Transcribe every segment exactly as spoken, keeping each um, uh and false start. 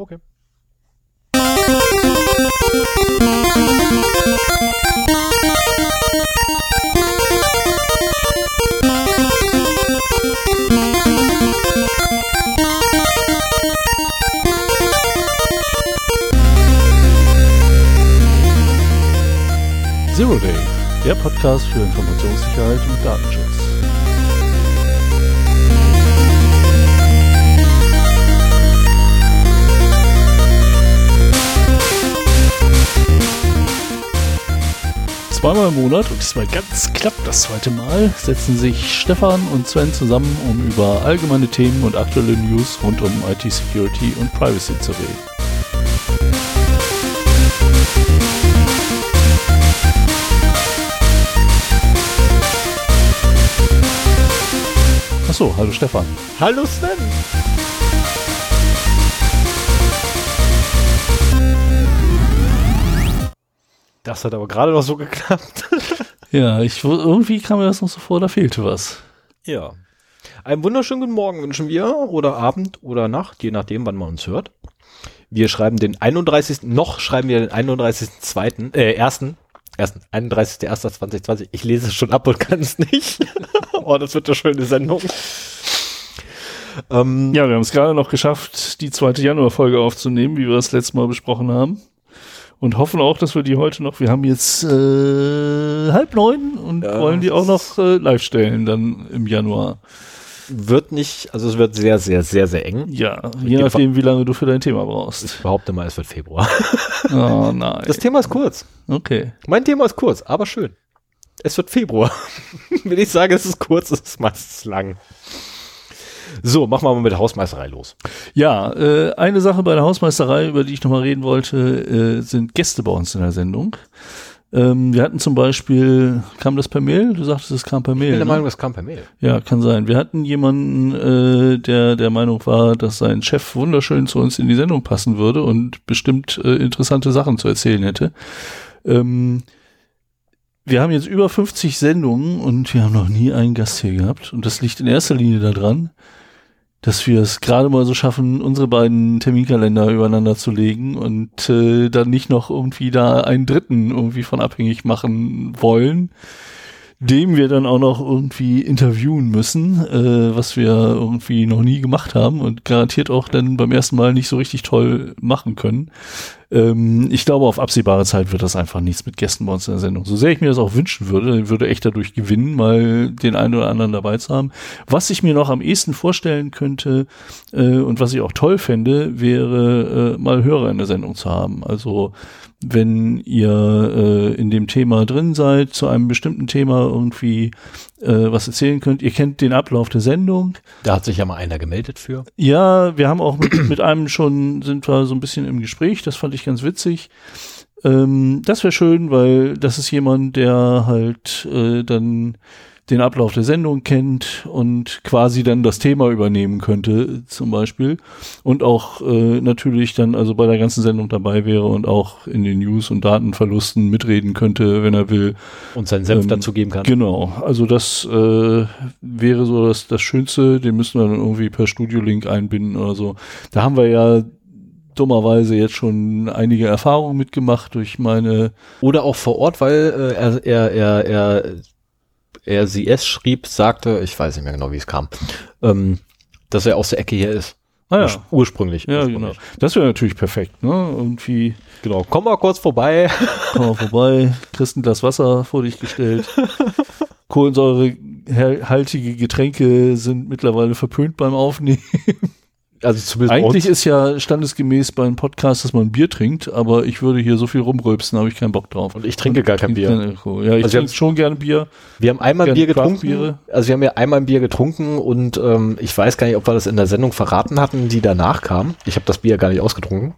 Okay. Zero Day, der Podcast für Informationssicherheit und Datenschutz. Zweimal im Monat, und diesmal ganz knapp das zweite Mal, setzen sich Stefan und Sven zusammen, um über allgemeine Themen und aktuelle News rund um I T-Security und Privacy zu reden. Achso, hallo Stefan. Hallo Sven. Das hat aber gerade noch so geklappt. Ja, ich, irgendwie kam mir das noch so vor, da fehlte was. Ja. Einen wunderschönen guten Morgen wünschen wir, oder Abend oder Nacht, je nachdem, wann man uns hört. Wir schreiben den einunddreißigsten noch schreiben wir den einunddreißigsten zweiten äh, ersten ersten einunddreißigster erster zweitausendzwanzig. Ich lese es schon ab und kann es nicht. Oh, das wird eine schöne Sendung. Ähm, ja, wir haben es gerade noch geschafft, die zweite Januarfolge aufzunehmen, wie wir das letzte Mal besprochen haben. Und hoffen auch, dass wir die heute noch, wir haben jetzt äh, halb neun und ja, wollen die auch noch äh, live stellen dann im Januar. Wird nicht, also es wird sehr, sehr, sehr, sehr eng. Ja, je nachdem, wie lange du für dein Thema brauchst. Ich behaupte mal, es wird Februar. Oh nein. Das Thema ist kurz. Okay. Mein Thema ist kurz, aber schön. Es wird Februar. Wenn ich sage, es ist kurz, ist es meistens lang. So, machen wir mal mit der Hausmeisterei los. Ja, äh, eine Sache bei der Hausmeisterei, über die ich nochmal reden wollte, äh, sind Gäste bei uns in der Sendung. Ähm, wir hatten zum Beispiel, kam das per Mail? Du sagtest, es kam per Mail. Ich bin der ne? Meinung, es kam per Mail. Ja, kann sein. Wir hatten jemanden, äh, der der Meinung war, dass sein Chef wunderschön zu uns in die Sendung passen würde und bestimmt äh, interessante Sachen zu erzählen hätte. Ähm, wir haben jetzt über fünfzig Sendungen und wir haben noch nie einen Gast hier gehabt. Und das liegt in erster Linie daran, dass wir es gerade mal so schaffen, unsere beiden Terminkalender übereinander zu legen und äh, dann nicht noch irgendwie da einen Dritten irgendwie von abhängig machen wollen, dem wir dann auch noch irgendwie interviewen müssen, äh, was wir irgendwie noch nie gemacht haben und garantiert auch dann beim ersten Mal nicht so richtig toll machen können. Ähm, ich glaube, auf absehbare Zeit wird das einfach nichts mit Gästen bei uns in der Sendung. So sehr ich mir das auch wünschen würde, ich würde echt dadurch gewinnen, mal den einen oder anderen dabei zu haben. Was ich mir noch am ehesten vorstellen könnte äh, und was ich auch toll fände, wäre äh, mal Hörer in der Sendung zu haben. Also wenn ihr äh, in dem Thema drin seid, zu einem bestimmten Thema irgendwie äh, was erzählen könnt. Ihr kennt den Ablauf der Sendung. Da hat sich ja mal einer gemeldet für. Ja, wir haben auch mit, mit einem schon, sind wir so ein bisschen im Gespräch. Das fand ich ganz witzig. Ähm, das wäre schön, weil das ist jemand, der halt äh, dann den Ablauf der Sendung kennt und quasi dann das Thema übernehmen könnte, zum Beispiel. Und auch äh, natürlich dann also bei der ganzen Sendung dabei wäre und auch in den News- und Datenverlusten mitreden könnte, wenn er will. Und seinen Senf ähm, dazu geben kann. Genau, also das äh, wäre so das, das Schönste. Den müssen wir dann irgendwie per Studio-Link einbinden oder so. Da haben wir ja dummerweise jetzt schon einige Erfahrungen mitgemacht durch meine... Oder auch vor Ort, weil äh, er, er, er, er er sie es schrieb, sagte, ich weiß nicht mehr genau, wie es kam, ähm, dass er aus der Ecke hier ist. Ah, ja. Ur- ursprünglich. Ja, ursprünglich. genau. Das wäre natürlich perfekt, ne? Irgendwie. Genau. Komm mal kurz vorbei. Komm mal vorbei, kriegst ein Glas Wasser vor dich gestellt. Kohlensäurehaltige Getränke sind mittlerweile verpönt beim Aufnehmen. Also zumindest eigentlich ist ja standesgemäß beim Podcast, dass man Bier trinkt, aber ich würde hier so viel rumrülpsen, habe ich keinen Bock drauf. Und ich trinke Und gar kein Bier. Keine, ja, ich also trinke schon gerne Bier. Wir haben einmal Bier getrunken. Biere. Also wir haben ja einmal ein Bier getrunken und ähm, ich weiß gar nicht, ob wir das in der Sendung verraten hatten, die danach kam. Ich habe das Bier gar nicht ausgetrunken.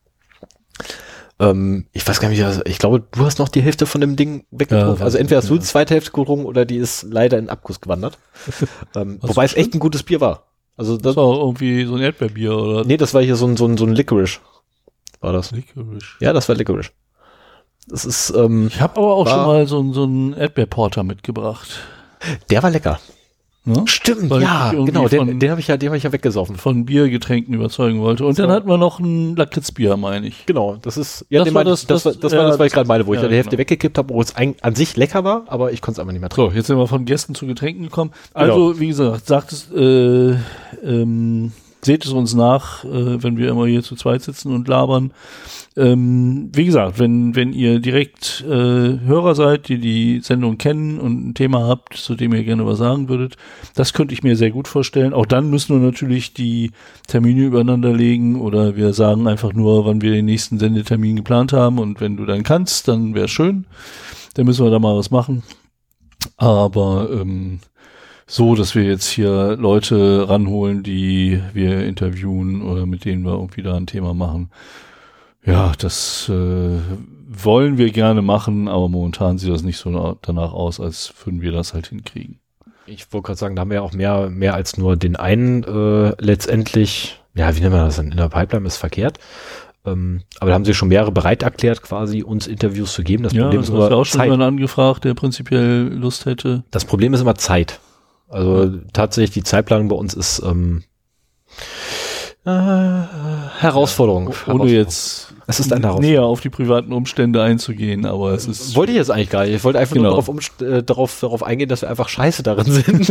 Ähm, ich weiß gar nicht, also ich glaube, du hast noch die Hälfte von dem Ding weggetrunken. Ja, also entweder hast du die zweite Hälfte getrunken oder die ist leider in den Abguss gewandert. ähm, wobei es echt ein gutes Bier war. Also das, das war irgendwie so ein Erdbeerbier, oder? Nee, das war hier so ein, so ein, so ein Licorice. War das? Licorice. Ja, das war Licorice. Das ist, ähm, ich habe aber auch schon mal so, so einen Erdbeerporter mitgebracht. Der war lecker. Ne? Stimmt, Weil ja, ich irgendwie genau, den, von- den habe ich ja, den habe ich ja weggesoffen. Von Biergetränken überzeugen wollte. Und So. dann hatten wir noch ein Lakritzbier, meine ich. Genau, das ist, ja, Das den war meine das- ich- das, das- war- das ja, war das, was ich das- gerade meine, wo ich ja, ja die Hälfte genau. weggekippt habe, wo es ein, an sich lecker war, aber ich konnte es einfach nicht mehr trinken. So, jetzt sind wir von Gästen zu Getränken gekommen. Also, wie gesagt, sagt es, äh, ähm, seht es uns nach, äh, wenn wir immer hier zu zweit sitzen und labern. Ähm, wie gesagt, wenn, wenn ihr direkt äh, Hörer seid, die die Sendung kennen und ein Thema habt, zu dem ihr gerne was sagen würdet, das könnte ich mir sehr gut vorstellen. Auch dann müssen wir natürlich die Termine übereinander legen oder wir sagen einfach nur, wann wir den nächsten Sendetermin geplant haben und wenn du dann kannst, dann wäre schön. Dann müssen wir da mal was machen. Aber ähm, so, dass wir jetzt hier Leute ranholen, die wir interviewen oder mit denen wir irgendwie da ein Thema machen. Ja, das äh, wollen wir gerne machen, aber momentan sieht das nicht so na- danach aus, als würden wir das halt hinkriegen. Ich wollte gerade sagen, da haben wir ja auch mehr, mehr als nur den einen äh, letztendlich, ja, wie nennt man das denn? In der Pipeline ist verkehrt. Ähm, aber da haben sie schon mehrere bereit erklärt, quasi uns Interviews zu geben. Das Ja, Problem du ist hast nur ja auch schon Zeit. jemanden angefragt, der prinzipiell Lust hätte. Das Problem ist immer Zeit. Also tatsächlich, die Zeitplanung bei uns ist ähm, äh, Herausforderung. Ohne Herausforderung. jetzt Es ist eine Herausforderung. näher auf die privaten Umstände einzugehen, aber es ist... Wollte ich jetzt eigentlich gar nicht. Ich wollte einfach Genau. nur darauf, umst- äh, darauf, darauf eingehen, dass wir einfach scheiße darin sind.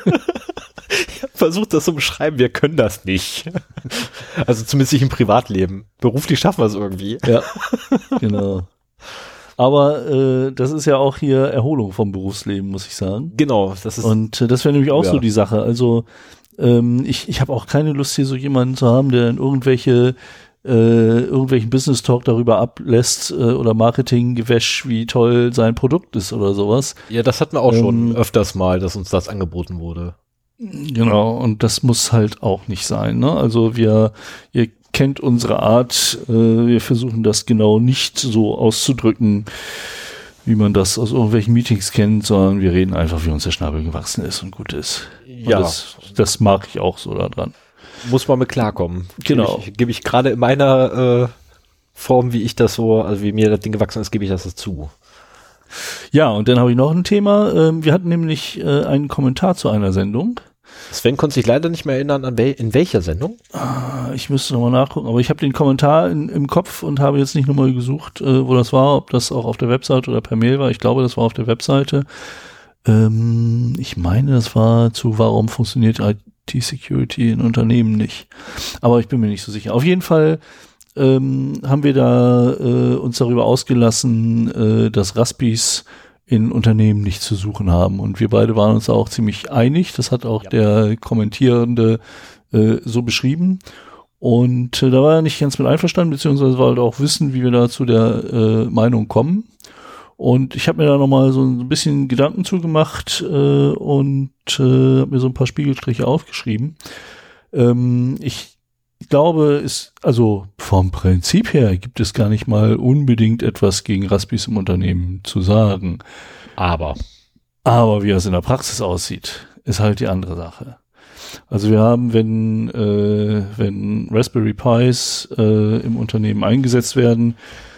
Ich habe versucht, das zu beschreiben. Wir können das nicht. Also zumindest nicht im Privatleben. Beruflich schaffen wir es irgendwie. Ja, genau. Aber äh, das ist ja auch hier Erholung vom Berufsleben, muss ich sagen. Genau. Das ist Und äh, das wäre nämlich auch Ja. so die Sache. Also ähm, ich, ich habe auch keine Lust, hier so jemanden zu haben, der in irgendwelche äh, irgendwelchen Business Talk darüber ablässt äh, oder Marketing-Gewäsch, wie toll sein Produkt ist oder sowas. ja, das hatten wir auch Ähm, schon öfters mal, dass uns das angeboten wurde. Genau, und das muss halt auch nicht sein. Ne? Also wir, ihr kennt unsere Art, äh, wir versuchen das genau nicht so auszudrücken, wie man das aus irgendwelchen Meetings kennt, sondern wir reden einfach, wie uns der Schnabel gewachsen ist und gut ist. Und Ja. das, das mag ich auch so daran. Muss man mit klarkommen. Genau. Gebe ich, gebe ich gerade in meiner äh, Form, wie ich das so, also wie mir das Ding gewachsen ist, gebe ich das zu. Ja, und dann habe ich noch ein Thema. Ähm, wir hatten nämlich äh, einen Kommentar zu einer Sendung. Sven konnte sich leider nicht mehr erinnern, an wel in welcher Sendung. Ich müsste nochmal nachgucken, aber ich habe den Kommentar in, im Kopf und habe jetzt nicht nochmal gesucht, äh, wo das war, ob das auch auf der Webseite oder per Mail war. Ich glaube, das war auf der Webseite. Ähm, ich meine, das war zu, warum funktioniert I T-Security in Unternehmen nicht. Aber ich bin mir nicht so sicher. Auf jeden Fall ähm, haben wir da äh, uns darüber ausgelassen, äh, dass Raspis in Unternehmen nicht zu suchen haben. Und wir beide waren uns auch ziemlich einig. Das hat auch Ja. der Kommentierende äh, so beschrieben. Und äh, da war er nicht ganz mit einverstanden, beziehungsweise wollte auch wissen, wie wir da zu der äh, Meinung kommen. Und ich habe mir da nochmal so ein bisschen Gedanken zugemacht äh, und äh, habe mir so ein paar Spiegelstriche aufgeschrieben. Ähm, ich glaube, es, also vom Prinzip her gibt es gar nicht mal unbedingt etwas gegen Raspis im Unternehmen zu sagen. Aber. Aber wie es in der Praxis aussieht, ist halt die andere Sache. Also wir haben, wenn, äh, wenn Raspberry Pis äh, im Unternehmen eingesetzt werden,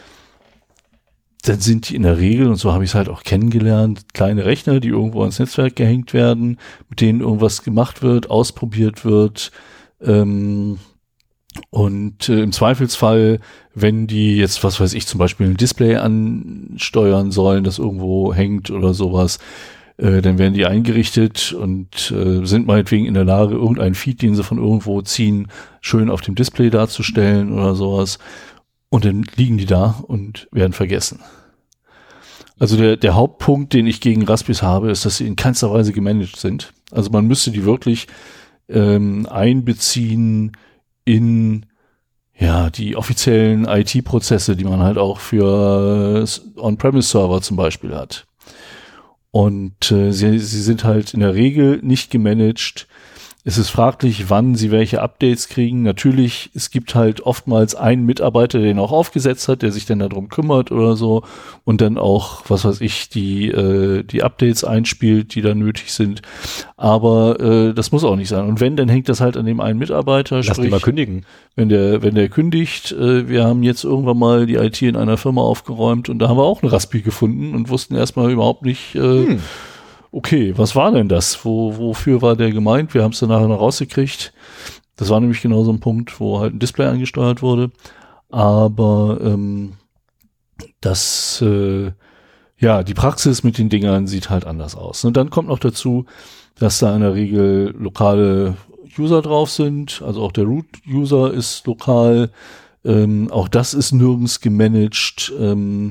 dann sind die in der Regel, und so habe ich es halt auch kennengelernt, kleine Rechner, die irgendwo ans Netzwerk gehängt werden, mit denen irgendwas gemacht wird, ausprobiert wird. Ähm, und äh, im Zweifelsfall, wenn die jetzt, was weiß ich, zum Beispiel ein Display ansteuern sollen, das irgendwo hängt oder sowas, äh, dann werden die eingerichtet und äh, sind meinetwegen in der Lage, irgendeinen Feed, den sie von irgendwo ziehen, schön auf dem Display darzustellen oder sowas. Und dann liegen die da und werden vergessen. Also der, der Hauptpunkt, den ich gegen Raspis habe, ist, dass sie in keinster Weise gemanagt sind. Also man müsste die wirklich ähm, einbeziehen in ja die offiziellen I T-Prozesse, die man halt auch für äh, On-Premise-Server zum Beispiel hat. Und äh, sie, sie sind halt in der Regel nicht gemanagt. Es ist fraglich, wann sie welche Updates kriegen. Natürlich, es gibt halt oftmals einen Mitarbeiter, der ihn auch aufgesetzt hat, der sich dann darum kümmert oder so und dann auch, was weiß ich, die äh, die Updates einspielt, die da nötig sind. Aber äh, das muss auch nicht sein. Und wenn, dann hängt das halt an dem einen Mitarbeiter. Lass die mal kündigen. Wenn der, wenn der kündigt, äh, wir haben jetzt irgendwann mal die I T in einer Firma aufgeräumt und da haben wir auch eine Raspi gefunden und wussten erstmal überhaupt nicht, äh, Hm. okay, was war denn das? Wo, wofür war der gemeint? Wir haben es dann nachher noch rausgekriegt. Das war nämlich genau so ein Punkt, wo halt ein Display angesteuert wurde. Aber ähm, das, äh, ja, die Praxis mit den Dingern sieht halt anders aus. Und dann kommt noch dazu, dass da in der Regel lokale User drauf sind. Also auch der Root-User ist lokal. Ähm, auch das ist nirgends gemanagt. Ähm,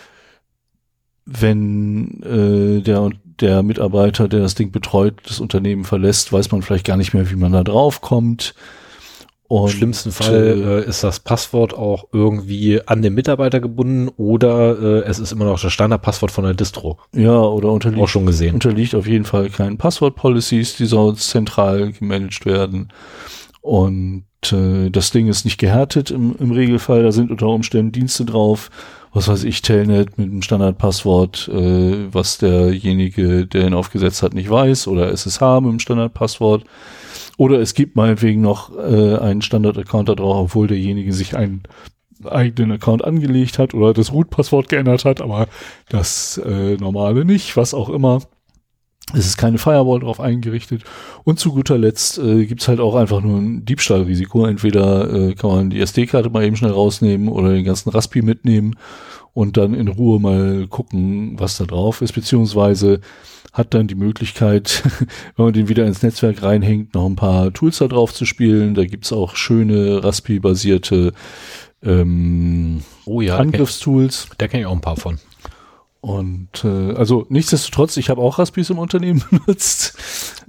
wenn äh, der der Mitarbeiter, der das Ding betreut, das Unternehmen verlässt, weiß man vielleicht gar nicht mehr, wie man da drauf kommt. Und, im schlimmsten Fall äh, ist das Passwort auch irgendwie an den Mitarbeiter gebunden oder äh, es ist immer noch das Standardpasswort von der Distro. Ja, oder unterliegt, auch schon gesehen. unterliegt auf jeden Fall keinen Passwort-Policies, die sollen zentral gemanagt werden. Und äh, das Ding ist nicht gehärtet im, im Regelfall, da sind unter Umständen Dienste drauf, was weiß ich, Telnet mit einem Standardpasswort, äh, was derjenige, der ihn aufgesetzt hat, nicht weiß, oder S S H mit einem Standardpasswort. Oder es gibt meinetwegen noch äh, einen Standard-Account da drauf, obwohl derjenige sich einen eigenen Account angelegt hat oder das Root-Passwort geändert hat, aber das äh, normale nicht, was auch immer. Es ist keine Firewall drauf eingerichtet. Und zu guter Letzt äh, gibt's halt auch einfach nur ein Diebstahlrisiko. Entweder äh, kann man die S D-Karte mal eben schnell rausnehmen oder den ganzen Raspi mitnehmen und dann in Ruhe mal gucken, was da drauf ist, beziehungsweise hat dann die Möglichkeit, wenn man den wieder ins Netzwerk reinhängt, noch ein paar Tools da drauf zu spielen. Da gibt's auch schöne Raspi-basierte ähm, oh ja, Angriffstools. Da kenne ich auch ein paar von. Und äh, also nichtsdestotrotz, ich habe auch Raspis im Unternehmen benutzt.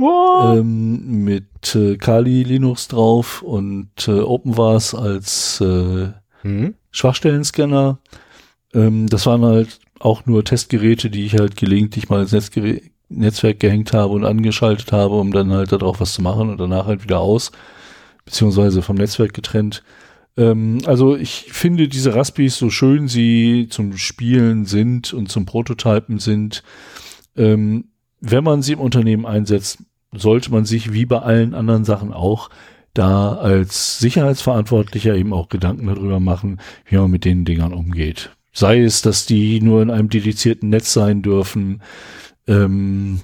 Ähm, mit äh, Kali Linux drauf und äh, OpenVAS als äh, hm? Schwachstellenscanner. Ähm, das waren halt auch nur Testgeräte, die ich halt gelegentlich mal ins Netzgerä- Netzwerk gehängt habe und angeschaltet habe, um dann halt darauf was zu machen und danach halt wieder aus, beziehungsweise vom Netzwerk getrennt. Ähm, also ich finde diese Raspis, so schön sie zum Spielen sind und zum Prototypen sind, ähm, wenn man sie im Unternehmen einsetzt, sollte man sich wie bei allen anderen Sachen auch da als Sicherheitsverantwortlicher eben auch Gedanken darüber machen, wie man mit den Dingern umgeht. Sei es, dass die nur in einem dedizierten Netz sein dürfen, ähm,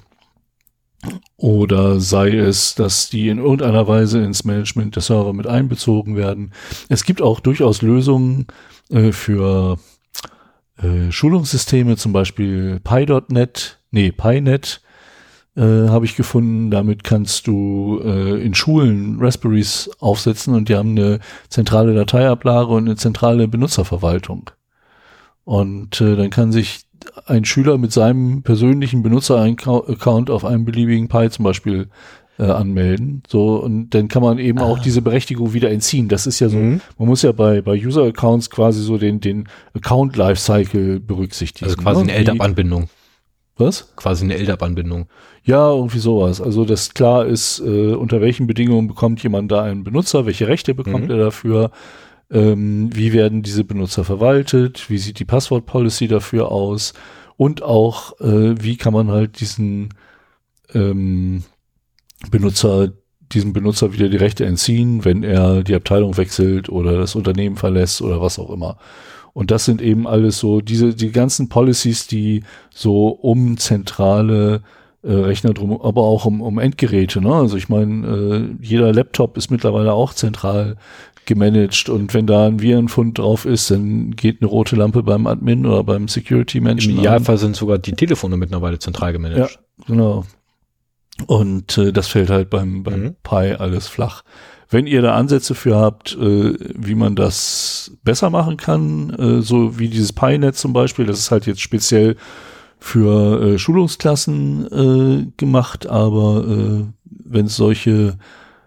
oder sei es, dass die in irgendeiner Weise ins Management der Server mit einbezogen werden. Es gibt auch durchaus Lösungen äh, für äh, Schulungssysteme, zum Beispiel Pi Punkt net, nee, PyNet äh, habe ich gefunden. Damit kannst du äh, in Schulen Raspberries aufsetzen und die haben eine zentrale Dateiablage und eine zentrale Benutzerverwaltung. Und äh, dann kann sich ein Schüler mit seinem persönlichen Benutzer-Account auf einem beliebigen Pi zum Beispiel äh, anmelden. So, und dann kann man eben ah. auch diese Berechtigung wieder entziehen. Das ist ja so, mhm. man muss ja bei, bei User-Accounts quasi so den, den Account-Lifecycle berücksichtigen. Also quasi ne? eine L D A P-Anbindung. Was? Quasi eine L D A P-Anbindung. Ja, irgendwie sowas. Also, dass klar ist, äh, unter welchen Bedingungen bekommt jemand da einen Benutzer, welche Rechte bekommt mhm. er dafür, Ähm, wie werden diese Benutzer verwaltet, wie sieht die Passwort-Policy dafür aus und auch, äh, wie kann man halt diesen ähm, Benutzer, diesem Benutzer wieder die Rechte entziehen, wenn er die Abteilung wechselt oder das Unternehmen verlässt oder was auch immer. Und das sind eben alles so diese, die ganzen Policies, die so um zentrale äh, Rechner drum, aber auch um, um Endgeräte, ne? Also ich meine, äh, jeder Laptop ist mittlerweile auch zentral gemanagt und wenn da ein Virenfund drauf ist, dann geht eine rote Lampe beim Admin oder beim Security-Menschen Im Idealfall sind sogar die Telefone mittlerweile zentral gemanagt. Ja, genau. Und äh, das fällt halt beim, beim mhm. Pi alles flach. Wenn ihr da Ansätze für habt, äh, wie man das besser machen kann, äh, so wie dieses PyNet zum Beispiel, das ist halt jetzt speziell für äh, Schulungsklassen äh, gemacht, aber äh, wenn es solche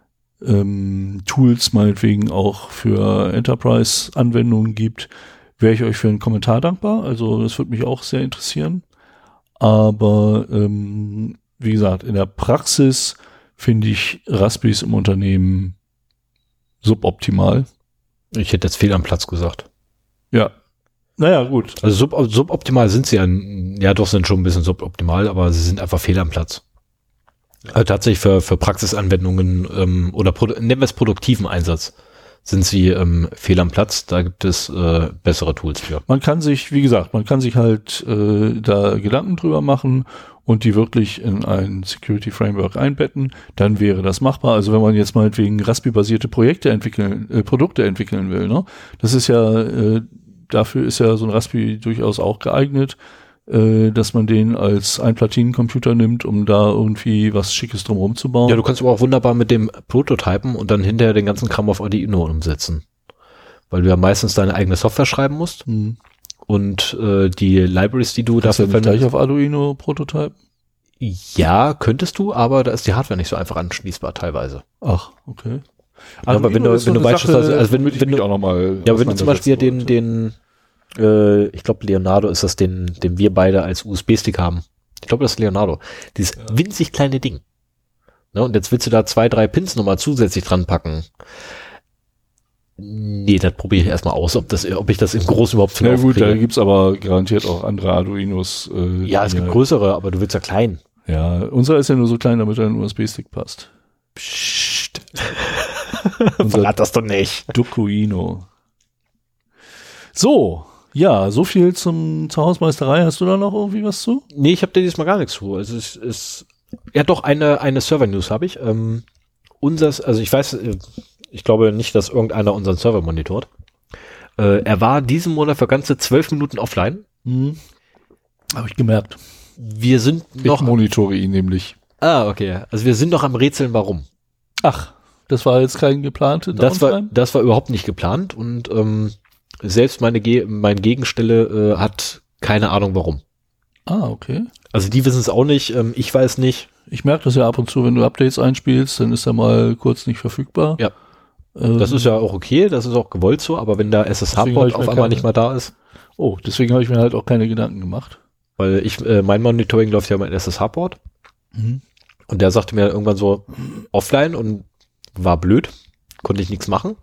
Ähm, Tools meinetwegen auch für Enterprise-Anwendungen gibt, wäre ich euch für einen Kommentar dankbar. Also das würde mich auch sehr interessieren. Aber ähm, wie gesagt, in der Praxis finde ich Raspis im Unternehmen suboptimal. Ich hätte jetzt fehl am Platz gesagt. Ja. Naja, gut. Also sub, suboptimal sind sie ja, ja doch sind schon ein bisschen suboptimal, aber sie sind einfach fehl am Platz. Also tatsächlich für, für Praxisanwendungen ähm, oder Pro- nennen wir es produktiven Einsatz sind sie ähm, fehl am Platz. Da gibt es äh, bessere Tools für. Man kann sich, wie gesagt, man kann sich halt äh, da Gedanken drüber machen und die wirklich in ein Security Framework einbetten, dann wäre das machbar. Also wenn man jetzt meinetwegen Raspi-basierte Projekte entwickeln, äh, Produkte entwickeln will, ne? Das ist ja, äh, dafür ist ja so ein Raspi durchaus auch geeignet, äh, dass man den als Einplatinencomputer nimmt, um da irgendwie was Schickes drumherum zu bauen. Ja, du kannst aber auch wunderbar mit dem Prototypen und dann hinterher den ganzen Kram auf Arduino umsetzen. Weil du ja meistens deine eigene Software schreiben musst. Hm. Und äh, die Libraries, die du Kannst dafür du gleich auf Arduino Prototype? Ja, könntest du, aber da ist die Hardware nicht so einfach anschließbar teilweise. Ach, okay. Ja, aber wenn du, wenn du weißt, also, also wenn, wenn du auch noch mal ja, wenn du zum Beispiel den, den, äh, ich glaube Leonardo ist das, den, den wir beide als U S B-Stick haben. Ich glaube, das ist Leonardo. Dieses ja. winzig kleine Ding. Ne, und jetzt willst du da zwei, drei Pins nochmal zusätzlich dran packen. Nee, das probiere ich erstmal aus, ob das, ob ich das im Großen überhaupt finde. Na gut, da gibt's aber garantiert auch andere Arduinos. Äh, ja, es gibt größere, aber du willst ja klein. Ja, unser ist ja nur so klein, damit ein U S B-Stick passt. Psst. Verrat das doch nicht. Dukuino. So, ja, so viel zum, zur Hausmeisterei. Hast du da noch irgendwie was zu? Nee, ich habe da diesmal gar nichts zu. Also es ist, ja doch, eine, eine Server-News habe ich. Ähm, unsers, also ich weiß, ich glaube nicht, dass irgendeiner unseren Server monitort. Äh, er war diesen Monat für ganze zwölf Minuten offline. Mhm. Habe ich gemerkt. Wir sind noch... Ich monitore ihn nämlich. Ah, okay. Also wir sind noch am Rätseln, warum. Ach, das war jetzt kein geplante Das war, das war überhaupt nicht geplant und ähm, selbst meine Ge mein Gegenstelle äh, hat keine Ahnung, warum. Ah, okay. Also die wissen es auch nicht, ähm, ich weiß nicht. Ich merke das ja ab und zu, wenn du Updates einspielst, dann ist er mal kurz nicht verfügbar. Ja. Ähm, das ist ja auch okay, das ist auch gewollt so, aber wenn der S S H-Port auf einmal nicht mal da ist. Oh, deswegen habe ich mir halt auch keine Gedanken gemacht. Weil ich, äh, mein Monitoring läuft ja mit S S H-Port. Mhm. Und der sagte mir irgendwann so offline und war blöd, konnte ich nichts machen.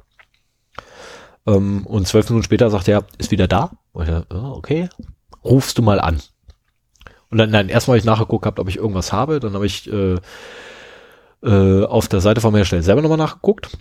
Ähm, und zwölf Minuten später sagt er, ist wieder da. Und ich dachte, oh, okay, rufst du mal an. Und dann, nein, erstmal habe ich nachgeguckt gehabt, ob ich irgendwas habe. Dann habe ich äh, äh, auf der Seite vom Hersteller selber nochmal nachgeguckt.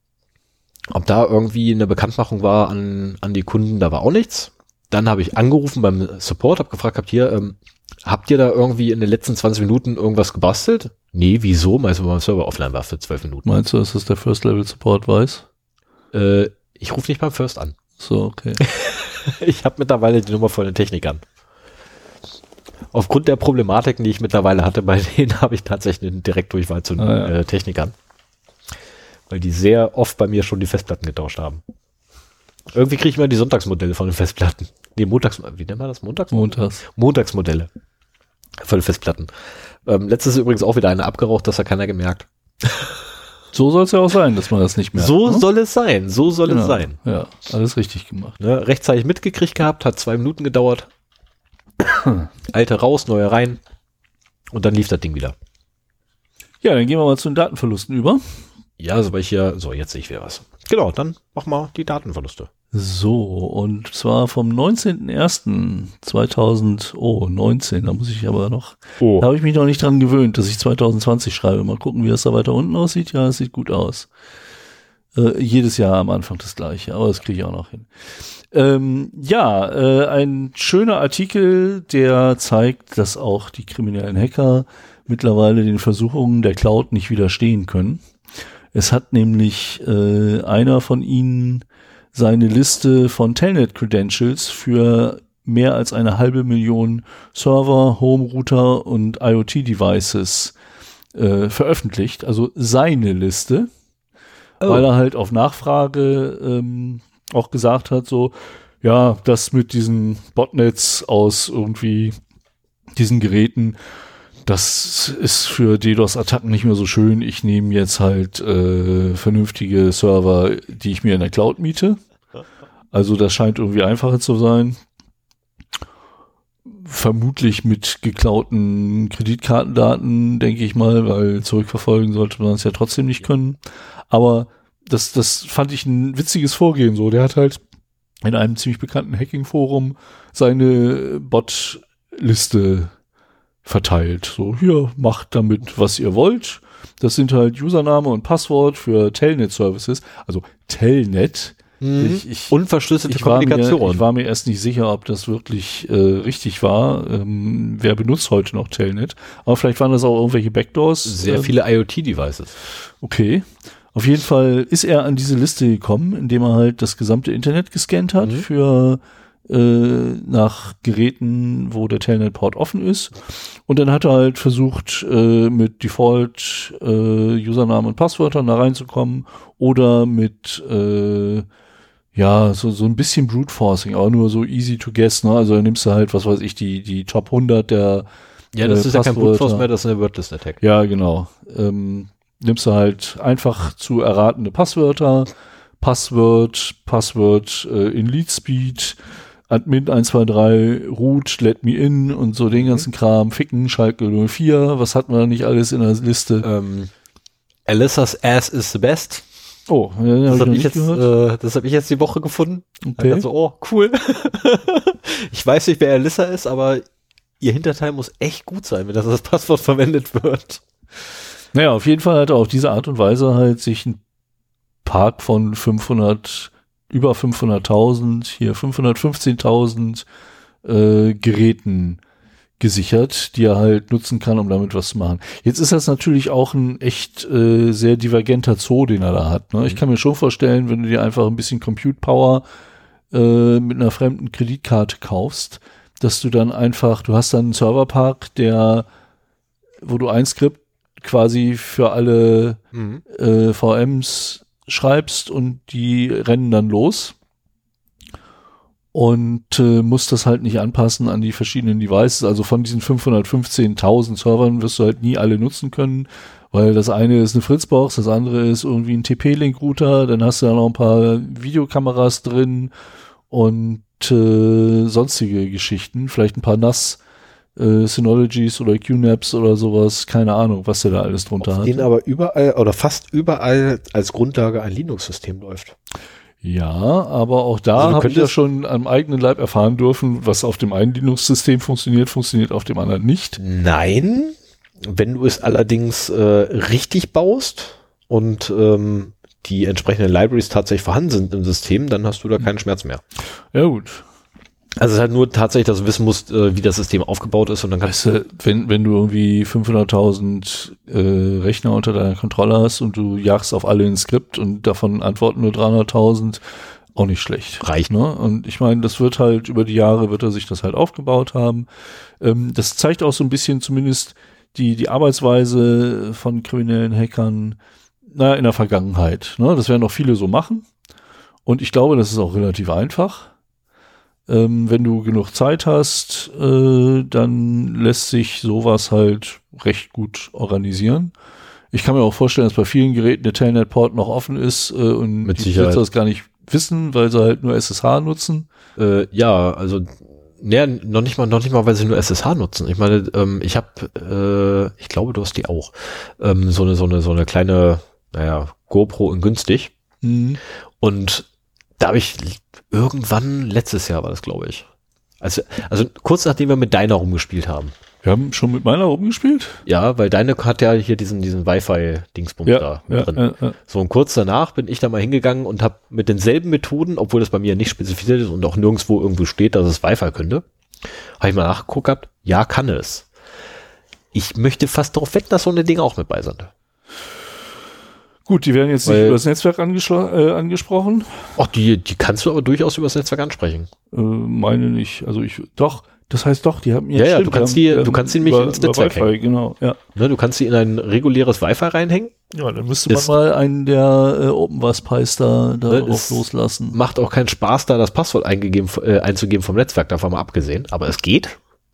Ob da irgendwie eine Bekanntmachung war an, an die Kunden, da war auch nichts. Dann habe ich angerufen beim Support, habe gefragt, habt ihr, ähm, habt ihr da irgendwie in den letzten zwanzig Minuten irgendwas gebastelt? Nee, wieso? Meinst du, weil mein Server offline war für zwölf Minuten? Meinst du, dass das der First-Level-Support weiß? Äh, ich rufe nicht beim First an. So, okay. Ich habe mittlerweile die Nummer von den Technikern. Aufgrund der Problematiken, die ich mittlerweile hatte, bei denen habe ich tatsächlich eine Direktdurchwahl zu den ah, ja. äh, Technikern. Weil die sehr oft bei mir schon die Festplatten getauscht haben. Irgendwie kriege ich mal die Sonntagsmodelle von den Festplatten. Nee, Montags, wie nennt man das? Montags? Montags. Montagsmodelle von den Festplatten. Ähm, letztes ist übrigens auch wieder eine abgeraucht, das hat keiner gemerkt. So soll es ja auch sein, dass man das nicht merkt. So ne? soll es sein, so soll genau. es sein. Ja, alles richtig gemacht. Ne, rechtzeitig mitgekriegt gehabt, hat zwei Minuten gedauert. Alte raus, neue rein. Und dann lief das Ding wieder. Ja, dann gehen wir mal zu den Datenverlusten über. Ja, so weil ich hier, so jetzt sehe ich wieder was. Genau, dann mach mal die Datenverluste. So, und zwar vom neunzehnten ersten zweitausend, oh, neunzehn, da muss ich aber noch, oh. da habe ich mich noch nicht dran gewöhnt, dass ich zwanzig zwanzig schreibe. Mal gucken, wie das da weiter unten aussieht. Ja, es sieht gut aus. Äh, jedes Jahr am Anfang das Gleiche, aber das kriege ich auch noch hin. Ähm, ja, äh, ein schöner Artikel, der zeigt, dass auch die kriminellen Hacker mittlerweile den Versuchungen der Cloud nicht widerstehen können. Es hat nämlich äh, einer von ihnen seine Liste von Telnet-Credentials für mehr als eine halbe Million Server, Home-Router und IoT-Devices äh, veröffentlicht. Also seine Liste, oh. weil er halt auf Nachfrage ähm, auch gesagt hat, so, ja, das mit diesen Botnets aus irgendwie diesen Geräten, das ist für DDoS-Attacken nicht mehr so schön. Ich nehme jetzt halt äh, vernünftige Server, die ich mir in der Cloud miete. Also das scheint irgendwie einfacher zu sein. Vermutlich mit geklauten Kreditkartendaten, denke ich mal, weil zurückverfolgen sollte man es ja trotzdem nicht können. Aber das, das fand ich ein witziges Vorgehen so. Der hat halt in einem ziemlich bekannten Hacking-Forum seine Bot-Liste verteilt. So, hier, macht damit, was ihr wollt. Das sind halt Username und Passwort für Telnet-Services. Also Telnet Mhm. Ich, ich, Unverschlüsselte ich war Kommunikation. Mir, ich war mir erst nicht sicher, ob das wirklich äh, richtig war. Ähm, wer benutzt heute noch Telnet? Aber vielleicht waren das auch irgendwelche Backdoors. Sehr ähm, viele IoT-Devices. Okay. Auf jeden Fall ist er an diese Liste gekommen, indem er halt das gesamte Internet gescannt hat Mhm. für äh, nach Geräten, wo der Telnet-Port offen ist. Und dann hat er halt versucht, äh, mit Default äh, Username und Passwörtern da reinzukommen oder mit äh, ja, so, so ein bisschen Brute Forcing, aber nur so easy to guess, ne? Also dann nimmst du halt, was weiß ich, die, die Top hundert der Ja, das äh, ist ja kein Brute Force Passwörter. mehr, das ist eine Wordless-Attack. Ja, genau. Ähm, nimmst du halt einfach zu erratende Passwörter, Passwort, Passwort äh, in Lead Speed, Admin eins zwei drei, Root, Let Me In und so den ganzen Kram, Ficken, Schalke null vier, was hatten wir da nicht alles in der Liste? Ähm, Alyssa's Ass is the best. Oh, ja, Das hab habe noch ich, nicht jetzt, äh, das hab ich jetzt die Woche gefunden. Okay. Okay. So, oh, cool. Ich weiß nicht, wer Alyssa ist, aber ihr Hinterteil muss echt gut sein, wenn das als Passwort verwendet wird. Naja, auf jeden Fall hat er auf diese Art und Weise halt sich ein Park von fünfhundert, über fünfhunderttausend, hier fünfhundertfünfzehntausend äh, Geräten gesichert, die er halt nutzen kann, um damit was zu machen. Jetzt ist das natürlich auch ein echt äh, sehr divergenter Zoo, den er da hat. Ne? Ich kann mir schon vorstellen, wenn du dir einfach ein bisschen Compute Power äh, mit einer fremden Kreditkarte kaufst, dass du dann einfach, du hast dann einen Serverpark, der, wo du ein Skript quasi für alle Mhm. äh, V Ms schreibst und die rennen dann los und äh, musst das halt nicht anpassen an die verschiedenen Devices. Also von diesen fünfhundertfünfzehntausend Servern wirst du halt nie alle nutzen können, weil das eine ist eine Fritzbox, das andere ist irgendwie ein T P-Link-Router, dann hast du da noch ein paar Videokameras drin und äh, sonstige Geschichten, vielleicht ein paar N A S äh, Synologies oder Q NAPs oder sowas, keine Ahnung, was der da alles drunter Auf hat. denen aber überall oder fast überall als Grundlage ein Linux-System läuft. Ja, aber auch da Also du habe ich ja könntest- schon am eigenen Leib erfahren dürfen, was auf dem einen Linux-System funktioniert, funktioniert auf dem anderen nicht. Nein, wenn du es allerdings äh, richtig baust und ähm, die entsprechenden Libraries tatsächlich vorhanden sind im System, dann hast du da keinen Schmerz mehr. Ja gut. Also es ist halt nur tatsächlich, dass du wissen musst, äh, wie das System aufgebaut ist und dann kannst Weißt du, wenn, wenn du irgendwie fünfhunderttausend äh, Rechner unter deiner Kontrolle hast und du jagst auf alle ein Skript und davon antworten nur dreihunderttausend, auch nicht schlecht. Reicht. Ne? Und ich meine, das wird halt über die Jahre, wird er sich das halt aufgebaut haben. Ähm, das zeigt auch so ein bisschen zumindest die, die Arbeitsweise von kriminellen Hackern, na, in der Vergangenheit. Ne? Das werden auch viele so machen. Und ich glaube, das ist auch relativ einfach. Ähm, wenn du genug Zeit hast, äh, dann lässt sich sowas halt recht gut organisieren. Ich kann mir auch vorstellen, dass bei vielen Geräten der Telnet-Port noch offen ist äh, und Mit die Sicherheit. Besitzer das gar nicht wissen, weil sie halt nur S S H nutzen. Äh, ja, also ne, noch nicht mal, noch nicht mal, weil sie nur S S H nutzen. Ich meine, ähm, ich habe, äh, ich glaube, du hast die auch, ähm, so eine, so eine, so eine kleine, naja, GoPro in günstig. Mhm. Und da habe ich irgendwann letztes Jahr war das, glaube ich. Also, also kurz nachdem wir mit deiner rumgespielt haben. Wir haben schon mit meiner rumgespielt. Ja, weil deine hat ja hier diesen, diesen Wi-Fi-Dingsbums da mit ja, drin. ja, ja. So, und kurz danach bin ich da mal hingegangen und habe mit denselben Methoden, obwohl das bei mir nicht spezifiziert ist und auch nirgendwo irgendwo steht, dass es Wi-Fi könnte, habe ich mal nachgeguckt gehabt, ja, kann es. Ich möchte fast darauf wetten, dass so eine Dinge auch mit bei sind. Gut, die werden jetzt Weil- nicht über das Netzwerk angeschl- äh, angesprochen. Ach, die, die kannst du aber durchaus über das Netzwerk ansprechen. Äh, meine nicht. Also ich, doch, das heißt doch, die haben Ja, ja, stimmt, du kannst die die- haben- du kannst die nämlich über, ins über Netzwerk Wi-Fi, genau, ja. Ne, du kannst sie in ein reguläres Wi-Fi reinhängen. Ja, dann müsste man Ist- mal einen der äh, OpenWASPs da Ne, darauf ist- loslassen. Macht auch keinen Spaß, da das Passwort eingegeben, äh, einzugeben vom Netzwerk, davon mal abgesehen. Aber es geht.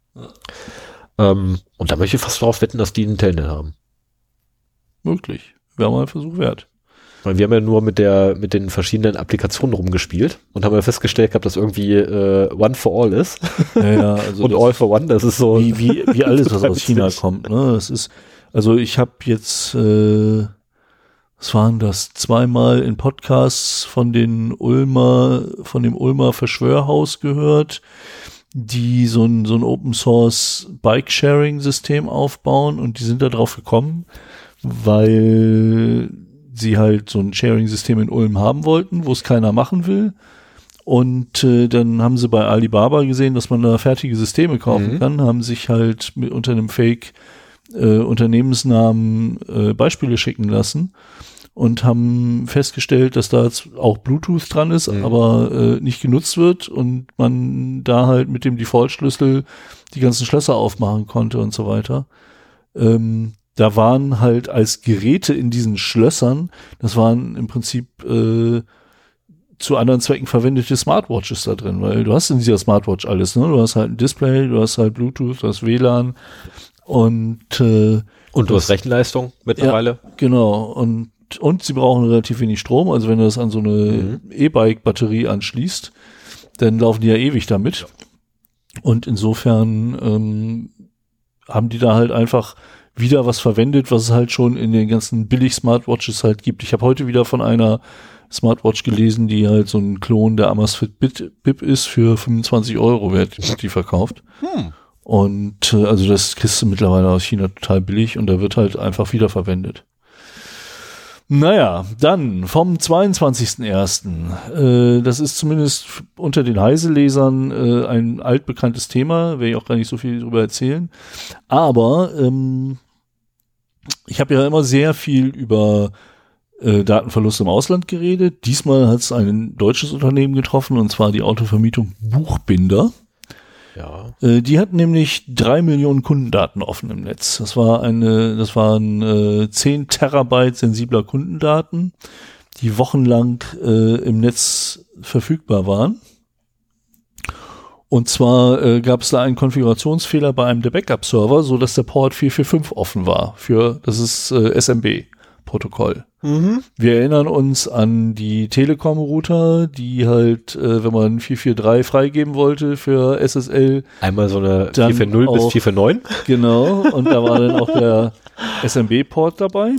Ähm, und da möchte ich fast darauf wetten, dass die einen Telnet haben. Möglich. Wäre mal ein Versuch wert. Weil wir haben ja nur mit der, mit den verschiedenen Applikationen rumgespielt und haben ja festgestellt gehabt, dass irgendwie äh, One for All ist. Ja, ja, also und das- All for One, das ist so. wie, wie, wie alles, was aus China witzig. kommt. Ne? Das ist, also ich habe jetzt, äh, was waren das, zweimal in Podcasts von den Ulmer, von dem Ulmer Verschwörhaus gehört, die so ein, so ein Open Source Bike-Sharing-System aufbauen und die sind da drauf gekommen, weil sie halt so ein Sharing-System in Ulm haben wollten, wo es keiner machen will. Und äh, dann haben sie bei Alibaba gesehen, dass man da fertige Systeme kaufen mhm. kann, haben sich halt mit, unter einem Fake äh, Unternehmensnamen äh, Beispiele schicken lassen und haben festgestellt, dass da jetzt auch Bluetooth dran ist, mhm. aber äh, nicht genutzt wird und man da halt mit dem Default-Schlüssel die ganzen Schlösser aufmachen konnte und so weiter. Ähm, da waren halt als Geräte in diesen Schlössern, das waren im Prinzip äh, zu anderen Zwecken verwendete Smartwatches da drin, weil du hast in dieser Smartwatch alles, ne? Du hast halt ein Display, du hast halt Bluetooth, du hast W L A N und äh, und du hast Rechenleistung mittlerweile. Ja, genau. Und und sie brauchen relativ wenig Strom, also wenn du das an so eine mhm. E-Bike-Batterie anschließt, dann laufen die ja ewig damit. Ja. Und insofern ähm, haben die da halt einfach wieder was verwendet, was es halt schon in den ganzen Billig-Smartwatches halt gibt. Ich habe heute wieder von einer Smartwatch gelesen, die halt so ein Klon der Amazfit Bip ist, für fünfundzwanzig Euro wird die verkauft. Hm. Und äh, also das kriegst du mittlerweile aus China total billig und da wird halt einfach wiederverwendet. Naja, dann vom zweiundzwanzigsten ersten Äh, das ist zumindest unter den Heise-Lesern äh, ein altbekanntes Thema, werde ich auch gar nicht so viel drüber erzählen. Aber ähm, ich habe ja immer sehr viel über äh, Datenverlust im Ausland geredet. Diesmal hat es ein deutsches Unternehmen getroffen, und zwar die Autovermietung Buchbinder. Ja. Äh, die hatten nämlich drei Millionen Kundendaten offen im Netz. Das war eine, das waren äh, zehn Terabyte sensibler Kundendaten, die wochenlang äh, im Netz verfügbar waren. Und zwar äh, gab es da einen Konfigurationsfehler bei einem der Backup-Server, so dass der Port vier vier fünf offen war für, das ist äh, S M B-Protokoll. Mhm. Wir erinnern uns an die Telekom-Router, die halt, äh, wenn man vier vier drei freigeben wollte für S S L. Einmal so eine vier vier null bis vier vier neun. Genau, und da war dann auch der S M B-Port dabei.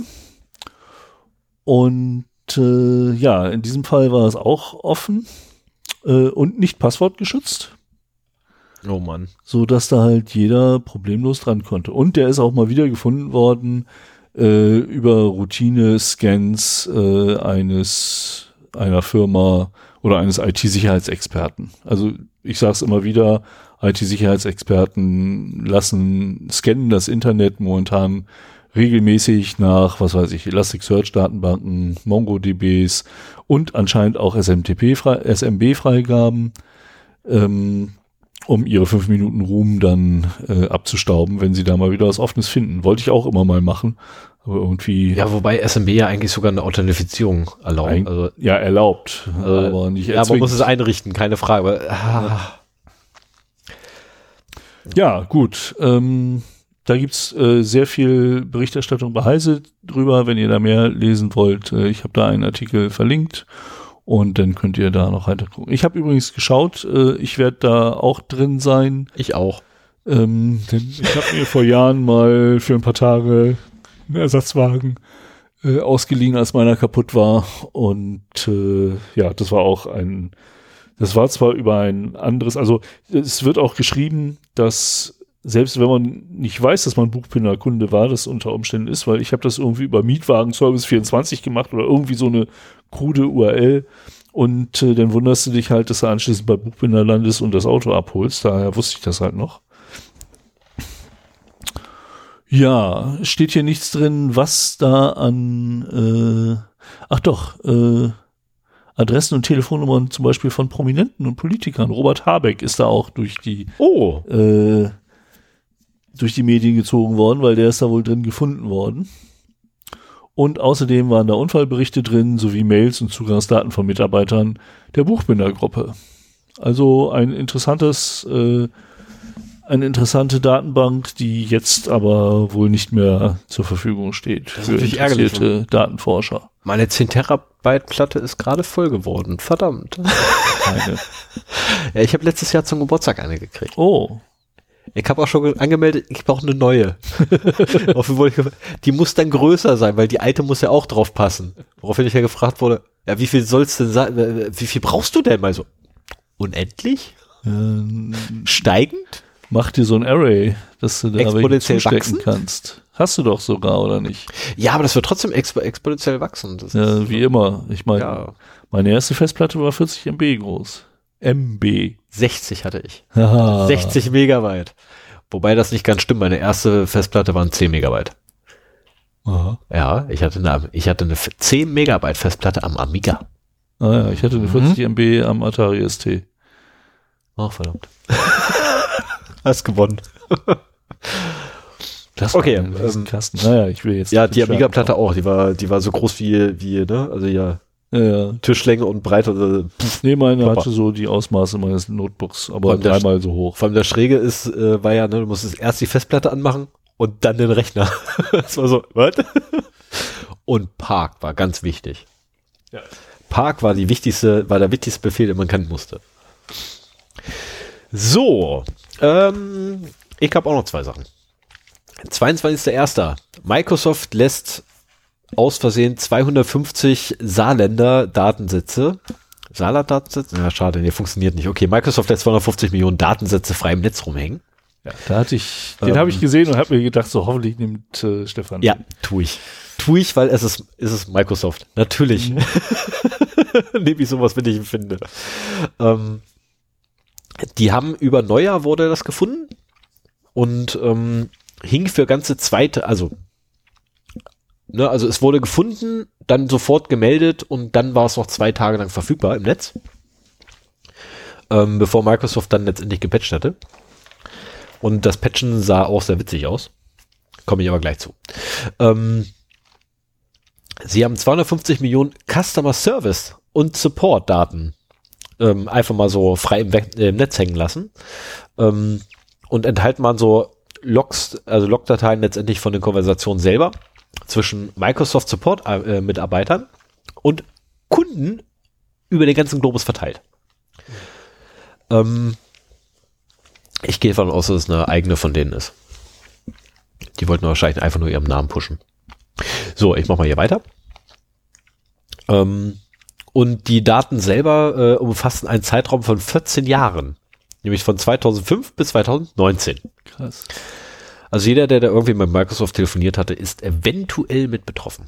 Und äh, ja, in diesem Fall war es auch offen äh, und nicht passwortgeschützt. Oh Mann. So dass da halt jeder problemlos dran konnte. Und der ist auch mal wieder gefunden worden äh, über Routine-Scans äh, eines einer Firma oder eines I T-Sicherheitsexperten. Also ich sage es immer wieder, I T-Sicherheitsexperten lassen, scannen das Internet momentan regelmäßig nach, was weiß ich, Elasticsearch-Datenbanken, MongoDBs und anscheinend auch S M T P-Frei- S M B-Freigaben, ähm, um ihre fünf Minuten Ruhm dann äh, abzustauben, wenn sie da mal wieder was Offenes finden. Wollte ich auch immer mal machen, aber irgendwie... Ja, wobei S M B ja eigentlich sogar eine Authentifizierung erlaubt. Ein, also, ja, erlaubt, also, aber nicht erzwingend. Ja, man muss es einrichten, keine Frage. Aber, ah. Ja, gut. Ähm, da gibt's äh, sehr viel Berichterstattung bei Heise drüber, wenn ihr da mehr lesen wollt. Äh, ich habe da einen Artikel verlinkt. Und dann könnt ihr da noch weiter gucken. Ich habe übrigens geschaut, äh, ich werde da auch drin sein. Ich auch. Ähm, denn ich habe mir vor Jahren mal für ein paar Tage einen Ersatzwagen äh, ausgeliehen, als meiner kaputt war. Und äh, ja, das war auch ein, das war zwar über ein anderes, also es wird auch geschrieben, dass selbst wenn man nicht weiß, dass man Buchbinder-Kunde war, das unter Umständen ist, weil ich habe das irgendwie über Mietwagen-Service vierundzwanzig gemacht oder irgendwie so eine krude U R L und äh, dann wunderst du dich halt, dass du anschließend bei Buchbinder landest und das Auto abholst. Daher wusste ich das halt noch. Ja, steht hier nichts drin, was da an äh, ach doch, äh, Adressen und Telefonnummern zum Beispiel von Prominenten und Politikern. Robert Habeck ist da auch durch die oh. äh, durch die Medien gezogen worden, weil der ist da wohl drin gefunden worden. Und außerdem waren da Unfallberichte drin, sowie Mails und Zugangsdaten von Mitarbeitern der Buchbindergruppe. Also ein interessantes, äh, eine interessante Datenbank, die jetzt aber wohl nicht mehr zur Verfügung steht das für interessierte Datenforscher. Meine zehn Terabyte Platte ist gerade voll geworden. Verdammt. Keine. Ja, ich habe letztes Jahr zum Geburtstag eine gekriegt. Oh. Ich habe auch schon angemeldet, ich brauche eine neue. Die muss dann größer sein, weil die alte muss ja auch drauf passen. Woraufhin ich ja gefragt wurde, ja, wie viel soll's denn sein? Wie viel brauchst du denn mal so? Unendlich? Ähm, Steigend? Mach dir so ein Array, dass du da welche zustecken kannst. Hast du doch sogar, oder nicht? Ja, aber das wird trotzdem expo exponentiell wachsen. Das Ja, ist wie immer. Ich meine, ja. meine erste Festplatte war vierzig Megabyte groß. M B. sechzig hatte ich. Haha. sechzig Megabyte. Wobei das nicht ganz stimmt. Meine erste Festplatte waren zehn Megabyte. Aha. Ja, ich hatte eine, ich hatte eine zehn Megabyte Festplatte am Amiga. Ah ja, ich hatte eine vierzig Megabyte am Atari S T. Ach, verdammt. Hast gewonnen. Das Okay, war ein ähm, Kasten. Naja, ich will jetzt. Ja, nicht die beschweren. Amiga-Platte auch. Die war, die war so groß wie, wie, ne? Also ja, Ja, ja. Tischlänge und Breite. Also, pff. Nee, meine Körper. hatte so die Ausmaße meines Notebooks, Vor aber allem der dreimal so hoch. Vor allem der Schräge ist, äh, war ja, ne, du musstest erst die Festplatte anmachen und dann den Rechner. Das war so, was? Und Park war ganz wichtig. Ja. Park war die wichtigste, war der wichtigste Befehl, den man kennen musste. So, ähm, ich habe auch noch zwei Sachen. zweiundzwanzigster erster Microsoft lässt aus Versehen zweihundertfünfzig Saarländer Datensätze. Saarland-Datensätze? Ja, schade, nee, funktioniert nicht. Okay, Microsoft lässt zweihundertfünfzig Millionen Datensätze frei im Netz rumhängen. Ja, da hatte ich, den Ähm, habe ich gesehen und habe mir gedacht, so hoffentlich nimmt äh, Stefan. Ja, tue ich. Tue ich, weil es ist, es ist Microsoft. Natürlich. Mhm. Nehme ich sowas, wenn ich ihn finde. Ähm, die haben über Neujahr wurde das gefunden und ähm, hing für ganze zweite, also ne, also es wurde gefunden, dann sofort gemeldet und dann war es noch zwei Tage lang verfügbar im Netz, ähm, bevor Microsoft dann letztendlich gepatcht hatte. Und das Patchen sah auch sehr witzig aus. Komme ich aber gleich zu. Ähm, sie haben zweihundertfünfzig Millionen Customer Service und Support Daten ähm, einfach mal so frei im, We äh, im Netz hängen lassen ähm, und enthalten man so Logs, also Logdateien letztendlich von den Konversationen selber zwischen Microsoft Support äh, Mitarbeitern und Kunden über den ganzen Globus verteilt. Ähm, ich gehe davon aus, dass es eine eigene von denen ist. Die wollten wahrscheinlich einfach nur ihren Namen pushen. So, ich mache mal hier weiter. Ähm, und die Daten selber äh, umfassen einen Zeitraum von vierzehn Jahren. Nämlich von zweitausendfünf bis zweitausendneunzehn. Krass. Also jeder, der da irgendwie mit Microsoft telefoniert hatte, ist eventuell mit betroffen.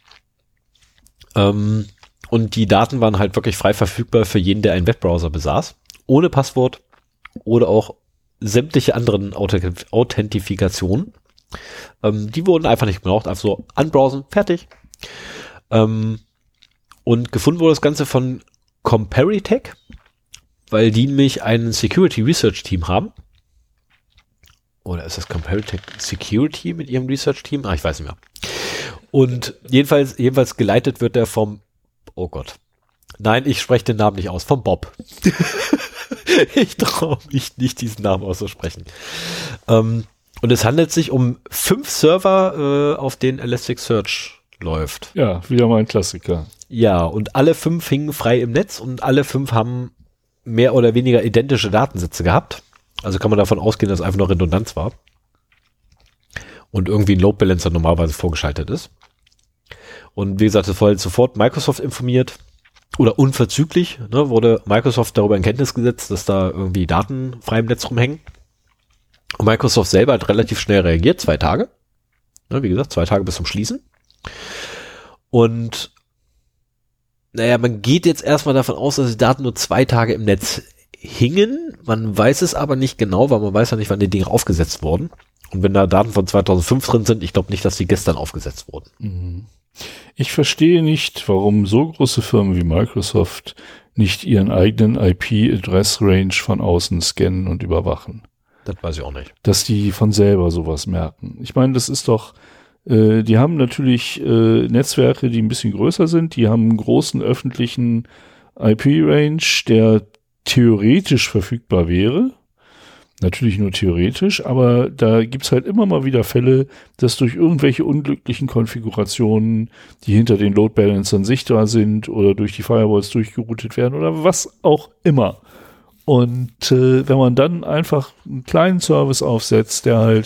Ähm, und die Daten waren halt wirklich frei verfügbar für jeden, der einen Webbrowser besaß. Ohne Passwort oder auch sämtliche anderen Authent- Authentifikationen. Ähm, die wurden einfach nicht gebraucht, einfach so anbrowsen, fertig. Ähm, und gefunden wurde das Ganze von Comparitech, weil die nämlich ein Security Research Team haben. Oder ist das Comparitech Security mit ihrem Research Team? Ah, ich weiß nicht mehr. Und jedenfalls, jedenfalls geleitet wird der vom, oh Gott. Nein, ich spreche den Namen nicht aus, vom Bob. Ich traue mich nicht, diesen Namen auszusprechen. Ähm, und es handelt sich um fünf Server, äh, auf denen Elasticsearch läuft. Ja, wieder mal ein Klassiker. Ja, und alle fünf hingen frei im Netz und alle fünf haben mehr oder weniger identische Datensätze gehabt. Also kann man davon ausgehen, dass es einfach nur Redundanz war. Und irgendwie ein Load Balancer normalerweise vorgeschaltet ist. Und wie gesagt, es wurde sofort Microsoft informiert. Oder unverzüglich, ne, wurde Microsoft darüber in Kenntnis gesetzt, dass da irgendwie Daten frei im Netz rumhängen. Und Microsoft selber hat relativ schnell reagiert, zwei Tage. Ne, wie gesagt, zwei Tage bis zum Schließen. Und naja, man geht jetzt erstmal davon aus, dass die Daten nur zwei Tage im Netz hingen. Man weiß es aber nicht genau, weil man weiß ja nicht, wann die Dinge aufgesetzt wurden. Und wenn da Daten von zweitausendfünf drin sind, ich glaube nicht, dass die gestern aufgesetzt wurden. Mhm. Ich verstehe nicht, warum so große Firmen wie Microsoft nicht ihren eigenen I P-Address-Range von außen scannen und überwachen. Das weiß ich auch nicht. Dass die von selber sowas merken. Ich meine, das ist doch, äh, die haben natürlich äh, Netzwerke, die ein bisschen größer sind. Die haben einen großen öffentlichen I P-Range, der theoretisch verfügbar wäre. Natürlich nur theoretisch, aber da gibt's halt immer mal wieder Fälle, dass durch irgendwelche unglücklichen Konfigurationen, die hinter den Load Balancern sichtbar sind oder durch die Firewalls durchgeroutet werden oder was auch immer. Und äh, wenn man dann einfach einen kleinen Service aufsetzt, der halt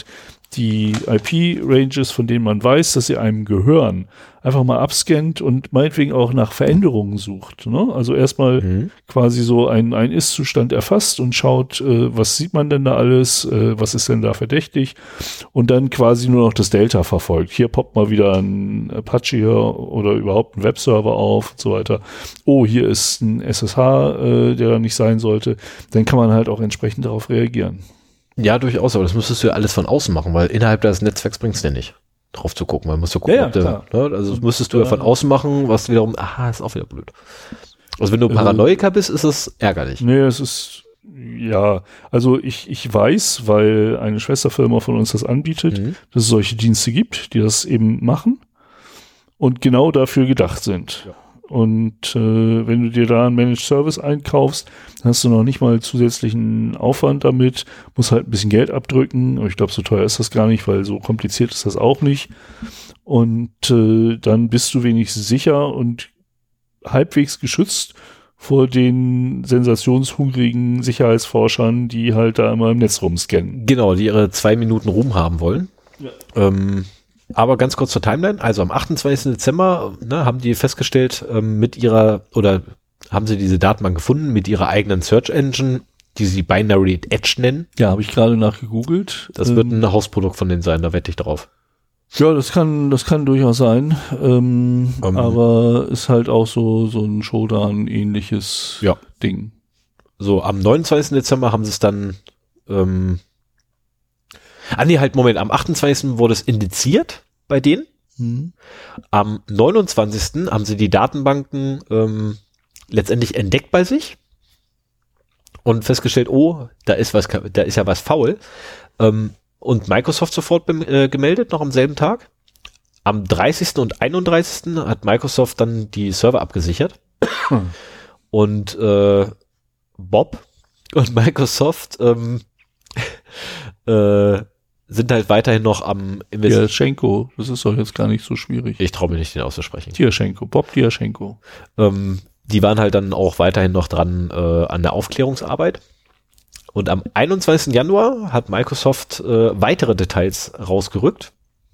die I P-Ranges, von denen man weiß, dass sie einem gehören, einfach mal abscannt und meinetwegen auch nach Veränderungen sucht. Ne? Also erstmal mhm. quasi so ein, ein Ist-Zustand erfasst und schaut, äh, was sieht man denn da alles, äh, was ist denn da verdächtig und dann quasi nur noch das Delta verfolgt. Hier poppt mal wieder ein Apache hier oder überhaupt ein Webserver auf und so weiter. Oh, hier ist ein S S H, äh, der da nicht sein sollte. Dann kann man halt auch entsprechend darauf reagieren. Ja, durchaus, aber das müsstest du ja alles von außen machen, weil innerhalb des Netzwerks bringt es dir nicht, drauf zu gucken. Man muss ja gucken, ja, ja, ob der, ne, also das müsstest du ja von außen machen, was wiederum, aha, ist auch wieder blöd. Also wenn du Paranoiker bist, ist es ärgerlich. Nee, es ist, ja, also ich, ich weiß, weil eine Schwesterfirma von uns das anbietet, mhm. dass es solche Dienste gibt, die das eben machen und genau dafür gedacht sind. Ja. Und äh, wenn du dir da einen Managed Service einkaufst, dann hast du noch nicht mal zusätzlichen Aufwand damit, musst halt ein bisschen Geld abdrücken. Aber ich glaube, so teuer ist das gar nicht, weil so kompliziert ist das auch nicht. Und äh, dann bist du wenigstens sicher und halbwegs geschützt vor den sensationshungrigen Sicherheitsforschern, die halt da immer im Netz rumscannen. Genau, die ihre zwei Minuten Ruhm haben wollen. Ja. Ähm Aber ganz kurz zur Timeline, also am achtundzwanzigsten Dezember ne, haben die festgestellt, ähm, mit ihrer, oder haben sie diese Datenbank gefunden, mit ihrer eigenen Search Engine, die sie Binary Edge nennen. Ja, habe ich gerade nachgegoogelt. Das ähm, wird ein Hausprodukt von denen sein, da wette ich drauf. Ja, das kann, das kann durchaus sein, ähm, um, aber ist halt auch so, so ein Showdown-ähnliches ja. Ding. So, am neunundzwanzigsten Dezember haben sie es dann, ähm, Ah nee, halt, Moment, am achtundzwanzigsten wurde es indiziert bei denen. Mhm. Am neunundzwanzigsten haben sie die Datenbanken ähm, letztendlich entdeckt bei sich und festgestellt, oh, da ist was, da ist ja was faul. Ähm, und Microsoft sofort bem- äh, gemeldet, noch am selben Tag. Am dreißigsten und einunddreißigsten hat Microsoft dann die Server abgesichert. Mhm. Und äh, Bob und Microsoft ähm, äh, sind halt weiterhin noch am investieren. Diaschenko, das ist doch jetzt gar nicht so schwierig. Ich traue mir nicht, den auszusprechen. Diaschenko, Bob Diaschenko. Ähm, die waren halt dann auch weiterhin noch dran äh, an der Aufklärungsarbeit. Und am einundzwanzigsten Januar hat Microsoft äh, weitere Details rausgerückt.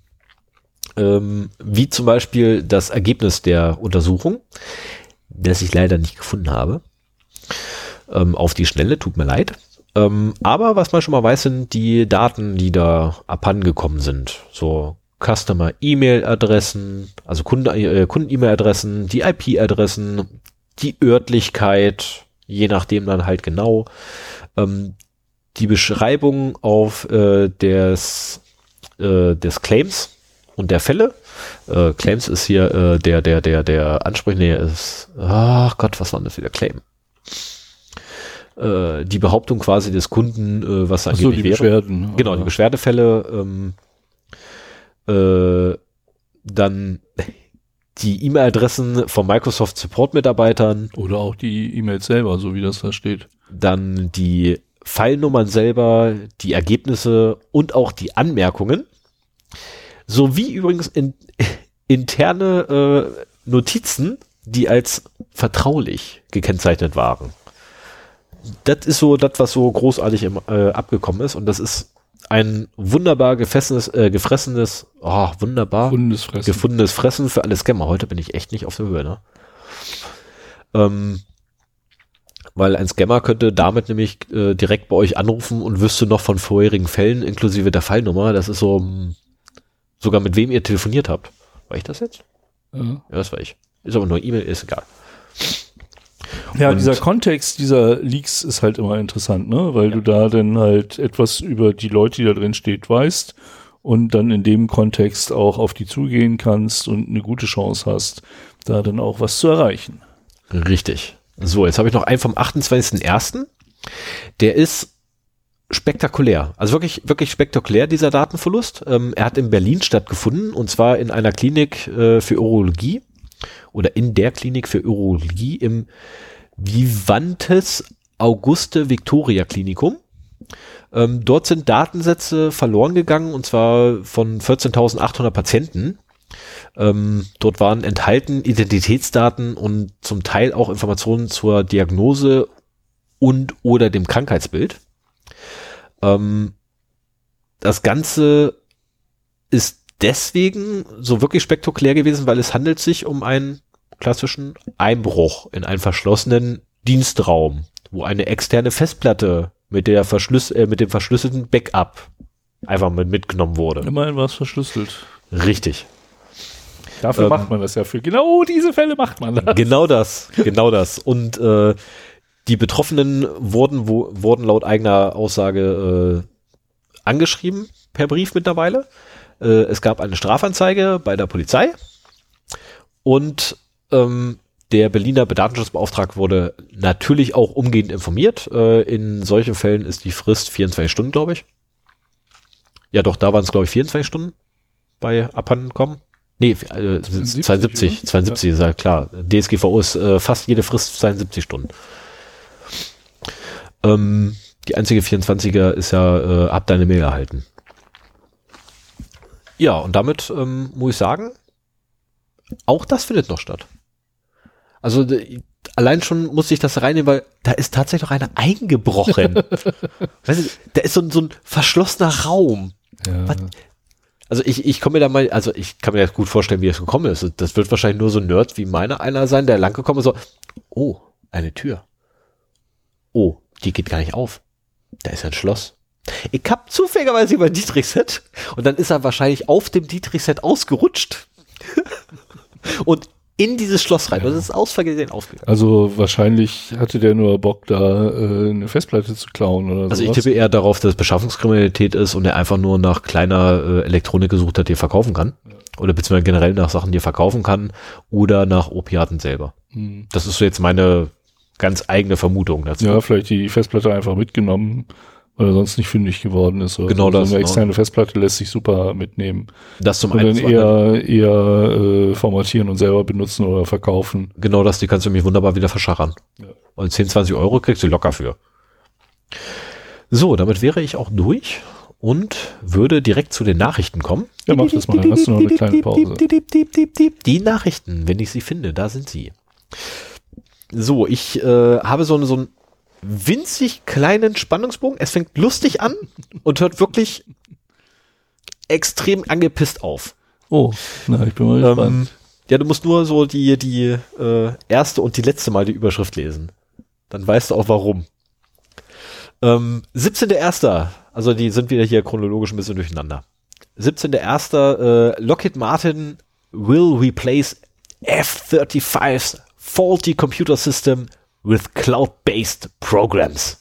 Ähm, wie zum Beispiel das Ergebnis der Untersuchung, das ich leider nicht gefunden habe. Ähm, auf die Schnelle, tut mir leid. Ähm, aber was man schon mal weiß, sind die Daten, die da abhandengekommen sind. So Customer-E-Mail-Adressen, also Kunden, äh, Kunden-E-Mail-Adressen, die I P-Adressen, die Örtlichkeit, je nachdem dann halt genau, ähm, die Beschreibung auf äh, des, äh, des Claims und der Fälle. Äh, Claims ist hier äh, der, der, der, der Ansprüche, nee, ist, ach Gott, was war denn das wieder? Claim. Die Behauptung quasi des Kunden, äh, was angeblich Ach so, die wäre. Beschwerden. Genau, oder? Die Beschwerdefälle, ähm, äh, dann die E-Mail-Adressen von Microsoft Support-Mitarbeitern. Oder auch die E-Mails selber, so wie das da steht. Dann die Filenummern selber, die Ergebnisse und auch die Anmerkungen. Sowie übrigens in, interne äh, Notizen, die als vertraulich gekennzeichnet waren. Das ist so das, was so großartig im, äh, abgekommen ist. Und das ist ein wunderbar gefessenes, äh, gefressenes, oh, wunderbar Fressen. gefundenes Fressen für alle Scammer. Heute bin ich echt nicht auf der Höhe, ne? Ähm, weil ein Scammer könnte damit nämlich äh, direkt bei euch anrufen und wüsste noch von vorherigen Fällen, inklusive der Fallnummer. Das ist so, mh, sogar mit wem ihr telefoniert habt. War ich das jetzt? Ja, ja das war ich. Ist aber nur E-Mail, ist egal. Ja, und dieser Kontext dieser Leaks ist halt immer interessant, ne? Weil ja. du da dann halt etwas über die Leute, die da drin steht, weißt und dann in dem Kontext auch auf die zugehen kannst und eine gute Chance hast, da dann auch was zu erreichen. Richtig. So, jetzt habe ich noch einen vom achtundzwanzigsten ersten Der ist spektakulär. Also wirklich, wirklich spektakulär, dieser Datenverlust. Ähm, er hat in Berlin stattgefunden und zwar in einer Klinik äh, für Urologie. Oder in der Klinik für Urologie im Vivantes Auguste Victoria Klinikum. Ähm, dort sind Datensätze verloren gegangen und zwar von vierzehntausendachthundert Patienten. Ähm, dort waren enthalten Identitätsdaten und zum Teil auch Informationen zur Diagnose und oder dem Krankheitsbild. Ähm, das Ganze ist deswegen so wirklich spektakulär gewesen, weil es handelt sich um einen klassischen Einbruch in einen verschlossenen Dienstraum, wo eine externe Festplatte mit der Verschlüs äh, mit dem verschlüsselten Backup einfach mit mitgenommen wurde. Immerhin war es verschlüsselt. Richtig. Dafür ähm, macht man das ja. Für genau diese Fälle macht man das. Genau das, genau das. Und äh, die Betroffenen wurden, wo, wurden laut eigener Aussage äh, angeschrieben per Brief mittlerweile. Äh, es gab eine Strafanzeige bei der Polizei und ähm, der Berliner Datenschutzbeauftragte wurde natürlich auch umgehend informiert. Äh, in solchen Fällen ist die Frist vierundzwanzig Stunden, glaube ich. Ja doch, da waren es, glaube ich, vierundzwanzig Stunden bei Abhandenkommen. Nee, äh, zweiundsiebzig, zweiundsiebzig ist ja klar. D S G V O ist äh, fast jede Frist zweiundsiebzig Stunden. Ähm, die einzige vierundzwanziger ist ja, äh, hab deine Mail erhalten. Ja, und damit ähm, muss ich sagen, auch das findet noch statt. Also d- allein schon musste ich das reinnehmen, weil da ist tatsächlich noch einer eingebrochen. Weißt du, da ist so ein, so ein verschlossener Raum. Ja. Was? Also ich, ich komme mir da mal, also ich kann mir das gut vorstellen, wie es gekommen ist. Das wird wahrscheinlich nur so ein Nerd wie meiner einer sein, der langgekommen ist, so, oh, eine Tür. Oh, die geht gar nicht auf. Da ist ein Schloss. Ich hab zufälligerweise über Dietrich-Set und dann ist er wahrscheinlich auf dem Dietrich-Set ausgerutscht und in dieses Schloss rein. Ja. Das ist aus Versehen aufgegangen. Also wahrscheinlich hatte der nur Bock, da äh, eine Festplatte zu klauen oder so. Also sowas. Ich tippe eher darauf, dass es Beschaffungskriminalität ist und er einfach nur nach kleiner äh, Elektronik gesucht hat, die er verkaufen kann. Ja. Oder beziehungsweise generell nach Sachen, die er verkaufen kann oder nach Opiaten selber. Hm. Das ist so jetzt meine ganz eigene Vermutung dazu. Ja, vielleicht die Festplatte einfach mitgenommen, weil er sonst nicht fündig geworden ist. Oder genau so. das. So eine externe genau. Festplatte lässt sich super mitnehmen. Das zum und einen. Und dann eher, eher äh, formatieren und selber benutzen oder verkaufen. Genau das, die kannst du nämlich wunderbar wieder verschachern. Ja. Und zehn, zwanzig Euro kriegst du locker für. So, damit wäre ich auch durch und würde direkt zu den Nachrichten kommen. Ja, mach das mal, dann hast du noch eine kleine Pause. Die Nachrichten, wenn ich sie finde, da sind sie. So, ich äh, habe so, so ein winzig kleinen Spannungsbogen. Es fängt lustig an und hört wirklich extrem angepisst auf. Oh, na, ich bin mal gespannt. Ähm, ja, du musst nur so die, die äh, erste und die letzte Mal die Überschrift lesen. Dann weißt du auch warum. Ähm, siebzehnter erster Also die sind wieder hier chronologisch ein bisschen durcheinander. siebzehnter erster äh, Lockheed Martin will replace F thirty-five's faulty computer system with cloud-based programs.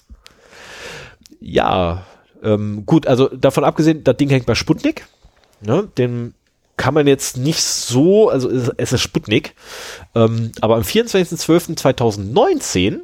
Ja, ähm, gut, also davon abgesehen, das Ding hängt bei Sputnik. Ne, den kann man jetzt nicht so, also es, es ist Sputnik, ähm, aber am vierundzwanzigster zwölfter zweitausendneunzehn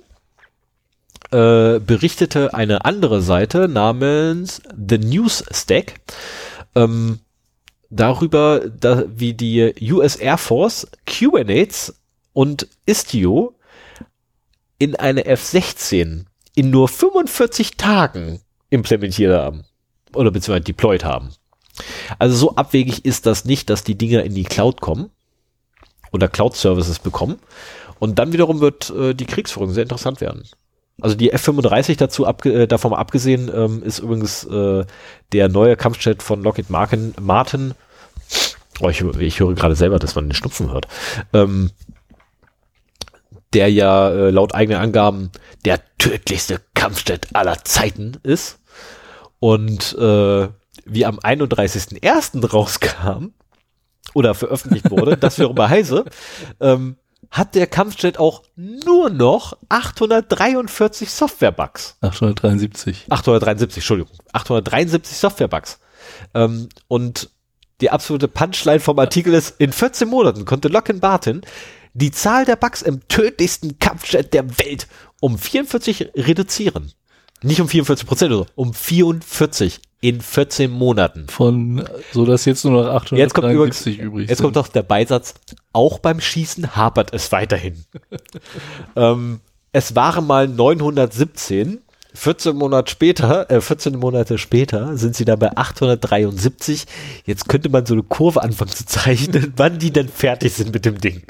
äh, berichtete eine andere Seite namens The News Stack ähm, darüber, da, wie die U S Air Force Kubernetes und Istio in eine F sechzehn in nur fünfundvierzig Tagen implementiert haben. Oder beziehungsweise deployed haben. Also so abwegig ist das nicht, dass die Dinger in die Cloud kommen. Oder Cloud-Services bekommen. Und dann wiederum wird äh, die Kriegsführung sehr interessant werden. Also die F fünfunddreißig dazu abge- äh, davon mal abgesehen, ähm, ist übrigens äh, der neue Kampfjet von Lockheed Martin. Martin oh, ich, ich höre gerade selber, dass man den Schnupfen hört. Ähm, der ja äh, laut eigenen Angaben der tödlichste Kampfjet aller Zeiten ist. Und äh, wie am einunddreißigster erster rauskam oder veröffentlicht wurde, das wiederum bei Heise, ähm, hat der Kampfjet auch nur noch achthundertdreiundvierzig Software-Bugs. achthundertdreiundsiebzig. achthundertdreiundsiebzig, Entschuldigung. achthundertdreiundsiebzig Software-Bugs. Ähm, und die absolute Punchline vom Artikel ist, in vierzehn Monaten konnte Lockheed Martin die Zahl der Bugs im tödlichsten Kampfjet der Welt um vierundvierzig reduzieren. Nicht um vierundvierzig Prozent, oder um vierundvierzig in vierzehn Monaten. Von, so dass jetzt nur noch achthundertdreiundsiebzig übrig sind. Jetzt kommt doch der Beisatz, auch beim Schießen hapert es weiterhin. ähm, es waren mal neunhundertsiebzehn, vierzehn Monate später, äh, vierzehn Monate später sind sie dann bei achthundertdreiundsiebzig. Jetzt könnte man so eine Kurve anfangen zu zeichnen, wann die denn fertig sind mit dem Ding.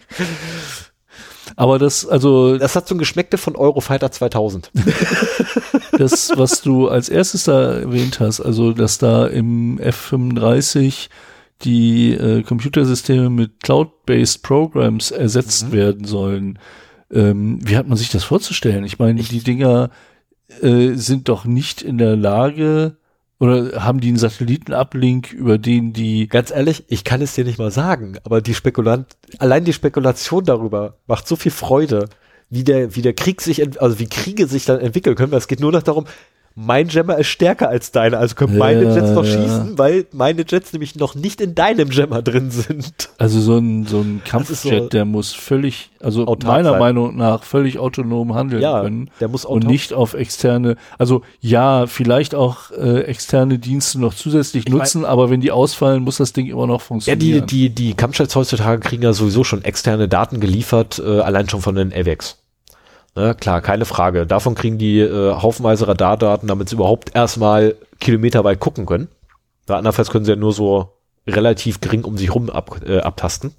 Aber das, also. Das hat so ein Geschmäckte von Eurofighter zweitausend. Das, was du als erstes da erwähnt hast, also, dass da im F fünfunddreißig die äh, Computersysteme mit Cloud-based Programs ersetzt mhm. werden sollen. Ähm, wie hat man sich das vorzustellen? Ich meine, die Dinger äh, sind doch nicht in der Lage, oder haben die einen Satellitenablink, über den die... Ganz ehrlich, ich kann es dir nicht mal sagen, aber die Spekulant, allein die Spekulation darüber macht so viel Freude, wie der, wie der Krieg sich, ent- also wie Kriege sich dann entwickeln können, weil es geht nur noch darum, mein Jammer ist stärker als deiner, also können meine Ja, Jets noch ja. schießen, weil meine Jets nämlich noch nicht in deinem Jammer drin sind. Also so ein, so ein ist Kampfjet, so der muss völlig, also autark meiner sein. Meinung nach völlig autonom handeln Ja, können. der muss Und autark- nicht auf externe, also ja, vielleicht auch äh, externe Dienste noch zusätzlich Ich nutzen, aber wenn die ausfallen, muss das Ding immer noch Ja, funktionieren. die, die, die Kampfjets heutzutage kriegen ja sowieso schon externe Daten geliefert, äh, allein schon von den A V A X. Ne, klar, keine Frage. Davon kriegen die äh, haufenweise Radardaten, damit sie überhaupt erstmal kilometerweit gucken können. Da andernfalls können sie ja nur so relativ gering um sich rum ab, äh, abtasten.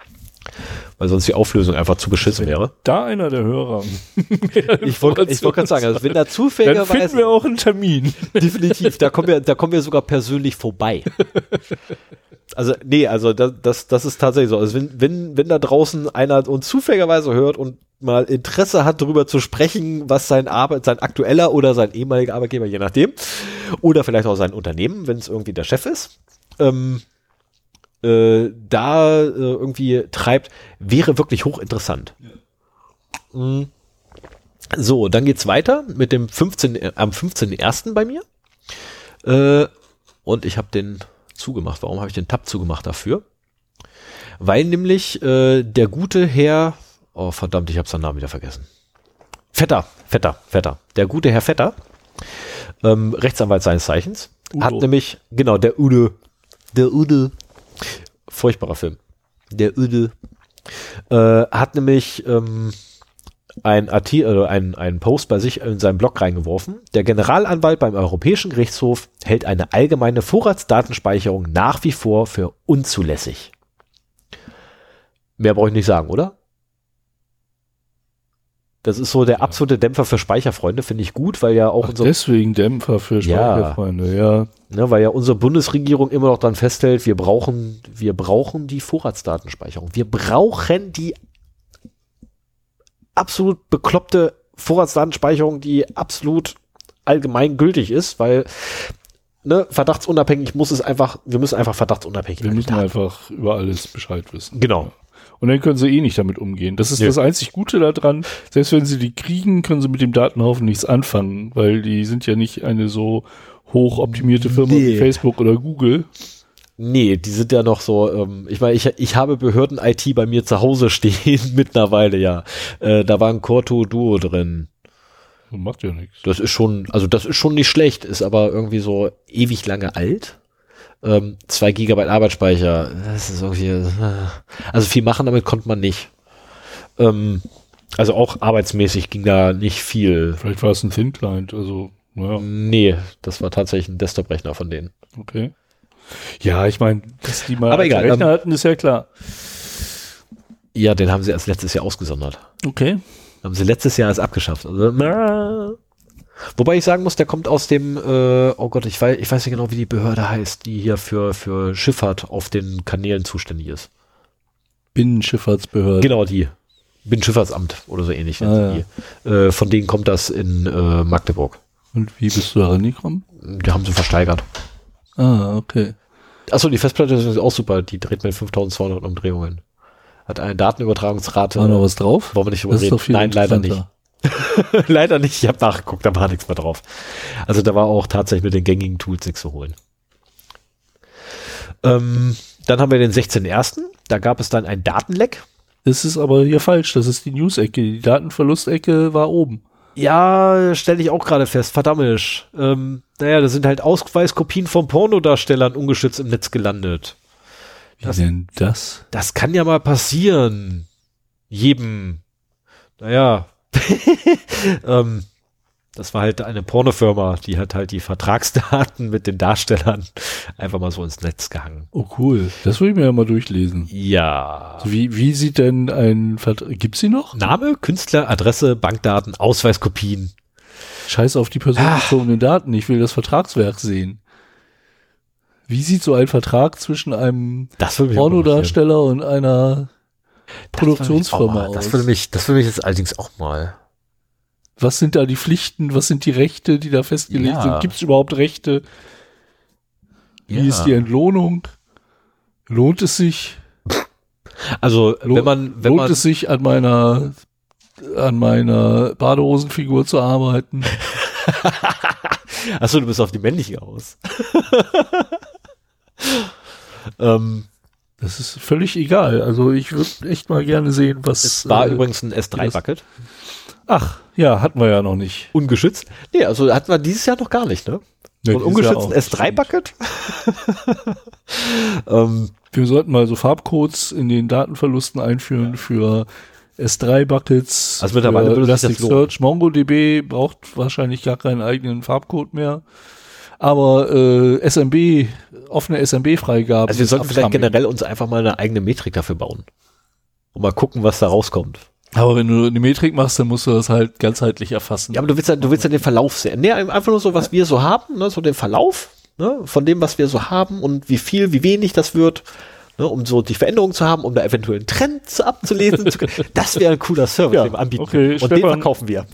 Weil sonst die Auflösung einfach zu beschissen wäre. Da einer der Hörer. Ich wollte ich wollt gerade sagen, also wenn da Dann finden zufälligerweise... wir auch einen Termin. Definitiv, da kommen wir, da kommen wir sogar persönlich vorbei. Also, nee, also das, das, das ist tatsächlich so. Also wenn, wenn, wenn da draußen einer uns zufälligerweise hört und mal Interesse hat, darüber zu sprechen, was sein Arbeit, sein aktueller oder sein ehemaliger Arbeitgeber, je nachdem, oder vielleicht auch sein Unternehmen, wenn es irgendwie der Chef ist, ähm, äh, da äh, irgendwie treibt, wäre wirklich hochinteressant. Ja. Mhm. So, dann geht's weiter mit dem fünfzehnten am fünfzehnten ersten bei mir. Äh, und ich habe den zugemacht. Warum habe ich den Tab zugemacht dafür? Weil nämlich äh, der gute Herr, oh verdammt, ich habe seinen Namen wieder vergessen. Vetter, Vetter, Vetter. Der gute Herr Vetter, ähm, Rechtsanwalt seines Zeichens, Udo. hat nämlich, genau, der Udo, der Udo, furchtbarer Film, der Udo, äh, hat nämlich ähm, ein Artikel, äh, ein, ein Post bei sich in seinen Blog reingeworfen. Der Generalanwalt beim Europäischen Gerichtshof hält eine allgemeine Vorratsdatenspeicherung nach wie vor für unzulässig. Mehr brauche ich nicht sagen, oder? Das ist so der absolute Dämpfer für Speicherfreunde, finde ich gut, weil ja auch Ach, unsere, deswegen Dämpfer für Speicherfreunde, ja. ne, weil ja unsere Bundesregierung immer noch dann festhält, wir brauchen, wir brauchen die Vorratsdatenspeicherung. Wir brauchen die absolut bekloppte Vorratsdatenspeicherung, die absolut allgemein gültig ist, weil ne, verdachtsunabhängig muss es einfach, wir müssen einfach verdachtsunabhängig Wir müssen Daten. einfach über alles Bescheid wissen. Genau. Und dann können sie eh nicht damit umgehen. Das ist Ja. das einzig Gute daran. Selbst wenn sie die kriegen, können sie mit dem Datenhaufen nichts anfangen, weil die sind ja nicht eine so hoch optimierte Firma Nee. wie Facebook oder Google. Nee, die sind ja noch so, ähm, ich meine, ich, ich habe Behörden-I T bei mir zu Hause stehen, mittlerweile, ja. Äh, da war ein Corto Duo drin. Macht ja nichts. Das ist schon, also das ist schon nicht schlecht, ist aber irgendwie so ewig lange alt. Ähm, zwei Gigabyte Arbeitsspeicher, das ist irgendwie, äh, also viel machen damit konnte man nicht. Ähm, also auch arbeitsmäßig ging da nicht viel. Vielleicht war es ein Thin Client, also, naja, Nee, das war tatsächlich ein Desktop-Rechner von denen. okay. Ja, ich meine, dass die mal Aber einen egal, Rechner ähm, hatten, ist ja klar. Ja, den haben sie erst letztes Jahr ausgesondert. Okay. Haben sie letztes Jahr erst abgeschafft. Also, na. Wobei ich sagen muss, der kommt aus dem, äh, oh Gott, ich weiß, ich weiß nicht genau, wie die Behörde heißt, die hier für, für Schifffahrt auf den Kanälen zuständig ist. Binnenschifffahrtsbehörde. Genau, die. Binnenschifffahrtsamt oder so ähnlich. Ah, nennen sie die. Äh, von denen kommt das in äh, Magdeburg. Und wie bist du da rangekommen? Die haben sie versteigert. Ah, okay. Achso, die Festplatte ist auch super. Die dreht mit fünftausendzweihundert Umdrehungen. Hat eine Datenübertragungsrate. War noch was drauf? Wollen wir nicht drüber Das ist reden? doch viel Nein, leider nicht. interessanter. Leider nicht. Ich habe nachgeguckt, da war nichts mehr drauf. Also da war auch tatsächlich mit den gängigen Tools nichts zu holen. Ähm, dann haben wir den sechzehnten ersten Da gab es dann ein Datenleck. Das ist aber hier falsch. Das ist die News-Ecke. Die Datenverlustecke war oben. Ja, stelle ich auch gerade fest. Verdammt. Ähm, naja, da sind halt Ausweiskopien von Pornodarstellern ungeschützt im Netz gelandet. Wie denn das? Das kann ja mal passieren. Jedem. Naja. ähm, das war halt eine Pornofirma, die hat halt die Vertragsdaten mit den Darstellern einfach mal so ins Netz gehangen. Oh cool, das will ich mir ja mal durchlesen. Ja. Also wie, wie sieht denn ein Vertrag, gibt's sie noch? Name, Künstler, Adresse, Bankdaten, Ausweiskopien. Scheiß auf die personenbezogenen Daten, ich will das Vertragswerk sehen. Wie sieht so ein Vertrag zwischen einem Das würde mich Pornodarsteller und einer Produktionsfirma Oh, das aus? würde mich, das würde mich jetzt allerdings auch mal. Was sind da die Pflichten? Was sind die Rechte, die da festgelegt Ja. sind? Gibt es überhaupt Rechte? Wie Ja. ist die Entlohnung? Lohnt es sich? Also, Lo- wenn man, wenn lohnt man, es sich an meiner an meiner Badehosenfigur zu arbeiten? achso, du bist auf die männliche aus. ähm, Das ist völlig egal. Also ich würde echt mal gerne sehen, was. es war äh, übrigens ein S drei das- Bucket. Ach, ja, hatten wir ja noch nicht. Ungeschützt. Nee, also hatten wir dieses Jahr noch gar nicht, ne? Ja, Und dieses ungeschützten Jahr auch, S drei Bucket. ähm, Wir sollten mal so Farbcodes in den Datenverlusten einführen für S drei Buckets. Also mittlerweile für würde sich das Elasticsearch. MongoDB braucht wahrscheinlich gar keinen eigenen Farbcode mehr. Aber äh, S M B, offene S M B-Freigaben. also wir sollten vielleicht upcoming. generell uns einfach mal eine eigene Metrik dafür bauen. Und mal gucken, was da rauskommt. Aber wenn du eine Metrik machst, dann musst du das halt ganzheitlich erfassen. Ja, aber du willst ja, du willst ja den Verlauf sehen. Nee, einfach nur so, was wir so haben, ne, so den Verlauf, ne, von dem, was wir so haben und wie viel, wie wenig das wird, ne, um so die Veränderungen zu haben, um da eventuell einen Trend abzulesen zu können. Das wäre ein cooler Service, Ja, den wir anbieten okay, können. Und den Stefan. verkaufen wir.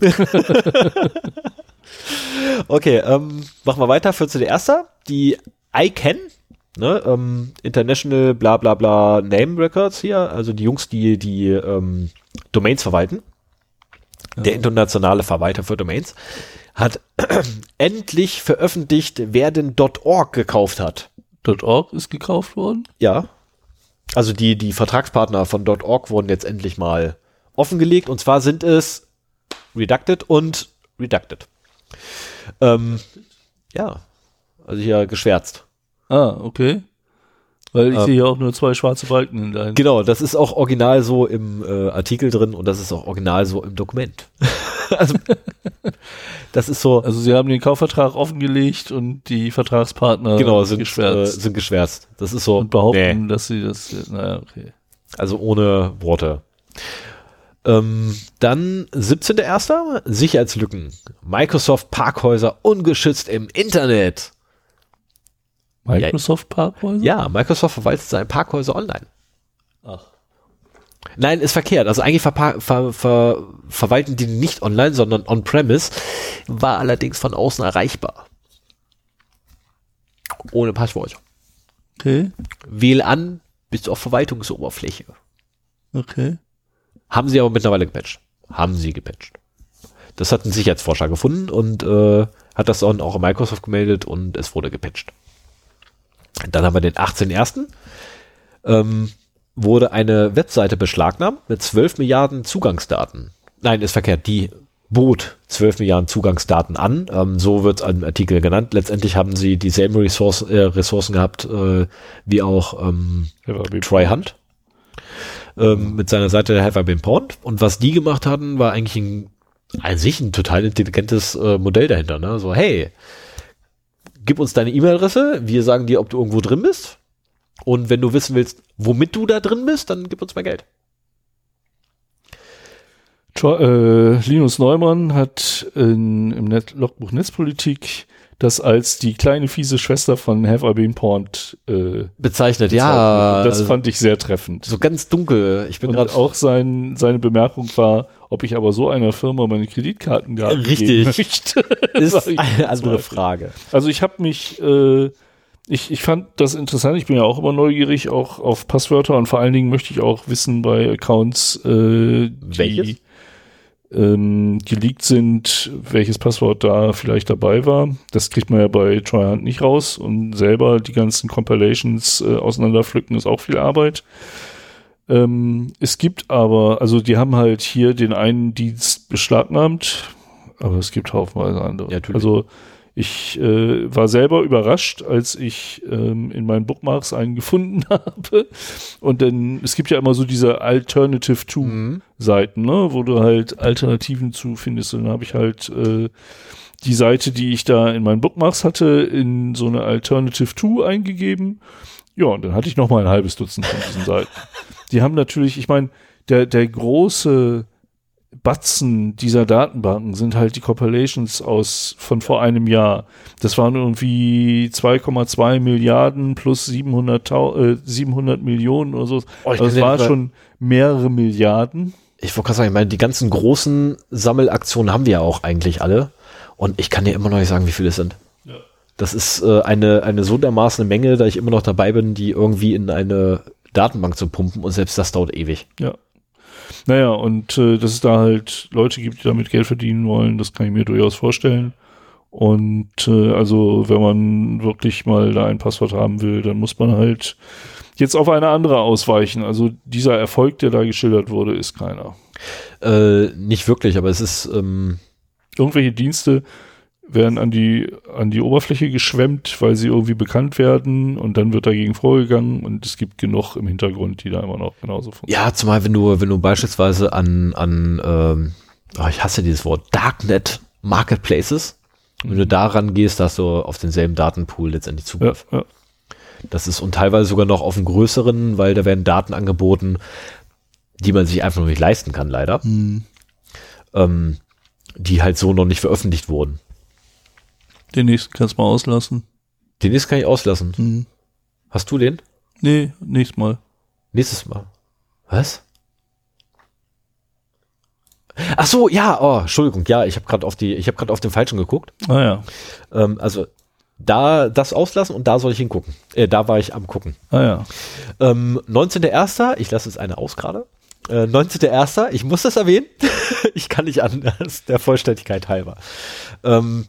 Okay, ähm, machen wir weiter. vierzehnter erster Die I C A N, ne, ähm, International bla bla bla Name Records hier, also die Jungs, die die ähm, Domains verwalten, der internationale Verwalter für Domains, hat endlich veröffentlicht, wer denn .org gekauft hat. .org ist gekauft worden. Ja. Also die, die Vertragspartner von .org wurden jetzt endlich mal offengelegt, und zwar sind es Redacted und Redacted. Ähm, ja, also hier geschwärzt. Ah, okay. Weil ich Ähm, sehe ja auch nur zwei schwarze Balken in deinem. Genau, das ist auch original so im äh, Artikel drin und das ist auch original so im Dokument. Also, das ist so, Also sie haben den Kaufvertrag offengelegt und die Vertragspartner genau, sind geschwärzt. Äh, sind geschwärzt. Das ist so, und behaupten, nee, dass sie das, naja, okay. also ohne Worte. Ähm, dann siebzehnter erster Sicherheitslücken. Microsoft Parkhäuser ungeschützt im Internet. Microsoft Parkhäuser? Ja, Microsoft verwaltet seine Parkhäuser online. Ach. Nein, ist verkehrt. Also eigentlich verpa- ver- ver- verwalten die nicht online, sondern on-premise, war allerdings von außen erreichbar. Ohne Passwort. Okay, Wähl an, bist du auf Verwaltungsoberfläche. okay. Haben sie aber mittlerweile gepatcht. Haben sie gepatcht. Das hat ein Sicherheitsforscher gefunden und äh, hat das dann auch an Microsoft gemeldet und es wurde gepatcht. Dann haben wir den achtzehnten ersten Ähm, wurde eine Webseite beschlagnahmt mit zwölf Milliarden Zugangsdaten. Nein, ist verkehrt. Die bot zwölf Milliarden Zugangsdaten an. Ähm, so wird es im Artikel genannt. Letztendlich haben sie dieselben Ressource, äh, Ressourcen gehabt äh, wie auch ähm, Troy Hunt ähm, mit seiner Seite der Have I Been Pawned. Und was die gemacht hatten, war eigentlich ein, an sich ein total intelligentes äh, Modell dahinter. Ne? So, hey, gib uns deine E-Mail-Adresse, wir sagen dir, ob du irgendwo drin bist. Und wenn du wissen willst, womit du da drin bist, dann gib uns mal Geld. Tro- äh, Linus Neumann hat in, im Net Logbuch Netzpolitik das als die kleine fiese Schwester von Have I Been Pawned äh, Bezeichnet, bezeichnet. ja. Und das also fand ich sehr treffend. so ganz dunkel. Ich bin Und gerade auch sein, seine Bemerkung war, ob ich aber so einer Firma meine Kreditkartendaten Richtig. geben möchte. ist Sag ich eine andere bezweifle. Frage. Also ich habe mich, äh, ich, ich fand das interessant, ich bin ja auch immer neugierig, auch auf Passwörter, und vor allen Dingen möchte ich auch wissen bei Accounts, äh, Welches? die ähm, geleakt sind, welches Passwort da vielleicht dabei war. Das kriegt man ja bei Treuhand nicht raus, und selber die ganzen Compilations äh, auseinanderpflücken ist auch viel Arbeit. Ähm, es gibt aber, also die haben halt hier den einen Dienst beschlagnahmt, aber es gibt haufenweise andere. Ja, natürlich. Also ich äh, war selber überrascht, als ich ähm, in meinen Bookmarks einen gefunden habe. Und dann, es gibt ja immer so diese Alternative to Mhm. Seiten, ne, wo du halt Alternativen zu findest. Und dann habe ich halt äh, die Seite, die ich da in meinen Bookmarks hatte, in so eine Alternative to eingegeben. Ja, und dann hatte ich noch mal ein halbes Dutzend von diesen Seiten. Die haben natürlich, ich meine, der, der große Batzen dieser Datenbanken sind halt die Compilations aus von vor einem Jahr. Das waren irgendwie zwei Komma zwei Milliarden plus siebenhundert, äh, siebenhundert Millionen oder so. Oh, also es war schon mehrere Milliarden. Ich wollte gerade sagen, ich meine, die ganzen großen Sammelaktionen haben wir ja auch eigentlich alle. Und ich kann dir immer noch nicht sagen, wie viele es sind. Ja. Das ist äh, eine, eine so dermaßen Menge, da ich immer noch dabei bin, die irgendwie in eine Datenbank zu pumpen. Und selbst das dauert ewig. Ja. Naja, und äh, dass es da halt Leute gibt, die damit Geld verdienen wollen, das kann ich mir durchaus vorstellen. Und äh, also, wenn man wirklich mal da ein Passwort haben will, dann muss man halt jetzt auf eine andere ausweichen. Also dieser Erfolg, der da geschildert wurde, ist keiner. Äh, nicht wirklich, aber es ist ähm irgendwelche Dienste werden an die an die Oberfläche geschwemmt, weil sie irgendwie bekannt werden und dann wird dagegen vorgegangen und es gibt genug im Hintergrund, die da immer noch genauso funktionieren. Ja, zumal wenn du wenn du beispielsweise an an ähm, oh, ich hasse dieses Wort Darknet Marketplaces, mhm. wenn du da rangehst, hast du auf denselben Datenpool letztendlich Zugriff. Ja, ja. Das ist und teilweise sogar noch auf einen größeren, weil da werden Daten angeboten, die man sich einfach noch nicht leisten kann, leider. Mhm. Ähm, die halt so noch nicht veröffentlicht wurden. Den nächsten kannst du mal auslassen. Den nächsten kann ich auslassen. Mhm. Hast du den? Nee, nächstes Mal. Nächstes Mal. Was? Ach so, ja, oh, Entschuldigung, ja, ich habe gerade auf die, ich habe gerade auf den falschen geguckt. Ah ja. Ähm, also da das auslassen und da soll ich hingucken. Äh, da war ich am gucken. Ah ja. Ähm, neunzehnter erster Ich lasse jetzt eine aus gerade. Äh, neunzehnter erster Ich muss das erwähnen. Ich kann nicht anders, der Vollständigkeit halber. Ähm,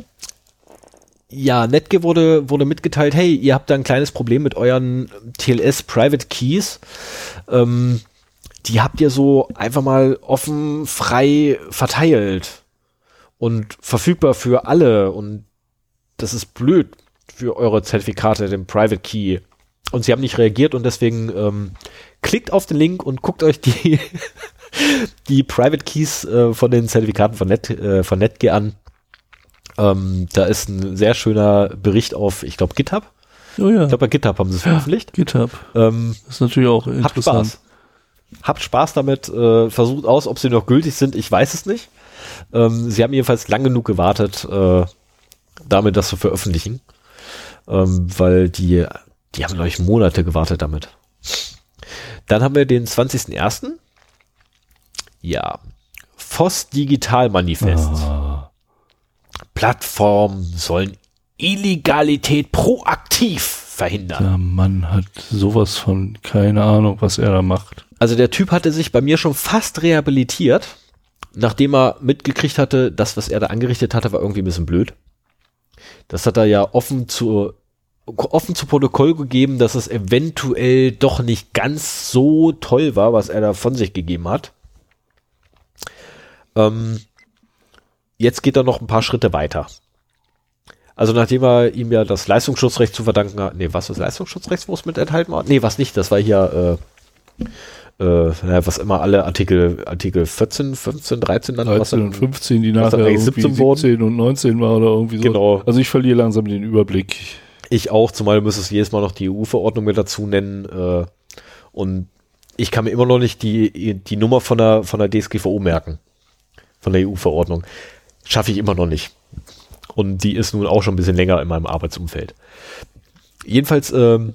ja, Netge wurde, wurde mitgeteilt, hey, ihr habt da ein kleines Problem mit euren T L S Private Keys. Ähm, die habt ihr so einfach mal offen, frei verteilt und verfügbar für alle und das ist blöd für eure Zertifikate, den Private Key. Und sie haben nicht reagiert und deswegen ähm, klickt auf den Link und guckt euch die die Private Keys äh, von den Zertifikaten von, Net, äh, von Netge an. Ähm, da ist ein sehr schöner Bericht auf, ich glaube, GitHub. Oh ja. Ich glaube, bei GitHub haben sie es veröffentlicht. GitHub. Ähm, das ist natürlich auch interessant. Habt Spaß. Habt Spaß damit. Äh, versucht aus, ob sie noch gültig sind. Ich weiß es nicht. Ähm, sie haben jedenfalls lang genug gewartet, äh, damit das zu veröffentlichen. Ähm, weil die, die haben, glaube ich, Monate gewartet damit. Dann haben wir den zwanzigsten ersten Ja. F O S Digital Manifest. Ah. Plattformen sollen Illegalität proaktiv verhindern. Der Mann hat sowas von keine Ahnung, was er da macht. Also der Typ hatte sich bei mir schon fast rehabilitiert, nachdem er mitgekriegt hatte, das, was er da angerichtet hatte, war irgendwie ein bisschen blöd. Das hat er ja offen zu, offen zu Protokoll gegeben, dass es eventuell doch nicht ganz so toll war, was er da von sich gegeben hat. Ähm, jetzt geht er noch ein paar Schritte weiter. Also nachdem er ihm ja das Leistungsschutzrecht zu verdanken hat, nee, was das Leistungsschutzrecht, wo es mit enthalten war? Nee, was nicht, das war hier, äh, äh, was immer alle Artikel, Artikel vierzehn, fünfzehn, dreizehn dann. dreizehn und fünfzehn, die nachher irgendwie siebzehn und neunzehn war oder irgendwie so. Genau. Also ich verliere langsam den Überblick. Ich auch, zumal du müsstest jedes Mal noch die E U-Verordnung mit dazu nennen, äh, und ich kann mir immer noch nicht die, die Nummer von der, von der D S G V O merken. Von der E U-Verordnung. Schaffe ich immer noch nicht. Und die ist nun auch schon ein bisschen länger in meinem Arbeitsumfeld. Jedenfalls ähm,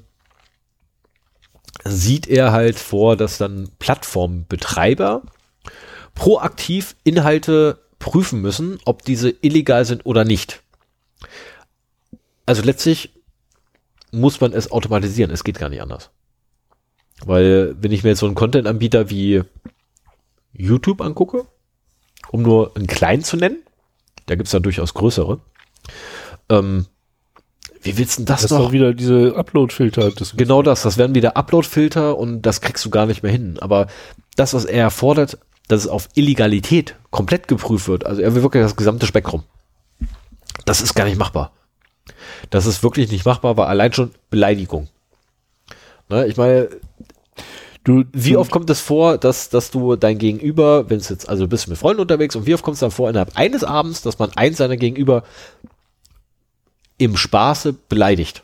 sieht er halt vor, dass dann Plattformbetreiber proaktiv Inhalte prüfen müssen, ob diese illegal sind oder nicht. Also letztlich muss man es automatisieren. Es geht gar nicht anders. Weil wenn ich mir jetzt so einen Content-Anbieter wie YouTube angucke, um nur einen kleinen zu nennen, da gibt es ja durchaus größere. Ähm, wie willst du denn das, das noch? Das ist doch wieder diese Upload-Filter. Das genau das, das werden wieder Upload-Filter und das kriegst du gar nicht mehr hin. Aber das, was er fordert, dass es auf Illegalität komplett geprüft wird, also er will wirklich das gesamte Spektrum. Das ist gar nicht machbar. Das ist wirklich nicht machbar, weil allein schon Beleidigung. Ne, ich meine, Du, wie oft kommt es vor, dass, dass du dein Gegenüber, wenn es jetzt, also du bist mit Freunden unterwegs und wie oft kommt es dann vor innerhalb eines Abends, dass man eins seiner Gegenüber im Spaße beleidigt?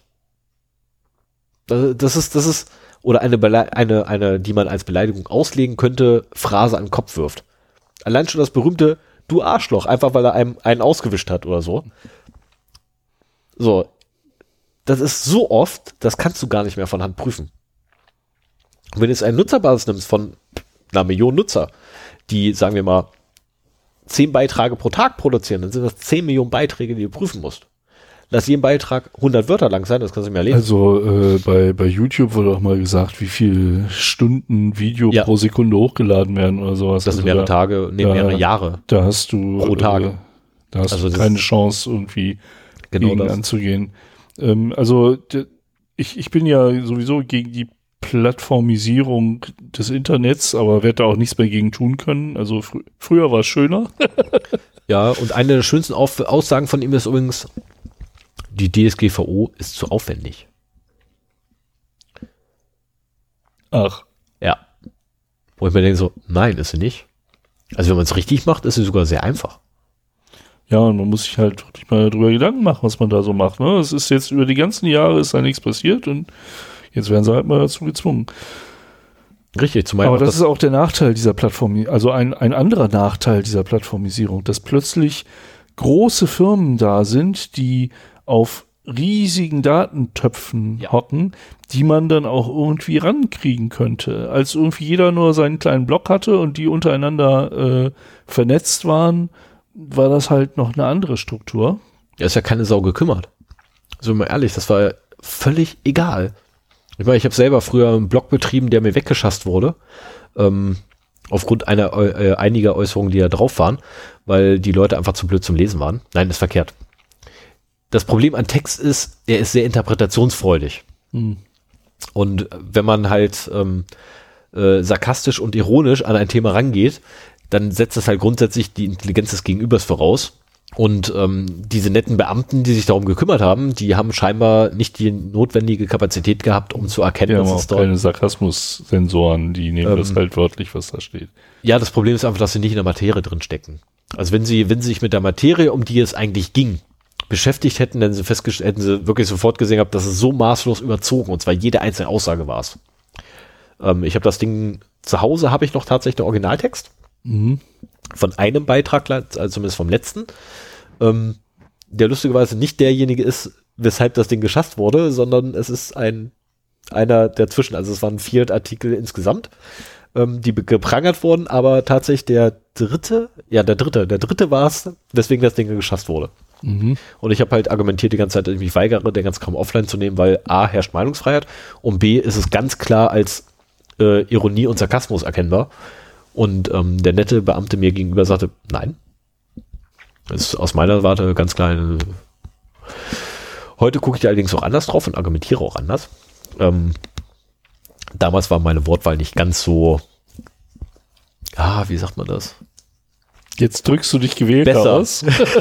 Das ist, das ist, oder eine, Bele- eine, eine, die man als Beleidigung auslegen könnte, Phrase an den Kopf wirft. Allein schon das berühmte Du Arschloch, einfach weil er einem einen ausgewischt hat oder so. So. Das ist so oft, das kannst du gar nicht mehr von Hand prüfen. Und wenn du jetzt eine Nutzerbasis nimmst von einer Million Nutzer, die, sagen wir mal, zehn Beiträge pro Tag produzieren, dann sind das zehn Millionen Beiträge, die du prüfen musst. Lass jeden Beitrag hundert Wörter lang sein, das kannst du mir erleben. Also äh, bei, bei YouTube wurde auch mal gesagt, wie viele Stunden Video ja. pro Sekunde hochgeladen werden oder sowas. Das also sind mehrere da, Tage, nee, da, mehrere Jahre. Da hast du pro Tag. Äh, da hast also du keine Chance, irgendwie genau gegen das. anzugehen. Ähm, also d- ich, ich bin ja sowieso gegen die Plattformisierung des Internets, aber werde da auch nichts mehr gegen tun können. Also fr- früher war es schöner. Ja, und eine der schönsten Auf- Aussagen von ihm ist übrigens, die D S G V O ist zu aufwendig. Ach. Ja. Wo ich mir denke so, nein, ist sie nicht. Also wenn man es richtig macht, ist sie sogar sehr einfach. Ja, und man muss sich halt wirklich mal drüber Gedanken machen, was man da so macht. Ne? Es ist jetzt über die ganzen Jahre ist da nichts passiert und jetzt werden sie halt mal dazu gezwungen. Richtig, zum Beispiel. Aber das, das ist auch der Nachteil dieser Plattform, also ein, ein anderer Nachteil dieser Plattformisierung, dass plötzlich große Firmen da sind, die auf riesigen Datentöpfen Ja. hocken, die man dann auch irgendwie rankriegen könnte. Als irgendwie jeder nur seinen kleinen Block hatte und die untereinander äh, vernetzt waren, war das halt noch eine andere Struktur. Ja, ist ja keine Sau gekümmert. So mal ehrlich, das war völlig egal. Ich meine, ich habe selber früher einen Blog betrieben, der mir weggeschasst wurde, ähm, aufgrund einer äh, einiger Äußerungen, die da drauf waren, weil die Leute einfach zu blöd zum Lesen waren. Nein, ist verkehrt. Das Problem an Text ist, er ist sehr interpretationsfreudig. Hm. Und wenn man halt ähm, äh, sarkastisch und ironisch an ein Thema rangeht, dann setzt das halt grundsätzlich die Intelligenz des Gegenübers voraus. Und ähm, diese netten Beamten, die sich darum gekümmert haben, die haben scheinbar nicht die notwendige Kapazität gehabt, um zu erkennen, Die haben dass auch es dort... keine Sarkasmus-Sensoren, die nehmen Ähm, das halt wörtlich, was da steht. Ja, das Problem ist einfach, dass sie nicht in der Materie drin stecken. Also wenn sie, wenn sie sich mit der Materie, um die es eigentlich ging, beschäftigt hätten, dann sie festgestellt, hätten sie wirklich sofort gesehen gehabt, dass es so maßlos überzogen, und zwar jede einzelne Aussage war es. Ähm, ich habe das Ding, zu Hause habe ich noch tatsächlich den Originaltext Mhm. von einem Beitrag, also zumindest vom letzten, ähm, der lustigerweise nicht derjenige ist, weshalb das Ding geschafft wurde, sondern es ist ein einer dazwischen, also es waren vier Artikel insgesamt, ähm, die be- geprangert wurden, aber tatsächlich der dritte, ja der dritte, der dritte war es, weswegen das Ding geschafft wurde. Mhm. Und ich habe halt argumentiert die ganze Zeit, dass ich mich weigere, den ganzen Kram offline zu nehmen, weil A, herrscht Meinungsfreiheit und B, ist es ganz klar als äh, Ironie und Sarkasmus erkennbar. Und ähm, der nette Beamte mir gegenüber sagte, nein. Das ist aus meiner Warte ganz klar eine. Heute gucke ich allerdings auch anders drauf und argumentiere auch anders. Ähm, damals war meine Wortwahl nicht ganz so, ah, wie sagt man das? Jetzt drückst du dich gewählt Besser. aus.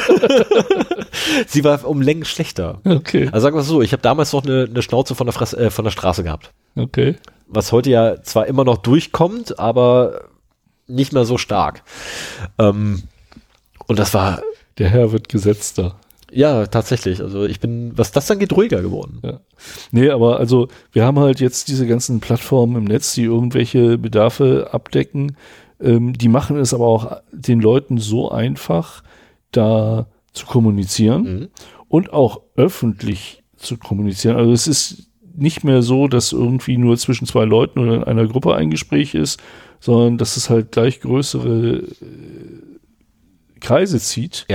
Sie war um Längen schlechter. Okay, Also sagen wir es so, ich habe damals noch eine, eine Schnauze von der, Fresse, äh, von der Straße gehabt. okay. Was heute ja zwar immer noch durchkommt, aber nicht mehr so stark. Ähm, und das war, Der Herr wird gesetzter. ja, tatsächlich. Also ich bin, was das angeht, ruhiger geworden. Ja. Nee, aber also wir haben halt jetzt diese ganzen Plattformen im Netz, die irgendwelche Bedarfe abdecken. Ähm, die machen es aber auch den Leuten so einfach, da zu kommunizieren Mhm. und auch öffentlich zu kommunizieren. Also es ist nicht mehr so, dass irgendwie nur zwischen zwei Leuten oder in einer Gruppe ein Gespräch ist, sondern dass es halt gleich größere äh, Kreise zieht.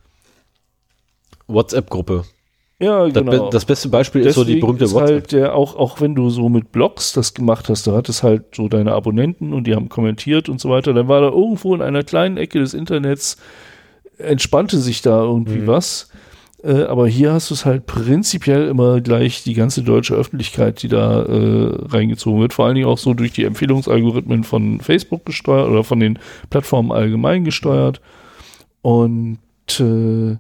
WhatsApp-Gruppe. Ja, Das, genau. be das beste Beispiel ist so die Deswegen berühmte ist WhatsApp. halt der, auch, auch wenn du so mit Blogs das gemacht hast, da hattest halt so deine Abonnenten und die haben kommentiert und so weiter, dann war da irgendwo in einer kleinen Ecke des Internets, entspannte sich da irgendwie Mhm. was. Äh, aber hier hast du es halt prinzipiell immer gleich die ganze deutsche Öffentlichkeit, die da äh, reingezogen wird, vor allen Dingen auch so durch die Empfehlungsalgorithmen von Facebook gesteuert oder von den Plattformen allgemein gesteuert. Und äh,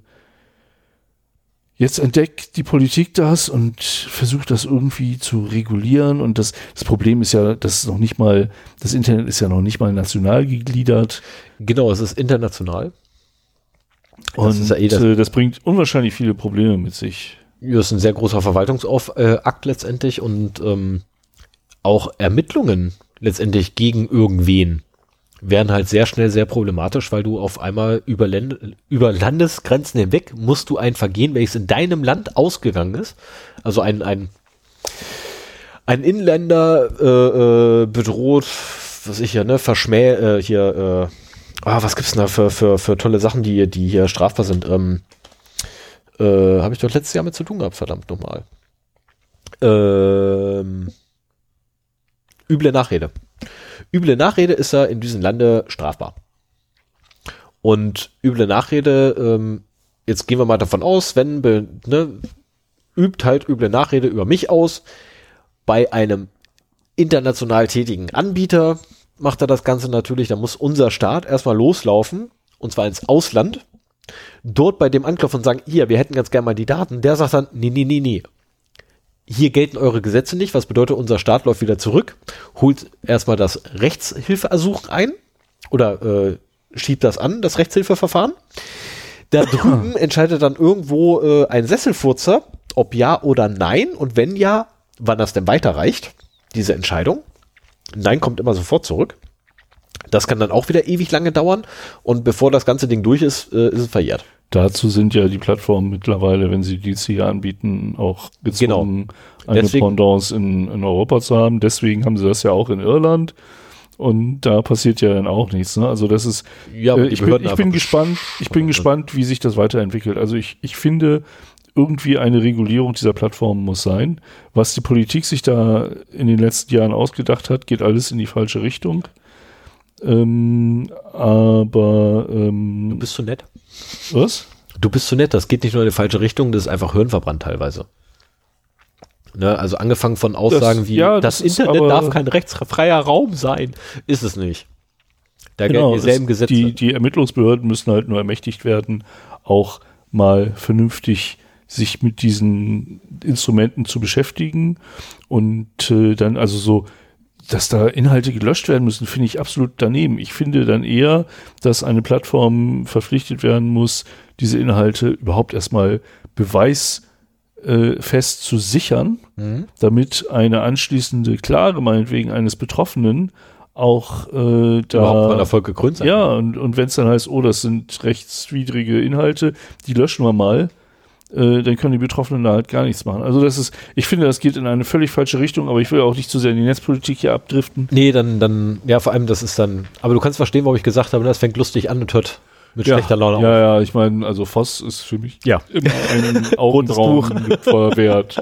jetzt entdeckt die Politik das und versucht das irgendwie zu regulieren. Und das, das Problem ist ja, dass noch nicht mal, das Internet ist ja noch nicht mal national gegliedert. Genau, es ist international. Das Und ist ja eh das- äh, das bringt unwahrscheinlich viele Probleme mit sich. Das ist ein sehr großer Verwaltungsakt letztendlich und ähm, auch Ermittlungen letztendlich gegen irgendwen. werden halt sehr schnell sehr problematisch, weil du auf einmal über, Länd über Landesgrenzen hinweg musst du ein Vergehen, welches in deinem Land ausgegangen ist, also ein, ein, ein Inländer äh, äh, bedroht, was ich ja, ne, verschmäh, äh, hier, äh, ah, was gibt's denn da für, für, für tolle Sachen, die, die hier strafbar sind, ähm, äh, habe ich doch letztes Jahr mit zu tun gehabt, verdammt nochmal. Ähm, üble Nachrede. Üble Nachrede ist ja in diesem Lande strafbar. Und üble Nachrede, ähm, jetzt gehen wir mal davon aus, wenn, be, ne, übt halt üble Nachrede über mich aus, bei einem international tätigen Anbieter macht er das Ganze natürlich, da muss unser Staat erstmal loslaufen, und zwar ins Ausland, dort bei dem anklopfen und sagen, hier, wir hätten ganz gerne mal die Daten, der sagt dann, nee, nee, nee, nee, hier gelten eure Gesetze nicht, was bedeutet, unser Staat läuft wieder zurück, holt erstmal das Rechtshilfeersuchen ein oder äh, schiebt das an, das Rechtshilfeverfahren. Da drüben entscheidet dann irgendwo äh, ein Sesselfurzer, ob ja oder nein, und wenn ja, wann das denn weiterreicht, diese Entscheidung. Nein kommt immer sofort zurück. Das kann dann auch wieder ewig lange dauern, und bevor das ganze Ding durch ist, äh, ist es verjährt. Dazu sind ja die Plattformen mittlerweile, wenn sie Dienste hier anbieten, auch gezwungen, genau. eine Deswegen, Pendance in, in Europa zu haben. Deswegen haben sie das ja auch in Irland. Und da passiert ja dann auch nichts. Ne? Also das ist, ja, äh, ich bin, ich bin gespannt, ich bin gespannt, wie sich das weiterentwickelt. Also ich, ich finde, irgendwie eine Regulierung dieser Plattformen muss sein. Was die Politik sich da in den letzten Jahren ausgedacht hat, geht alles in die falsche Richtung. Ähm, aber ähm, du bist so nett. Was? Du bist so nett, das geht nicht nur in die falsche Richtung, das ist einfach hirnverbrannt teilweise. Ne, also angefangen von Aussagen das, wie, ja, das, das Internet aber, darf kein rechtsfreier Raum sein. Ist es nicht. Da genau, gelten dieselben es, Gesetze. Die, die Ermittlungsbehörden müssen halt nur ermächtigt werden, auch mal vernünftig sich mit diesen Instrumenten zu beschäftigen, und äh, dann also so, dass da Inhalte gelöscht werden müssen, finde ich absolut daneben. Ich finde dann eher, dass eine Plattform verpflichtet werden muss, diese Inhalte überhaupt erstmal beweisfest zu sichern, mhm. damit eine anschließende Klage meinetwegen eines Betroffenen auch äh, da überhaupt von Erfolg gekrönt sein. Ja, und, und wenn es dann heißt, oh, das sind rechtswidrige Inhalte, die löschen wir mal, äh, dann können die Betroffenen da halt gar nichts machen. Also das ist, ich finde, das geht in eine völlig falsche Richtung, aber ich will auch nicht zu sehr in die Netzpolitik hier abdriften. Nee, dann, dann, ja, vor allem, das ist dann, aber du kannst verstehen, warum ich gesagt habe, das fängt lustig an und hört mit ja, schlechter Laune auf. Ja, ja, ich meine, also Voss ist für mich ja. immer ein Augenbrauen mit Verwehrt.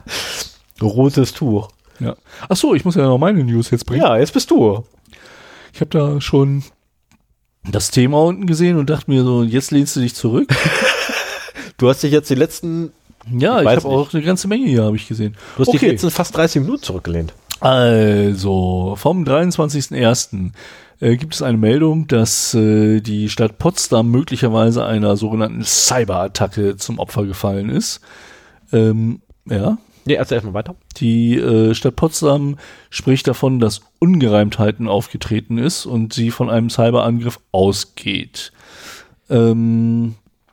Rotes Tuch. Ja. Ach so, ich muss ja noch meine News jetzt bringen. Ja, jetzt bist du. Ich habe da schon das Thema unten gesehen und dachte mir so, jetzt lehnst du dich zurück. Du hast dich jetzt die letzten... Ja, ich, ich habe auch eine ganze Menge hier, habe ich gesehen. Du hast okay. dich jetzt in fast dreißig Minuten zurückgelehnt. Also, vom dreiundzwanzigsten ersten äh, gibt es eine Meldung, dass äh, die Stadt Potsdam möglicherweise einer sogenannten Cyberattacke zum Opfer gefallen ist. Ähm, ja. Nee, erzähl erstmal weiter. Die äh, Stadt Potsdam spricht davon, dass Ungereimtheiten aufgetreten ist und sie von einem Cyberangriff ausgeht. Ähm,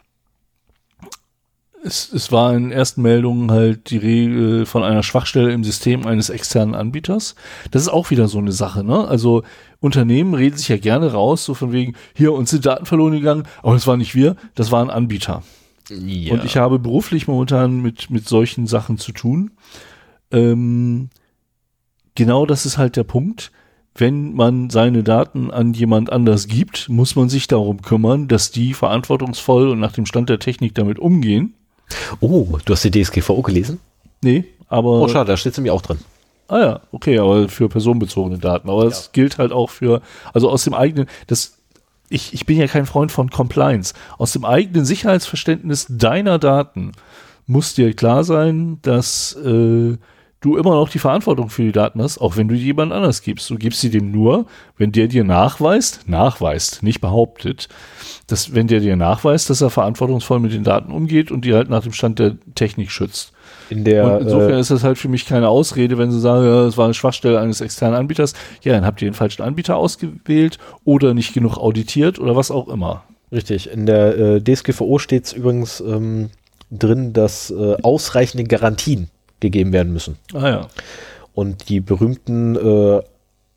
es, es war in ersten Meldungen halt die Rede von einer Schwachstelle im System eines externen Anbieters. Das ist auch wieder so eine Sache, ne? Also Unternehmen reden sich ja gerne raus, so von wegen, hier, uns sind Daten verloren gegangen, aber das waren nicht wir, das waren Anbieter. Ja. Und ich habe beruflich momentan mit, mit solchen Sachen zu tun. Ähm, genau das ist halt der Punkt. Wenn man seine Daten an jemand anders gibt, muss man sich darum kümmern, dass die verantwortungsvoll und nach dem Stand der Technik damit umgehen. Oh, du hast die D S G V O gelesen? Nee, aber... Oh, schade, da steht es nämlich auch drin. Ah ja, okay, aber für personenbezogene Daten. Aber das ja. gilt halt auch für, also aus dem eigenen, das... Ich, ich bin ja kein Freund von Compliance. Aus dem eigenen Sicherheitsverständnis deiner Daten muss dir klar sein, dass äh, du immer noch die Verantwortung für die Daten hast, auch wenn du die jemand anders gibst. Du gibst sie dem nur, wenn der dir nachweist, nachweist, nicht behauptet, dass wenn der dir nachweist, dass er verantwortungsvoll mit den Daten umgeht und die halt nach dem Stand der Technik schützt. In der, und insofern äh, ist das halt für mich keine Ausrede, wenn sie sagen, ja, es war eine Schwachstelle eines externen Anbieters. Ja, dann habt ihr den falschen Anbieter ausgewählt oder nicht genug auditiert oder was auch immer. Richtig. In der äh, D S G V O steht es übrigens ähm, drin, dass äh, ausreichende Garantien gegeben werden müssen. Ah ja. Und die berühmten äh,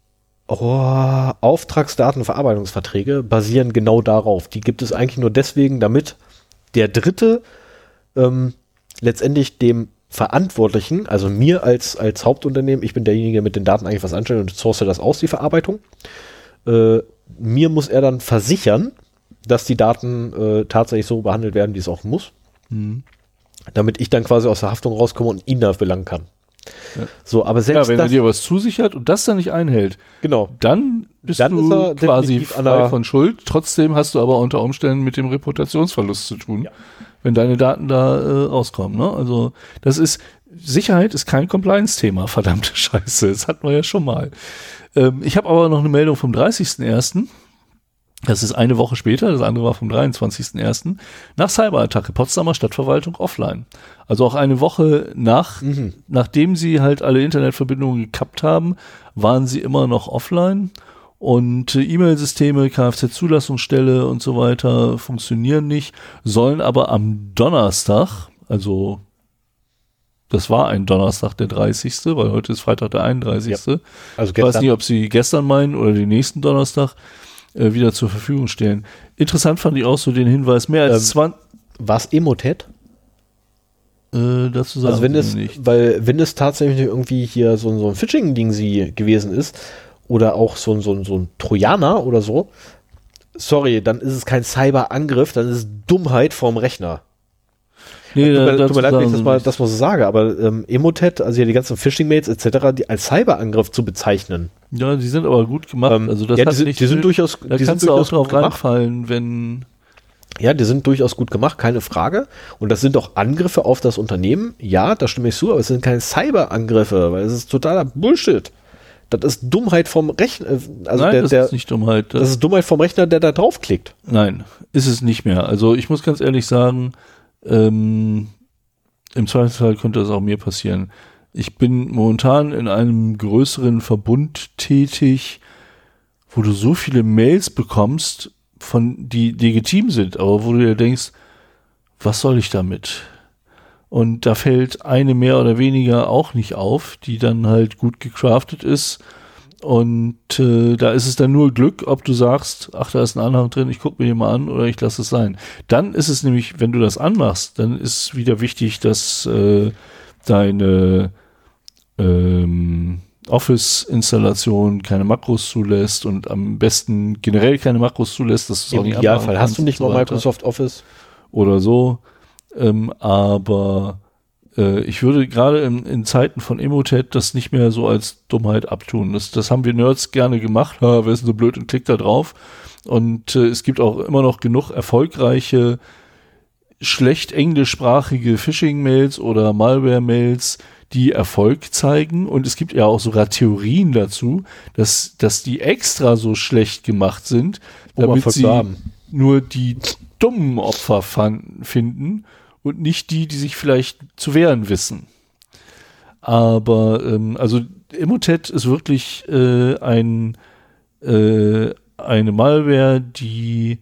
Oh, Auftragsdatenverarbeitungsverträge basieren genau darauf. Die gibt es eigentlich nur deswegen, damit der Dritte ähm, letztendlich dem Verantwortlichen, also mir als, als Hauptunternehmen, ich bin derjenige, der mit den Daten eigentlich was anstellt und source das aus, die Verarbeitung. Äh, mir muss er dann versichern, dass die Daten äh, tatsächlich so behandelt werden, wie es auch muss. Mhm. Damit ich dann quasi aus der Haftung rauskomme und ihn dafür belangen kann. Ja. So, aber selbst ja, wenn das, er dir was zusichert und das dann nicht einhält, genau, dann bist dann du ist er quasi definitiv an frei der- von Schuld. Trotzdem hast du aber unter Umständen mit dem Reputationsverlust zu tun, Ja. wenn deine Daten da äh, rauskommen. Ne? Also das ist, Sicherheit ist kein Compliance-Thema, verdammte Scheiße. Das hatten wir ja schon mal. Ähm, ich habe aber noch eine Meldung vom dreißigsten ersten Das ist eine Woche später, das andere war vom dreiundzwanzigsten ersten Nach Cyberattacke, Potsdamer Stadtverwaltung offline. Also auch eine Woche nach, Mhm. nachdem sie halt alle Internetverbindungen gekappt haben, waren sie immer noch offline. Und äh, E-Mail-Systeme, Kfz-Zulassungsstelle und so weiter funktionieren nicht, sollen aber am Donnerstag, also das war ein Donnerstag, der dreißigste, weil heute ist Freitag der einunddreißigste also Ich weiß gestern, nicht, ob sie gestern meinen oder den nächsten Donnerstag äh, wieder zur Verfügung stellen. Interessant fand ich auch so den Hinweis, mehr als Ähm, zwanzig, war es Emotet? äh, dazu sagen Also wenn sie es, mir nicht. weil wenn es tatsächlich irgendwie hier so, ein- so ein Phishing-Ding sie gewesen ist oder auch so, ein- so, ein- so ein Trojaner oder so, sorry, dann ist es kein Cyberangriff, dann ist es Dummheit vorm Rechner. Nee, Tut mir, dazu tut mir leid, wenn ich sagen das sie mal, nicht. das mal so sage, aber ähm, Emotet, also hier die ganzen Phishing-Mails et cetera, die als Cyberangriff zu bezeichnen. Ja, die sind aber gut gemacht. Ähm, also das ja, die hat sind, nicht die sind viel- durchaus, da die sind kannst du auch durchaus drauf gut gemacht. reinfallen, wenn Ja, die sind durchaus gut gemacht, keine Frage. Und das sind auch Angriffe auf das Unternehmen. Ja, da stimme ich zu, aber es sind keine Cyberangriffe, weil es ist totaler Bullshit. Das ist Dummheit vom Rechner. Also Nein, der, das der, ist nicht Dummheit. Das das ist Dummheit vom Rechner, der da draufklickt. Nein, ist es nicht mehr. Also ich muss ganz ehrlich sagen, ähm, im Zweifelsfall könnte das auch mir passieren. Ich bin momentan in einem größeren Verbund tätig, wo du so viele Mails bekommst, von die legitim sind, aber wo du dir denkst, was soll ich damit? Und da fällt eine mehr oder weniger auch nicht auf, die dann halt gut gecraftet ist. Und äh, da ist es dann nur Glück, ob du sagst, ach, da ist ein Anhang drin, ich gucke mir den mal an oder ich lasse es sein. Dann ist es nämlich, wenn du das anmachst, dann ist wieder wichtig, dass äh, deine ähm, Office-Installation keine Makros zulässt und am besten generell keine Makros zulässt. Dass Im Idealfall hast du nicht mal Microsoft Office. Oder so. Ähm, aber äh, ich würde gerade in, in Zeiten von Emotet das nicht mehr so als Dummheit abtun. Das, das haben wir Nerds gerne gemacht. Ha, wer ist denn so blöd und klickt da drauf? Und äh, es gibt auch immer noch genug erfolgreiche, schlecht englischsprachige Phishing-Mails oder Malware-Mails, die Erfolg zeigen. Und es gibt ja auch sogar Theorien dazu, dass, dass die extra so schlecht gemacht sind, Um damit Erfolg sie zu haben. nur die dummen Opfer fan- finden und nicht die, die sich vielleicht zu wehren wissen. Aber ähm, also Emotet ist wirklich äh, ein äh, eine Malware, die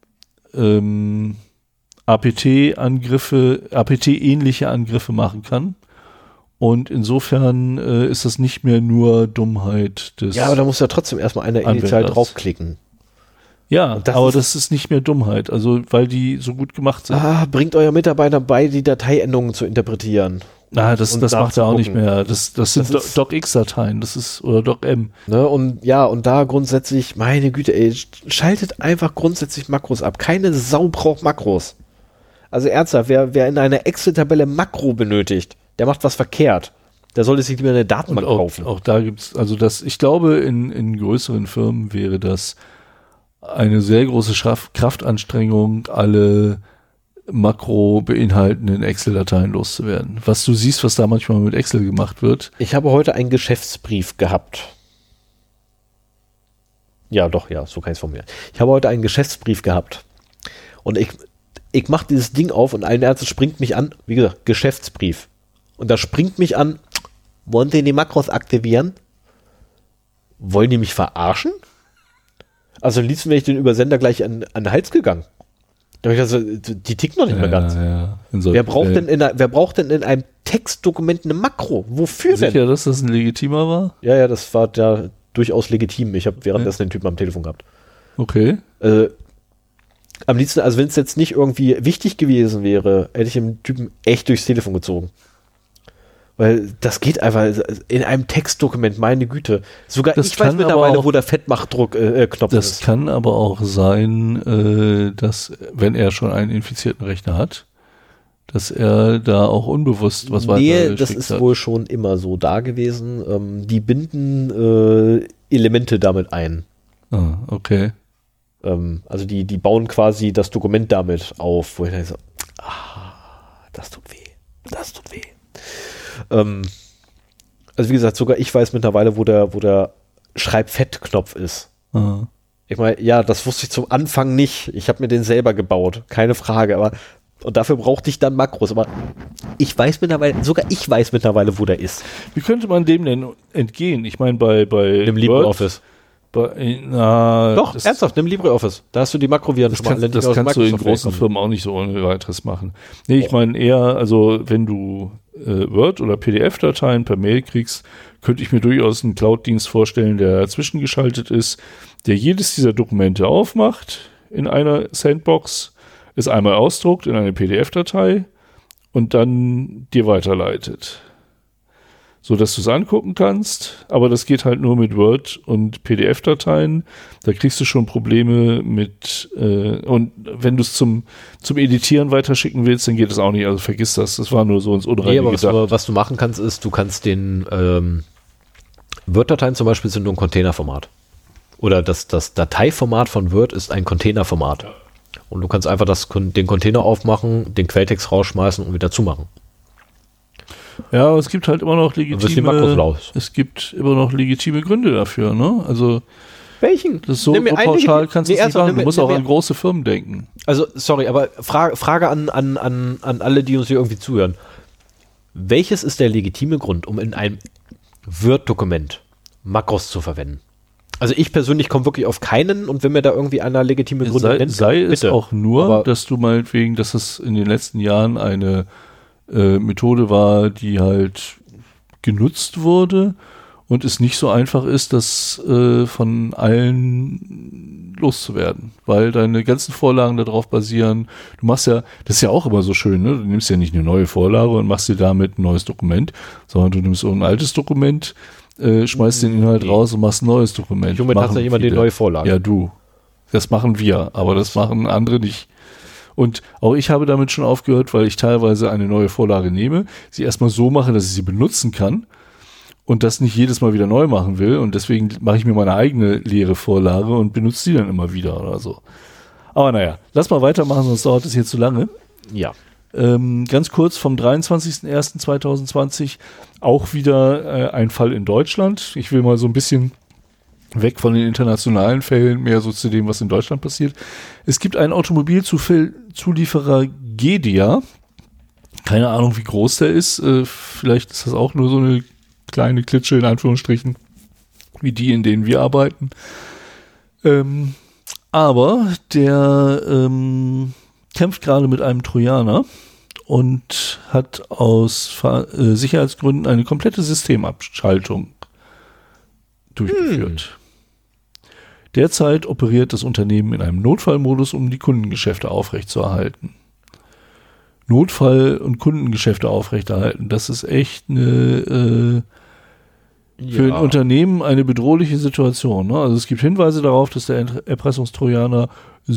ähm, A P T-Angriffe, A P T-ähnliche Angriffe machen kann. Und insofern äh, ist das nicht mehr nur Dummheit des Ja, aber da muss ja trotzdem erstmal einer initial Anwenders. draufklicken. Ja, Und das aber ist- das ist nicht mehr Dummheit, also weil die so gut gemacht sind. Ah, bringt euer Mitarbeiter bei, die Dateiendungen zu interpretieren. Na, das, und das macht er auch nicht nachzugucken. mehr. Das, das sind Das ist- Do- DocX-Dateien, das ist, oder DocM. Ne, und ja, und da grundsätzlich, meine Güte, ey, schaltet einfach grundsätzlich Makros ab. Keine Sau braucht Makros. Also ernsthaft, wer, wer in einer Excel-Tabelle Makro benötigt, der macht was verkehrt. Der sollte sich lieber eine Und Datenbank auch, kaufen. auch da gibt's, also das, ich glaube, in, in größeren Firmen wäre das eine sehr große Schraff- Kraftanstrengung, alle Makro beinhaltenden Excel-Dateien loszuwerden. Was du siehst, was da manchmal mit Excel gemacht wird. Ich habe heute einen Geschäftsbrief gehabt. Ja, doch, ja, so kann ich es formulieren. Ich habe heute einen Geschäftsbrief gehabt. Und ich, ich mache dieses Ding auf und allen Ernstes springt mich an, wie gesagt, Geschäftsbrief. Und da springt mich an, wollen Sie die Makros aktivieren? Wollen die mich verarschen? Also am liebsten wäre ich den Übersender gleich an, an den Hals gegangen. Da hab ich also, die ticken noch nicht mehr ganz. ja. In so- Wer braucht, äh, denn in, einer- wer braucht denn in einem Textdokument eine Makro? Wofür denn? Sicher, dass das ein legitimer war? Ja, ja, das war der, durchaus legitim. Ich habe währenddessen ja. den Typen am Telefon gehabt. Okay. Äh, am liebsten, also wenn es jetzt nicht irgendwie wichtig gewesen wäre, hätte ich den Typen echt durchs Telefon gezogen. Weil das geht einfach in einem Textdokument, meine Güte. Sogar das ich weiß mittlerweile, auch, wo der Fettmachdruck äh, Knopf das ist. Das kann aber auch sein, äh, dass, wenn er schon einen infizierten Rechner hat, dass er da auch unbewusst was weiter Nee, das ist hat. wohl schon immer so da gewesen. Ähm, die binden äh, Elemente damit ein. Ah, okay. Ähm, also die, die bauen quasi das Dokument damit auf, wo ich dann so, ah, das tut weh. Das tut weh. Ähm, also wie gesagt, sogar ich weiß mittlerweile, wo der, wo der Schreibfett-Knopf ist. Aha. Ich meine, ja, das wusste ich zum Anfang nicht. Ich habe mir den selber gebaut, keine Frage, aber und dafür brauchte ich dann Makros, aber ich weiß mittlerweile, sogar ich weiß mittlerweile, wo der ist. Wie könnte man dem denn entgehen? Ich meine, bei, bei dem LibreOffice. Bei, na, Doch, ernsthaft, nimm LibreOffice. Da hast du die Makroviren das schon mal. Das kannst du in großen Firmen auch nicht so ohne weiteres machen. Nee, ich meine eher, also wenn du äh, Word- oder P D F-Dateien per Mail kriegst, könnte ich mir durchaus einen Cloud-Dienst vorstellen, der dazwischen geschaltet ist, der jedes dieser Dokumente aufmacht in einer Sandbox, es einmal ausdruckt in eine P D F-Datei und dann dir weiterleitet. So dass du es angucken kannst, aber das geht halt nur mit Word und P D F-Dateien. Da kriegst du schon Probleme mit, äh, und wenn du es zum, zum Editieren weiterschicken willst, dann geht es auch nicht, also vergiss das, das war nur so ins Unreine nee, aber gedacht. Was, was du machen kannst, ist, du kannst den ähm, Word-Dateien zum Beispiel sind nur ein Containerformat. Oder das, das Dateiformat von Word ist ein Containerformat. Ja. Und du kannst einfach das, den Container aufmachen, den Quelltext rausschmeißen und wieder zumachen. Ja, aber es gibt halt immer noch legitime, es gibt immer noch legitime Gründe dafür, ne? Also welchen? Das ist so, so pauschal kannst du nee, nicht machen. Du musst auch an große Firmen denken. Also, sorry, aber Frage, Frage an, an, an, an alle, die uns hier irgendwie zuhören. Welches ist der legitime Grund, um in einem Word-Dokument Makros zu verwenden? Also ich persönlich komme wirklich auf keinen und wenn mir da irgendwie einer legitime Grund sei, nennt, sei es bitte. auch nur, aber dass du meinetwegen, dass es in den letzten Jahren eine äh, Methode war, die halt genutzt wurde und es nicht so einfach ist, das äh, von allen loszuwerden, weil deine ganzen Vorlagen darauf basieren. Du machst ja, das ist ja auch immer so schön, ne? Du nimmst ja nicht eine neue Vorlage und machst dir damit ein neues Dokument, sondern du nimmst so ein altes Dokument, Äh, schmeißt den Inhalt nee. raus und machst ein neues Dokument. Somit hast du immer die neue Vorlage. Ja, du. Das machen wir, aber das machen andere nicht. Und auch ich habe damit schon aufgehört, weil ich teilweise eine neue Vorlage nehme, sie erstmal so mache, dass ich sie benutzen kann und das nicht jedes Mal wieder neu machen will und deswegen mache ich mir meine eigene leere Vorlage und benutze sie dann immer wieder oder so. Aber naja, lass mal weitermachen, sonst dauert es hier zu lange. Ja. Ähm, ganz kurz vom dreiundzwanzigsten ersten zweitausendzwanzig auch wieder äh, ein Fall in Deutschland. Ich will mal so ein bisschen weg von den internationalen Fällen, mehr so zu dem, was in Deutschland passiert. Es gibt einen Automobilzulieferer Gedia. Keine Ahnung, wie groß der ist. Äh, vielleicht ist das auch nur so eine kleine Klitsche in Anführungsstrichen, wie die, in denen wir arbeiten. Ähm, aber der ähm, kämpft gerade mit einem Trojaner und hat aus äh, Sicherheitsgründen eine komplette Systemabschaltung durchgeführt. Hm. Derzeit operiert das Unternehmen in einem Notfallmodus, um die Kundengeschäfte aufrechtzuerhalten. Notfall- und Kundengeschäfte aufrechterhalten, das ist echt eine äh, für ja. ein Unternehmen eine bedrohliche Situation. Ne? Also es gibt Hinweise darauf, dass der Erpressungstrojaner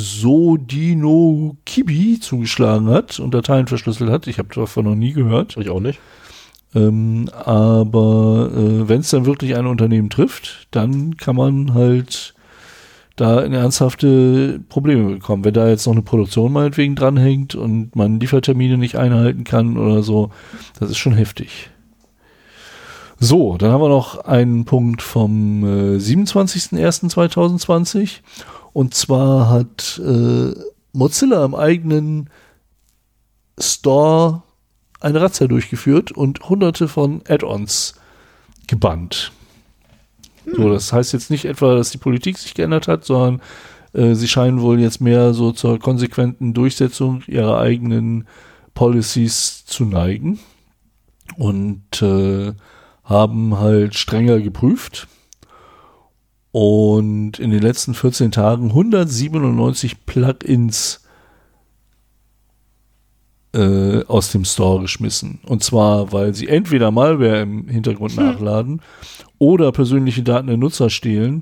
Sodino Kibi zugeschlagen hat und Dateien verschlüsselt hat. Ich habe davon noch nie gehört. Ich auch nicht. Ähm, aber äh, wenn es dann wirklich ein Unternehmen trifft, dann kann man halt da in ernsthafte Probleme bekommen. Wenn da jetzt noch eine Produktion meinetwegen dranhängt und man Liefertermine nicht einhalten kann oder so, das ist schon heftig. So, dann haben wir noch einen Punkt vom äh, siebenundzwanzigsten ersten zweitausendzwanzig. Und zwar hat äh, Mozilla im eigenen Store eine Razzia durchgeführt und hunderte von Add-ons gebannt. Hm. So, das heißt jetzt nicht etwa, dass die Politik sich geändert hat, sondern äh, sie scheinen wohl jetzt mehr so zur konsequenten Durchsetzung ihrer eigenen Policies zu neigen und äh, haben halt strenger geprüft. und in den letzten vierzehn Tagen hundertsiebenundneunzig Plugins äh, aus dem Store geschmissen. Und zwar, weil sie entweder Malware im Hintergrund hm. nachladen oder persönliche Daten der Nutzer stehlen.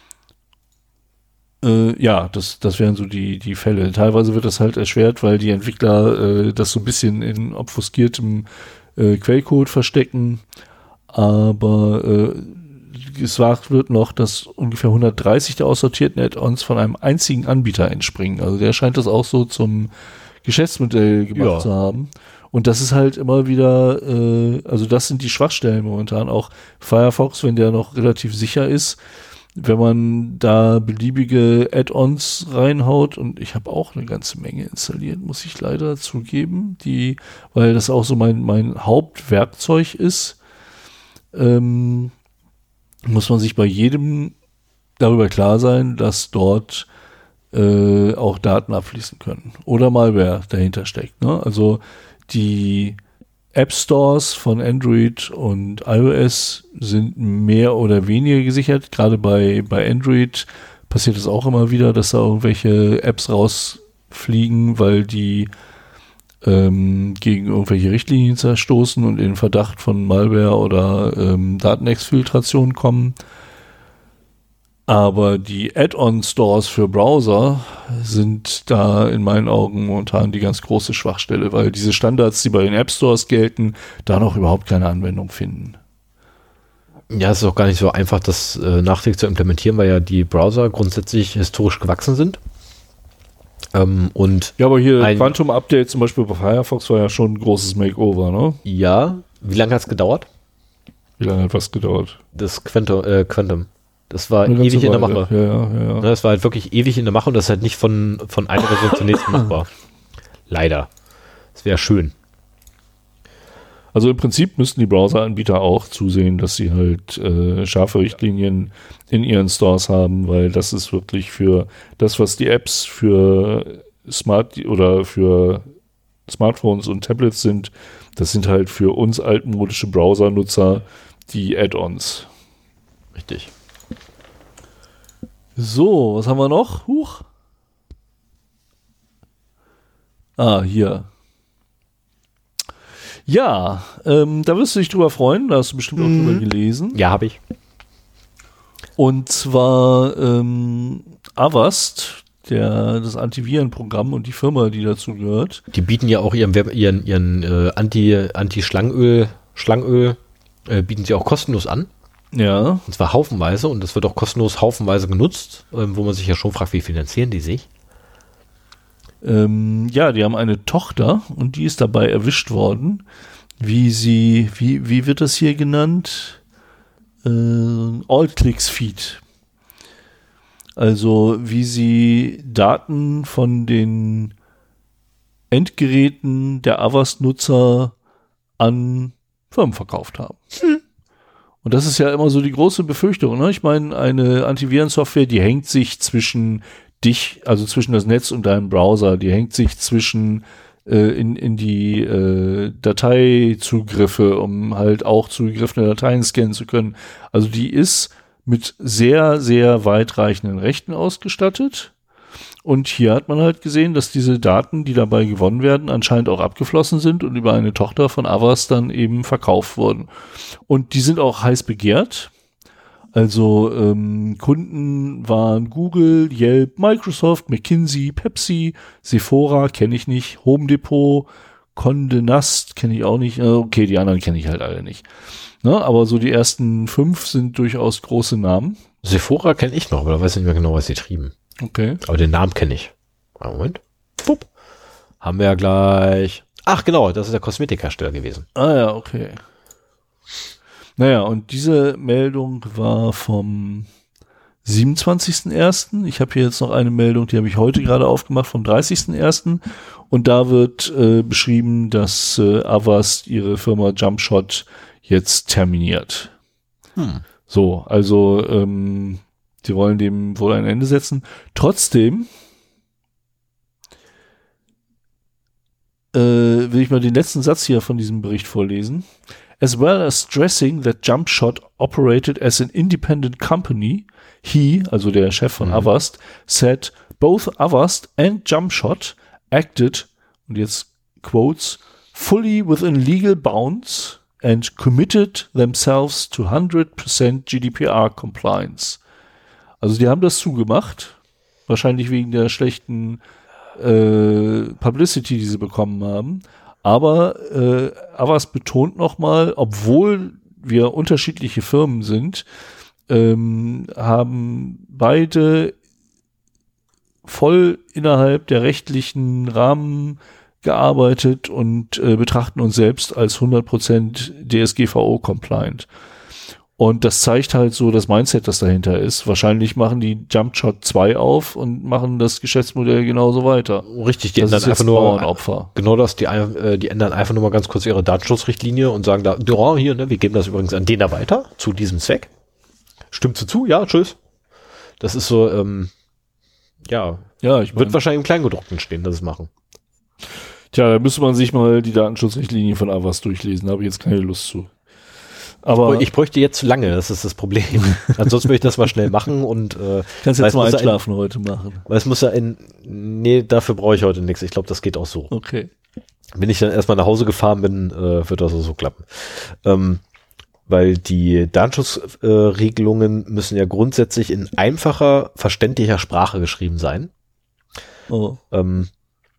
Äh, ja, das, das wären so die, die Fälle. Teilweise wird das halt erschwert, weil die Entwickler äh, das so ein bisschen in obfuskiertem äh, Quellcode verstecken. Aber äh, gesagt wird noch, dass ungefähr hundertdreißig der aussortierten Add-ons von einem einzigen Anbieter entspringen. Also der scheint das auch so zum Geschäftsmodell gemacht ja. zu haben. Und das ist halt immer wieder, äh, also das sind die Schwachstellen momentan. Auch Firefox, wenn der noch relativ sicher ist, wenn man da beliebige Add-ons reinhaut, und ich habe auch eine ganze Menge installiert, muss ich leider zugeben, die, weil das auch so mein, mein Hauptwerkzeug ist, ähm, muss man sich bei jedem darüber klar sein, dass dort äh, auch Daten abfließen können oder Malware dahinter steckt. Ne? Also die App Stores von Android und iOS sind mehr oder weniger gesichert. Gerade bei, bei Android passiert es auch immer wieder, dass da irgendwelche Apps rausfliegen, weil die ähm, gegen irgendwelche Richtlinien zerstoßen und in Verdacht von Malware oder ähm, Datenexfiltration kommen. Aber die Add-on-Stores für Browser sind da in meinen Augen momentan die ganz große Schwachstelle, weil diese Standards, die bei den App-Stores gelten, da noch überhaupt keine Anwendung finden. Ja, es ist auch gar nicht so einfach, das äh, nachträglich zu implementieren, weil ja die Browser grundsätzlich historisch gewachsen sind. Ähm, und ja, aber hier Quantum Update zum Beispiel bei Firefox war ja schon ein großes Makeover, ne? Ja. Wie lange hat es gedauert? Wie lange hat was gedauert? Das Quantum. Äh, Quantum. Das war ewig in der Mache. Ja, ja, ja. Das war halt wirklich ewig in der Mache und das ist halt nicht von, von einer Version zur nächsten machbar. Leider. Das wäre schön. Also im Prinzip müssten die Browseranbieter auch zusehen, dass sie halt äh, scharfe Richtlinien in ihren Stores haben, weil das ist wirklich für das, was die Apps für Smart oder für Smartphones und Tablets sind, das sind halt für uns altmodische Browsernutzer die Add-ons. Richtig. So, was haben wir noch? Huch. Ah, hier. Ja, ähm, da wirst du dich drüber freuen, da hast du bestimmt auch mhm. drüber gelesen. Ja, habe ich. Und zwar ähm, Avast, der, das Antivirenprogramm und die Firma, die dazu gehört. Die bieten ja auch ihren, ihren, ihren äh, Anti, Anti-Schlangenöl, Schlangenöl, äh, bieten sie auch kostenlos an. Ja. Und zwar haufenweise und das wird auch kostenlos haufenweise genutzt, ähm, wo man sich ja schon fragt, wie finanzieren die sich? Ähm, ja, die haben eine Tochter und die ist dabei erwischt worden, wie sie, wie, wie wird das hier genannt? Äh, All-Clicks-Feed. Also wie sie Daten von den Endgeräten der Avast-Nutzer an Firmen verkauft haben. Hm. Und das ist ja immer so die große Befürchtung, ne? Ich meine, eine Antivirensoftware, die hängt sich zwischen dich, also zwischen das Netz und deinem Browser, die hängt sich zwischen äh, in, in die äh, Dateizugriffe, um halt auch zugegriffene Dateien scannen zu können. Also die ist mit sehr, sehr weitreichenden Rechten ausgestattet. Und hier hat man halt gesehen, dass diese Daten, die dabei gewonnen werden, anscheinend auch abgeflossen sind und über eine Tochter von Avast dann eben verkauft wurden. Und die sind auch heiß begehrt. Also ähm, Kunden waren Google, Yelp, Microsoft, McKinsey, Pepsi, Sephora, kenne ich nicht, Home Depot, Condé Nast, kenne ich auch nicht. Okay, die anderen kenne ich halt alle nicht. Ne? Aber so die ersten fünf sind durchaus große Namen. Sephora kenne ich noch, aber da weiß ich nicht mehr genau, was sie trieben. Okay. Aber den Namen kenne ich. Moment. Pup. Haben wir ja gleich. Ach genau, das ist der Kosmetikhersteller gewesen. Ah ja, okay. Naja, und diese Meldung war vom siebenundzwanzigsten ersten Ich habe hier jetzt noch eine Meldung, die habe ich heute gerade aufgemacht, vom dreißigsten ersten Und da wird äh, beschrieben, dass äh, Avast ihre Firma Jumpshot jetzt terminiert. Hm. So, also ähm, sie wollen dem wohl ein Ende setzen. Trotzdem äh, will ich mal den letzten Satz hier von diesem Bericht vorlesen. As well as stressing that Jumpshot operated as an independent company, He, also der Chef von Mhm. Avast, said both Avast and Jumpshot acted, und jetzt Quotes, fully within legal bounds and committed themselves to one hundred percent G D P R compliance. Also die haben das zugemacht, wahrscheinlich wegen der schlechten äh, Publicity, die sie bekommen haben. Aber äh, Avast betont nochmal, obwohl wir unterschiedliche Firmen sind, ähm, haben beide voll innerhalb der rechtlichen Rahmen gearbeitet und äh, betrachten uns selbst als hundert Prozent D S G V O-compliant. Und das zeigt halt so das Mindset, das dahinter ist. Wahrscheinlich machen die Jumpshot zwei auf und machen das Geschäftsmodell genauso weiter. Richtig, die Das ändern ist jetzt einfach nur Bauernopfer. Genau das, die, äh, die ändern einfach nur mal ganz kurz ihre Datenschutzrichtlinie und sagen da, ja, hier, ne, wir geben das übrigens an den da weiter, zu diesem Zweck. Stimmst du zu? Ja, tschüss. Das ist so, ähm, ja, Ja, ich wird mein, wahrscheinlich im Kleingedruckten stehen, dass es machen. tja, da müsste man sich mal die Datenschutzrichtlinien von Avast durchlesen. Da habe ich jetzt keine Lust zu. Aber Ich bräuchte jetzt zu lange, das ist das Problem. Ansonsten würde ich das mal schnell machen und äh, kannst weil jetzt es mal muss ja einschlafen heute machen. in, weil es muss ja in, nee, dafür brauche ich heute nichts. Ich glaube, das geht auch so. Okay. Wenn ich dann erstmal nach Hause gefahren bin, äh, wird das auch so klappen. Ähm, weil die Datenschutzregelungen äh, müssen ja grundsätzlich in einfacher, verständlicher Sprache geschrieben sein. Oh. Ähm,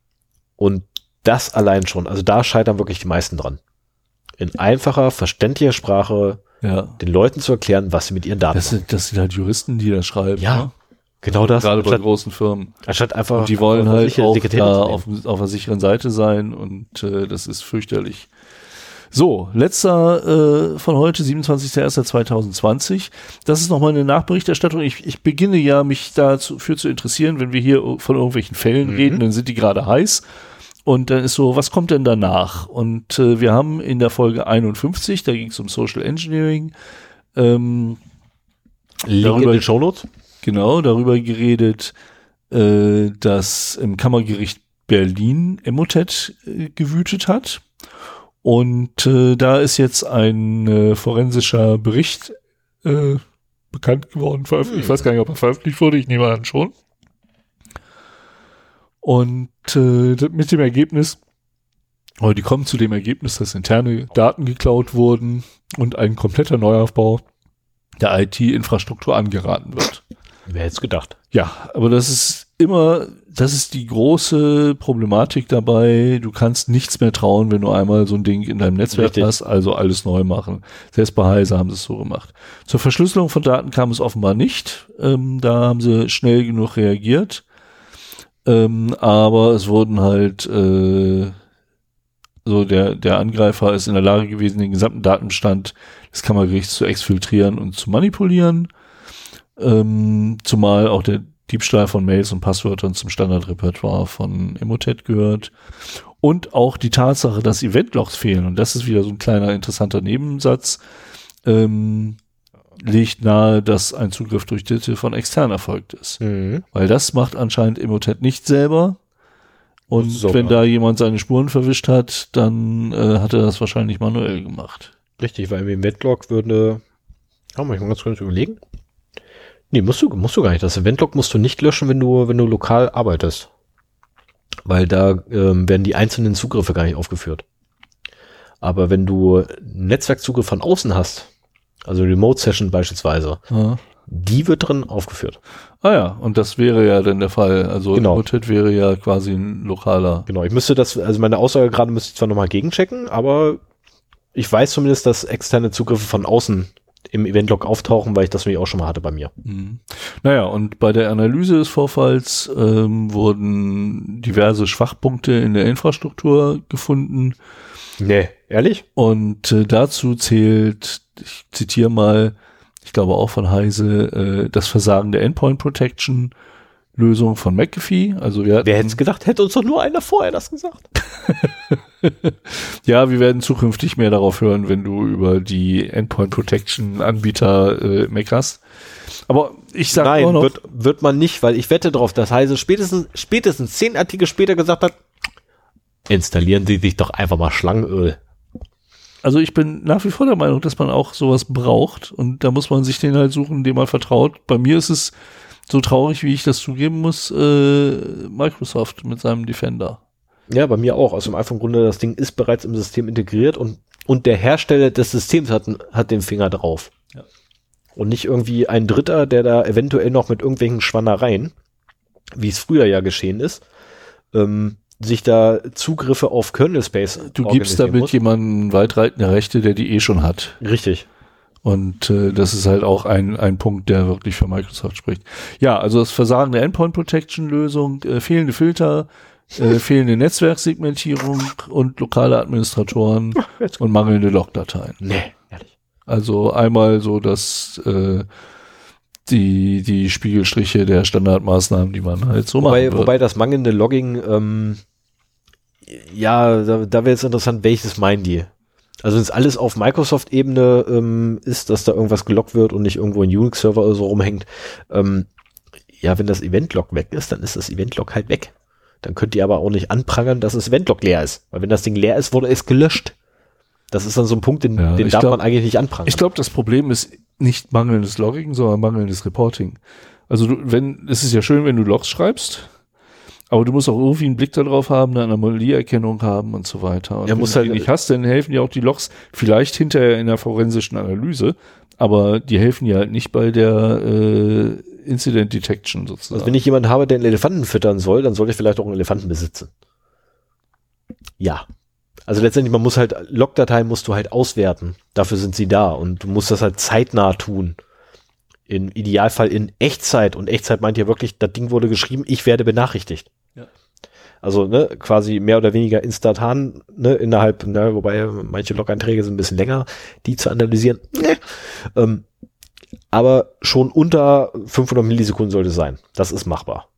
und das allein schon, also da scheitern wirklich die meisten dran. In einfacher, verständlicher Sprache Ja. den Leuten zu erklären, was sie mit ihren Daten Das machen. sind, das sind halt Juristen, die das schreiben. Ja, ne? genau das. Gerade bei Anstatt, großen Firmen. anstatt einfach Und die wollen einfach halt sichere auch Sekretäre da zu nehmen. auf, auf der sicheren Seite sein und äh, das ist fürchterlich. So, letzter äh, von heute, siebenundzwanzigster erster zweitausendzwanzig. Das ist nochmal eine Nachberichterstattung. Ich, ich beginne ja, mich dafür zu interessieren, wenn wir hier von irgendwelchen Fällen Mhm. reden, dann sind die gerade heiß. Und dann ist so, was kommt denn danach? Und äh, wir haben in der Folge einundfünfzig, da ging es um Social Engineering, ähm, Link darüber- in den Shownotes. genau, darüber geredet, äh, dass im Kammergericht Berlin Emotet äh, gewütet hat. Und äh, da ist jetzt ein äh, forensischer Bericht äh, bekannt geworden, veröffentlicht. Ich weiß gar nicht, ob er veröffentlicht wurde, ich nehme an schon. Und äh, mit dem Ergebnis, oder die kommen zu dem Ergebnis, dass interne Daten geklaut wurden und ein kompletter Neuaufbau der I T-Infrastruktur angeraten wird. Wer hätte es gedacht? Ja, aber das ist immer, das ist die große Problematik dabei. Du kannst nichts mehr trauen, wenn du einmal so ein Ding in deinem Netzwerk Richtig. hast, also alles neu machen. Selbst bei Heise haben sie es so gemacht. Zur Verschlüsselung von Daten kam es offenbar nicht. Ähm, da haben sie schnell genug reagiert. Ähm, aber es wurden halt, äh, so der, der Angreifer ist in der Lage gewesen, den gesamten Datenbestand des Kammergerichts zu exfiltrieren und zu manipulieren. Ähm, zumal auch der Diebstahl von Mails und Passwörtern zum Standardrepertoire von Emotet gehört. Und auch die Tatsache, dass Eventlogs fehlen, und das ist wieder so ein kleiner interessanter Nebensatz, ähm, legt nahe, dass ein Zugriff durch Dritte von extern erfolgt ist. Mhm. Weil das macht anscheinend Emotet nicht selber. Und So, wenn ja. da jemand seine Spuren verwischt hat, dann äh, hat er das wahrscheinlich manuell gemacht. Richtig, weil im Eventlog würde, ja, muss ich mal ganz kurz überlegen. Nee, musst du, musst du gar nicht. Das Eventlog musst du nicht löschen, wenn du, wenn du lokal arbeitest. Weil da ähm, werden die einzelnen Zugriffe gar nicht aufgeführt. Aber wenn du Netzwerkzugriff von außen hast, also Remote Session beispielsweise, Ja. die wird drin aufgeführt. Ah ja, und das wäre ja dann der Fall. Also Genau. Emotet wäre ja quasi ein lokaler. Genau, ich müsste das, also meine Aussage gerade müsste ich zwar nochmal gegenchecken, aber ich weiß zumindest, dass externe Zugriffe von außen im Eventlog auftauchen, weil ich das nämlich auch schon mal hatte bei mir. Mhm. Naja, und bei der Analyse des Vorfalls ähm, wurden diverse Schwachpunkte in der Infrastruktur gefunden. Nee, ehrlich? Und äh, dazu zählt, ich zitiere mal, ich glaube auch von Heise, äh, das Versagen der Endpoint Protection Lösung von McAfee. Also wir hatten, Wer hätte es gedacht? Hätte uns doch nur einer vorher das gesagt. ja, wir werden zukünftig mehr darauf hören, wenn du über die Endpoint Protection Anbieter äh, meckerst. Aber ich sage Nein, auch noch, wird, wird man nicht, weil ich wette drauf, dass Heise spätestens, spätestens zehn Artikel später gesagt hat, installieren Sie sich doch einfach mal Schlangenöl. also ich bin nach wie vor der Meinung, dass man auch sowas braucht und da muss man sich den halt suchen, dem man vertraut. Bei mir ist es so traurig, wie ich das zugeben muss, äh, Microsoft mit seinem Defender. Ja, bei mir auch. Aus dem einfachen Grunde, das Ding ist bereits im System integriert und, und der Hersteller des Systems hat, hat den Finger drauf. Ja. Und nicht irgendwie ein Dritter, der da eventuell noch mit irgendwelchen Schwannereien, wie es früher ja geschehen ist, ähm, sich da Zugriffe auf Kernel Space Du gibst damit muss. jemanden weitreichende Rechte, der die eh schon hat. Richtig. Und äh, das ist halt auch ein, ein Punkt, der wirklich für Microsoft spricht. Ja, also das Versagen der Endpoint Protection Lösung, äh, fehlende Filter, äh, fehlende Netzwerksegmentierung und lokale Administratoren und mangelnde Logdateien. Nee, ehrlich. Also einmal so, dass äh, die die Spiegelstriche der Standardmaßnahmen, die man halt so wobei, machen würde. Wobei das mangelnde Logging, ähm, ja, da, da wäre jetzt interessant, welches meinen die? Also wenn es alles auf Microsoft-Ebene ähm, ist, dass da irgendwas geloggt wird und nicht irgendwo ein Unix-Server oder so rumhängt, ähm, ja, wenn das Event-Log weg ist, dann ist das Event-Log halt weg. Dann könnt ihr aber auch nicht anprangern, dass das Event-Log leer ist. Weil wenn das Ding leer ist, wurde es gelöscht. Das ist dann so ein Punkt, den, ja, den darf glaub, man eigentlich nicht anprangern. Ich glaube, das Problem ist nicht mangelndes Logging, sondern mangelndes Reporting. Also du, wenn, es ist ja schön, wenn du Logs schreibst, aber du musst auch irgendwie einen Blick darauf haben, eine Anomalieerkennung haben und so weiter. Und ja, wenn muss du halt die nicht hast, dann helfen dir auch die Logs vielleicht hinterher in der forensischen Analyse, aber die helfen dir halt nicht bei der äh, Incident Detection sozusagen. Also wenn ich jemanden habe, der einen Elefanten füttern soll, dann sollte ich vielleicht auch einen Elefanten besitzen. Ja. Also letztendlich, man muss halt, Logdateien musst du halt auswerten. Dafür sind sie da und du musst das halt zeitnah tun. Im Idealfall in Echtzeit. Und Echtzeit meint ja wirklich, das Ding wurde geschrieben, ich werde benachrichtigt. Ja. Also ne, quasi mehr oder weniger instantan, ne, innerhalb, ne, wobei manche Log-Einträge sind ein bisschen länger, die zu analysieren. Ne. Ähm, aber schon unter fünfhundert Millisekunden sollte es sein. Das ist machbar.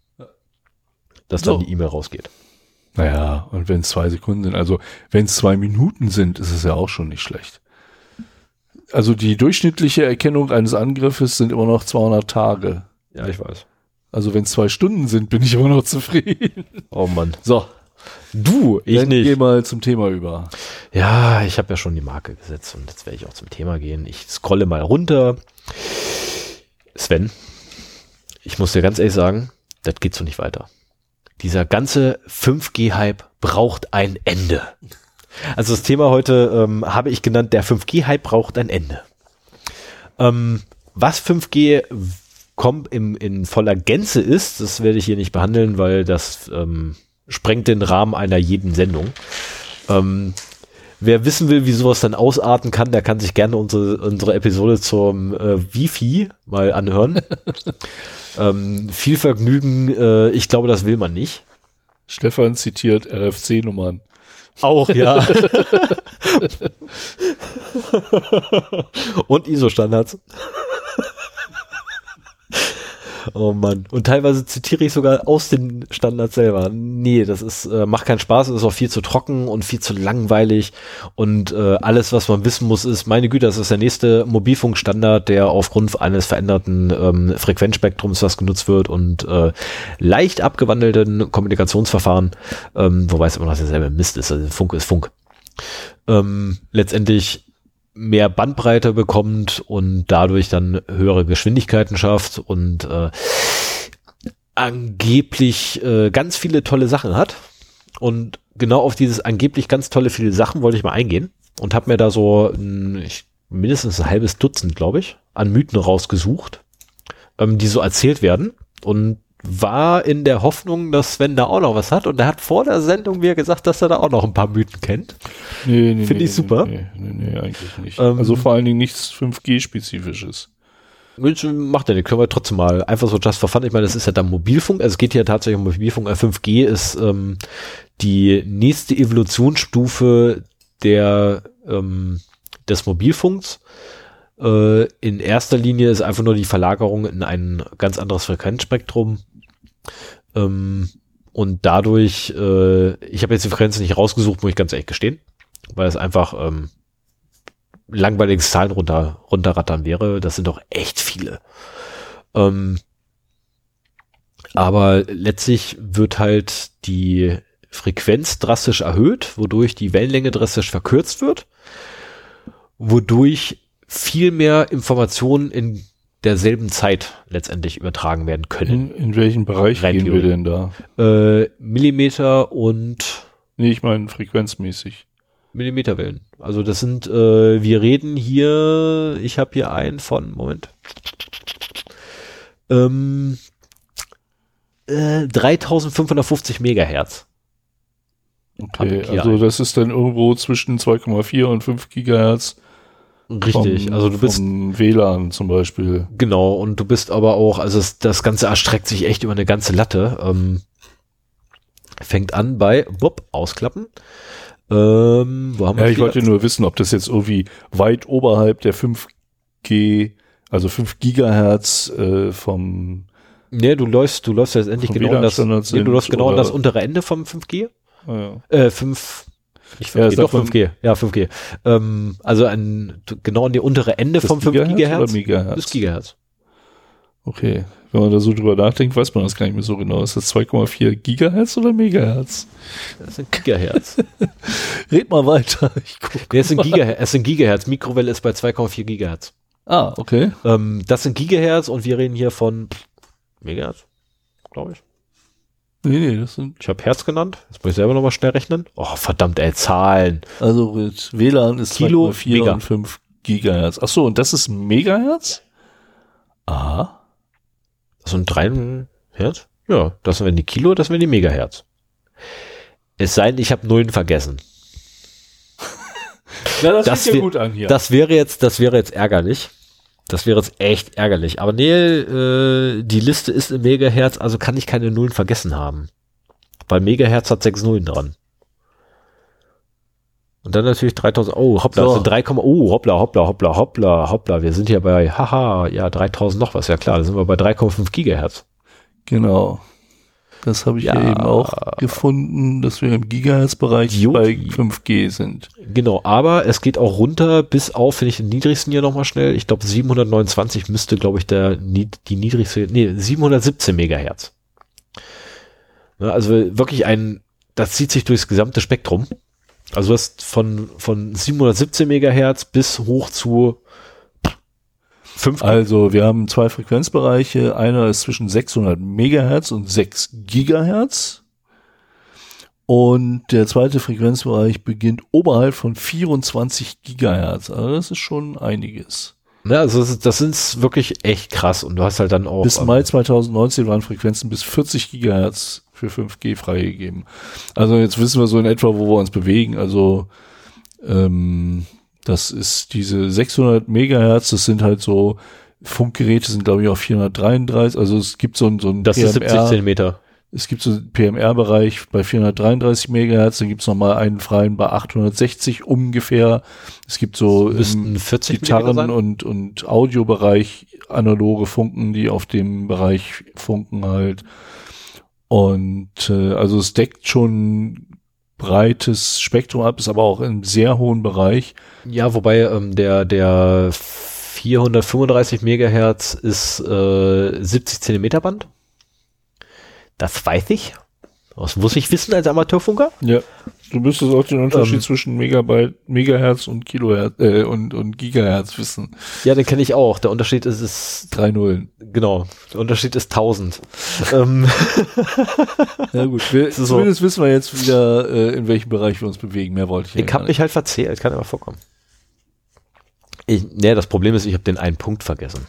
Dass So. dann die E-Mail rausgeht. Naja, und wenn es zwei Sekunden sind, also wenn es zwei Minuten sind, ist es ja auch schon nicht schlecht. Also die durchschnittliche Erkennung eines Angriffes sind immer noch zweihundert Tage. Ja, ich weiß. Also wenn es zwei Stunden sind, bin ich immer noch zufrieden. Oh Mann. So, Du, ich dann nicht. geh mal zum Thema über. Ja, ich habe ja schon die Marke gesetzt und jetzt werde ich auch zum Thema gehen. Ich scrolle mal runter. Sven, ich muss dir ganz ehrlich sagen, das geht so nicht weiter. Dieser ganze fünf G-Hype braucht ein Ende. Also das Thema heute ähm, habe ich genannt, der fünf G-Hype braucht ein Ende. Ähm, was fünf G kommt im, in voller Gänze ist, das werde ich hier nicht behandeln, weil das ähm, sprengt den Rahmen einer jeden Sendung. Ähm, wer wissen will, wie sowas dann ausarten kann, der kann sich gerne unsere, unsere Episode zum äh, Wifi mal anhören. ähm, viel Vergnügen, äh, ich glaube, das will man nicht. Stefan zitiert R F C-Nummern. Auch, ja. Und I S O-Standards. Oh Mann. Und teilweise zitiere ich sogar aus den Standards selber. Nee, das ist, äh, macht keinen Spaß, ist auch viel zu trocken und viel zu langweilig. Und äh, alles, was man wissen muss, ist, meine Güte, das ist der nächste Mobilfunkstandard, der aufgrund eines veränderten ähm, Frequenzspektrums, was genutzt wird und äh, leicht abgewandelten Kommunikationsverfahren, ähm, wobei es immer noch derselbe Mist ist. Also Funk ist Funk. Ähm, letztendlich mehr Bandbreite bekommt und dadurch dann höhere Geschwindigkeiten schafft und äh, angeblich äh, ganz viele tolle Sachen hat. Und genau auf dieses angeblich ganz tolle viele Sachen wollte ich mal eingehen und habe mir da so ein, ich, mindestens ein halbes Dutzend, glaube ich, an Mythen rausgesucht, ähm, die so erzählt werden und war in der Hoffnung, dass Sven da auch noch was hat und er hat vor der Sendung mir gesagt, dass er da auch noch ein paar Mythen kennt. Nee, nee, Finde nee, ich super. Nee, nee, nee, eigentlich nicht. Ähm, also vor allen Dingen nichts fünf G-Spezifisches. Macht ja nicht, können wir trotzdem mal einfach so just for fun. Ich meine, das ist ja dann Mobilfunk, also es geht hier tatsächlich um Mobilfunk. fünf G ist ähm, die nächste Evolutionsstufe der ähm, des Mobilfunks. Äh, in erster Linie ist einfach nur die Verlagerung in ein ganz anderes Frequenzspektrum. Ähm, und dadurch, äh, ich habe jetzt die Frequenzen nicht rausgesucht, muss ich ganz ehrlich gestehen, weil es einfach ähm, langweiliges Zahlen runter, runterrattern wäre. Das sind doch echt viele. Ähm, aber letztlich wird halt die Frequenz drastisch erhöht, wodurch die Wellenlänge drastisch verkürzt wird, wodurch viel mehr Informationen in derselben Zeit letztendlich übertragen werden können. In, in welchen Bereich Rein gehen wir denn da? Äh, Millimeter und Nee, ich meine frequenzmäßig. Millimeterwellen. Also das sind, äh, wir reden hier, ich habe hier einen von, Moment, ähm, äh, dreitausendfünfhundertfünfzig Megahertz. Okay, Hier also ein. das ist dann irgendwo zwischen zwei Komma vier und fünf Gigahertz. Richtig, vom, also du bist, vom W L A N zum Beispiel. genau, und du bist aber auch, also es, das Ganze erstreckt sich echt über eine ganze Latte. Ähm, fängt an bei, bupp, ausklappen. Ähm, wo haben wir Ja, ich wieder? wollte nur wissen, ob das jetzt irgendwie weit oberhalb der fünf G, also fünf Gigahertz äh, vom Nee, du läufst, du läufst letztendlich vom genau in das, W L A N-Standard nee, du läufst sind, genau in oder- das untere Ende vom fünf G. ah, ja. Äh, fünf, nicht Ja, fünf G, sagt doch man- fünf G. Ja, fünf G. Ähm, also ein, genau an die untere Ende Das vom fünf Gigahertz Gigahertz. oder Megahertz? Das Gigahertz. Okay, wenn man da so drüber nachdenkt, weiß man das gar nicht mehr so genau. Ist das zwei Komma vier Gigahertz oder Megahertz? Das sind Gigahertz. Red mal weiter. Ich guck. Nee, es sind Gigahertz. Es sind Gigahertz. Mikrowelle ist bei zwei Komma vier Gigahertz. Ah, okay. Ähm, das sind Gigahertz und wir reden hier von Megahertz, glaube ich. Nee, nee, das sind, Ich habe Hertz genannt. Jetzt muss ich selber nochmal schnell rechnen. Oh, verdammt, ey, Zahlen. also mit W L A N ist zwei Kilo, Komma vier Mega. und fünf Gigahertz. Ach so, und das ist Megahertz? Aha. Das sind drei Hertz? Ja, das wären die Kilo, das wären die Megahertz. Es sei denn, ich habe Nullen vergessen. Ja, das, Das fängt ja wär- gut an hier. Das wäre jetzt, das wäre jetzt ärgerlich. Das wäre jetzt echt ärgerlich. Aber nee, äh, die Liste ist im Megahertz, also kann ich keine Nullen vergessen haben. Weil Megahertz hat sechs Nullen dran. Und dann natürlich dreitausend, oh, hoppla, So. das sind drei, oh, hoppla, hoppla, hoppla, hoppla, hoppla. Wir sind hier bei, haha, ja, dreitausend noch was, ja klar, da sind wir bei drei Komma fünf Gigahertz. Genau. Das habe ich Ja. hier eben auch gefunden, dass wir im Gigahertz-Bereich Jo. bei fünf G sind. Genau, aber es geht auch runter bis auf, finde ich den niedrigsten hier nochmal schnell, ich glaube siebenhundertneunundzwanzig müsste, glaube ich, der Nied- die niedrigste, nee, siebenhundertsiebzehn Megahertz. Ja, also wirklich ein, das zieht sich durchs gesamte Spektrum. Also du hast von, von siebenhundertsiebzehn Megahertz bis hoch zu fünf. Also wir haben zwei Frequenzbereiche. Einer ist zwischen sechshundert Megahertz und sechs Gigahertz. Und der zweite Frequenzbereich beginnt oberhalb von vierundzwanzig Gigahertz. Also das ist schon einiges. Ja, also das, ist- das sind wirklich echt krass und du hast halt dann auch Bis ähm, Mai zweitausendneunzehn waren Frequenzen bis vierzig Gigahertz für fünf G freigegeben. Also jetzt wissen wir so in etwa, wo wir uns bewegen. Also ähm, das ist diese sechshundert Megahertz, das sind halt so Funkgeräte, sind glaube ich auch vierhundertdreiunddreißig. Also es gibt so ein, so ein das ist siebzig Zentimeter. Es gibt so einen P M R-Bereich bei vierhundertdreiunddreißig Megahertz, dann gibt es nochmal einen freien bei achthundertsechzig ungefähr. Es gibt so Müssten im vierzig Millimeter Gitarren- sein? und, und Audiobereich analoge Funken, die auf dem Bereich funken halt. Und äh, also es deckt schon breites Spektrum ab, ist aber auch im sehr hohen Bereich. Ja, wobei ähm, der, der vierhundertfünfunddreißig Megahertz ist äh, siebzig Zentimeter Band. Das weiß ich. Das muss ich wissen als Amateurfunker. Ja. Du müsstest auch den Unterschied Ähm. zwischen Megabyte, Megahertz und Kilohertz äh, und, und Gigahertz wissen. Ja, den kenne ich auch. Der Unterschied ist, ist Drei Nullen. genau, der Unterschied ist tausend. ähm, Ja gut, wir, ist so. zumindest wissen wir jetzt wieder, äh, in welchem Bereich wir uns bewegen. Mehr wollte ich ich habe mich halt verzählt, kann immer vorkommen. Ich, nee, das Problem ist, ich habe den einen Punkt vergessen.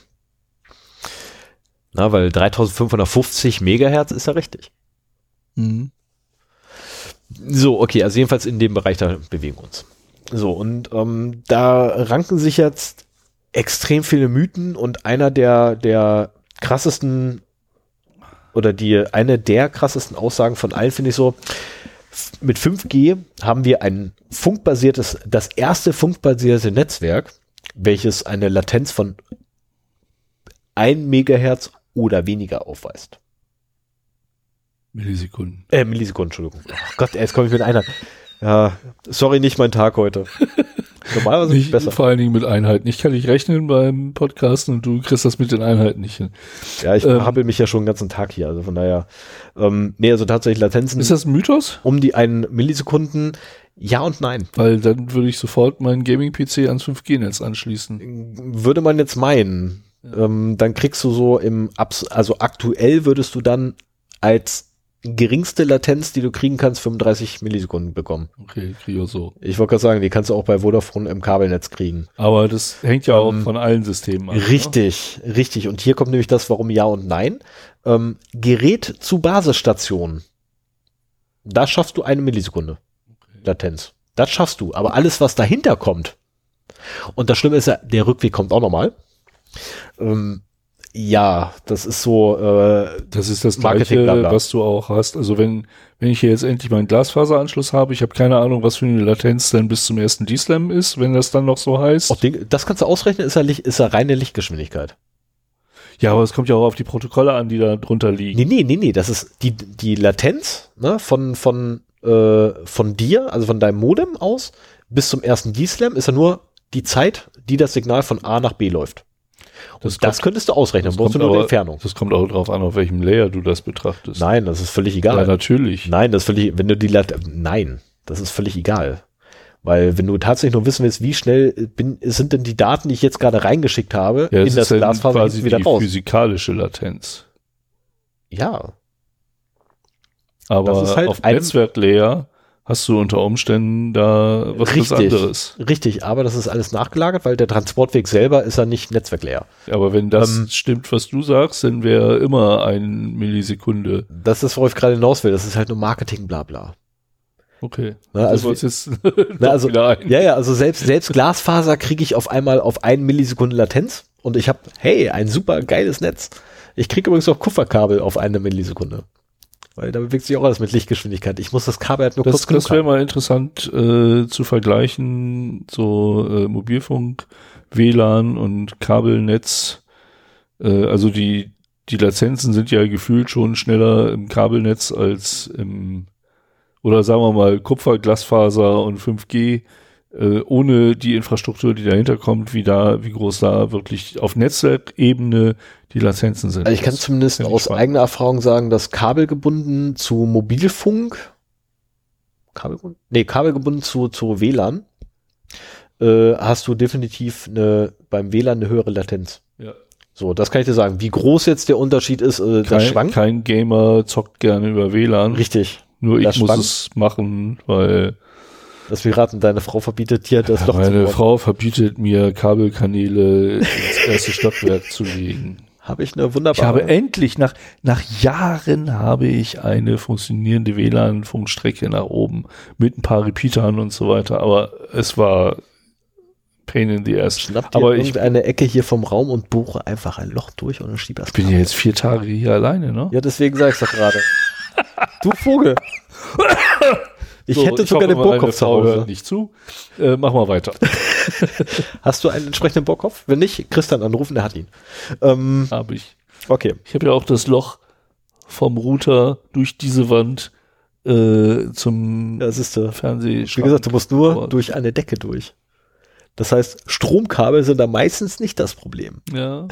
Na, weil dreitausendfünfhundertfünfzig Megahertz ist ja richtig. Mhm. So, okay, also jedenfalls in dem Bereich, da bewegen wir uns. So, und ähm, da ranken sich jetzt extrem viele Mythen und einer der, der krassesten oder die, eine der krassesten Aussagen von allen finde ich so, f- mit fünf G haben wir ein funkbasiertes, das erste funkbasierte Netzwerk, welches eine Latenz von ein Megahertz oder weniger aufweist. Millisekunden. Äh, Millisekunden, Entschuldigung. Oh Gott, ey, jetzt komme ich mit einer. Ja, sorry, nicht mein Tag heute. Normalerweise nicht, besser. vor allen Dingen mit Einheiten. Ich kann nicht rechnen beim Podcasten und du kriegst das mit den Einheiten nicht hin. Ja, ich Ähm, habbel mich ja schon den ganzen Tag hier, also von daher, ähm, nee, also tatsächlich Latenzen Ist das ein Mythos? um die einen Millisekunden, ja und nein. Weil dann würde ich sofort meinen Gaming-P C ans fünf G Netz anschließen. Würde man jetzt meinen, ähm, dann kriegst du so im, Abs also aktuell würdest du dann als geringste Latenz, die du kriegen kannst, fünfunddreißig Millisekunden bekommen. Okay, kriege ich so. Ich wollte gerade sagen, die kannst du auch bei Vodafone im Kabelnetz kriegen. Aber das hängt ja auch Ähm, von allen Systemen ab. Richtig, ne? Richtig. Und hier kommt nämlich das, warum ja und nein. Ähm, Gerät zu Basisstation. Da schaffst du eine Millisekunde Okay. Latenz. Das schaffst du. Aber alles, was dahinter kommt, und das Schlimme ist ja, der Rückweg kommt auch nochmal. Ähm, ja, das ist so äh, Das ist das Marketing, Gleiche, blabla. was du auch hast. Also wenn, wenn ich hier jetzt endlich meinen Glasfaseranschluss habe, ich habe keine Ahnung, was für eine Latenz denn bis zum ersten D-Slam ist, wenn das dann noch so heißt. Auch den, das kannst du ausrechnen, ist ja, Licht, ist ja reine Lichtgeschwindigkeit. Ja, aber es kommt ja auch auf die Protokolle an, die da drunter liegen. Nee, nee, nee, nee, das ist die, die Latenz, ne, von, von, äh, von dir, also von deinem Modem aus, bis zum ersten D-Slam ist ja nur die Zeit, die das Signal von A nach B läuft. Und Das das, kommt- könntest du ausrechnen, das brauchst du kommt nur die aber- Entfernung. Das kommt auch drauf an, auf welchem Layer du das betrachtest. Nein, das ist völlig Ja, egal. natürlich. Nein, das ist völlig, wenn du die Lat nein, das ist völlig egal. Weil wenn du tatsächlich nur wissen willst, wie schnell bin, sind denn die Daten, die ich jetzt gerade reingeschickt habe, Ja, in das das ist ja Glasfaser quasi hinten wieder die raus. physikalische Latenz. Ja, Aber Das ist halt auf ein- Netzwerklayer hast du unter Umständen da was ganz richtig, anderes. richtig, aber das ist alles nachgelagert, weil der Transportweg selber ist ja nicht Netzwerkleer. Aber wenn das Ähm, stimmt, was du sagst, dann wäre immer eine Millisekunde. Das ist, worauf ich gerade hinaus will. Das ist halt nur Marketing, bla bla. Okay. Na, also du wolltest jetzt Na, doch also, wieder ein. ja, ja, also selbst, selbst Glasfaser kriege ich auf einmal auf eine Millisekunde Latenz und ich habe, hey, ein super geiles Netz. Ich kriege übrigens auch Kupferkabel auf eine Millisekunde. Weil da bewegt sich auch alles mit Lichtgeschwindigkeit. Ich muss das Kabel halt nur Das, kurz genug das wäre haben. mal interessant äh, zu vergleichen, so äh, Mobilfunk, W L A N und Kabelnetz. Äh, also die, die Latenzen sind ja gefühlt schon schneller im Kabelnetz als im, oder sagen wir mal Kupfer, Glasfaser und fünf G, äh, ohne die Infrastruktur, die dahinter kommt, wie da, wie groß da wirklich auf Netzwerkebene die Latenzen sind. Also ich kann Das zumindest finde ich aus spannend. eigener Erfahrung sagen, dass kabelgebunden zu Mobilfunk, kabelgebunden? Nee, kabelgebunden zu, zu W L A N, äh, hast du definitiv eine, beim W L A N eine höhere Latenz. Ja. So, das kann ich dir sagen. Wie groß jetzt der Unterschied ist, äh, das Kein, schwankt. kein Gamer zockt gerne über W L A N. Richtig. Nur ich das muss schwankt. es machen, weil Das wir raten, deine Frau verbietet dir das ja, Loch zu meine bohren. Frau verbietet mir, Kabelkanäle ins erste Stockwerk zu legen. Habe ich eine Ich wunderbare. habe endlich, nach, nach Jahren habe ich eine funktionierende W L A N-Funkstrecke nach oben mit ein paar Repeatern und so weiter, aber es war Pain in the ass. Schnapp dir Aber ich irgendeine Ecke hier vom Raum und bohre einfach ein Loch durch und dann schieb das. bin ja jetzt vier Tage hier alleine, ne? Ja, deswegen sag ich's doch gerade. Du Vogel. Ich So, hätte sogar hoffe, den meine Bohrkopf zu Frau hört Hause. nicht zu. Äh, mach mal weiter. Hast du einen entsprechenden Bohrkopf? Wenn nicht, Christian anrufen, der hat ihn. Ähm, Habe ich. okay. Ich habe ja auch das Loch vom Router durch diese Wand äh, zum Das ist äh, Fernsehschrank. wie gesagt, du musst nur Boah. durch eine Decke durch. Das heißt, Stromkabel sind da meistens nicht das Problem. Ja.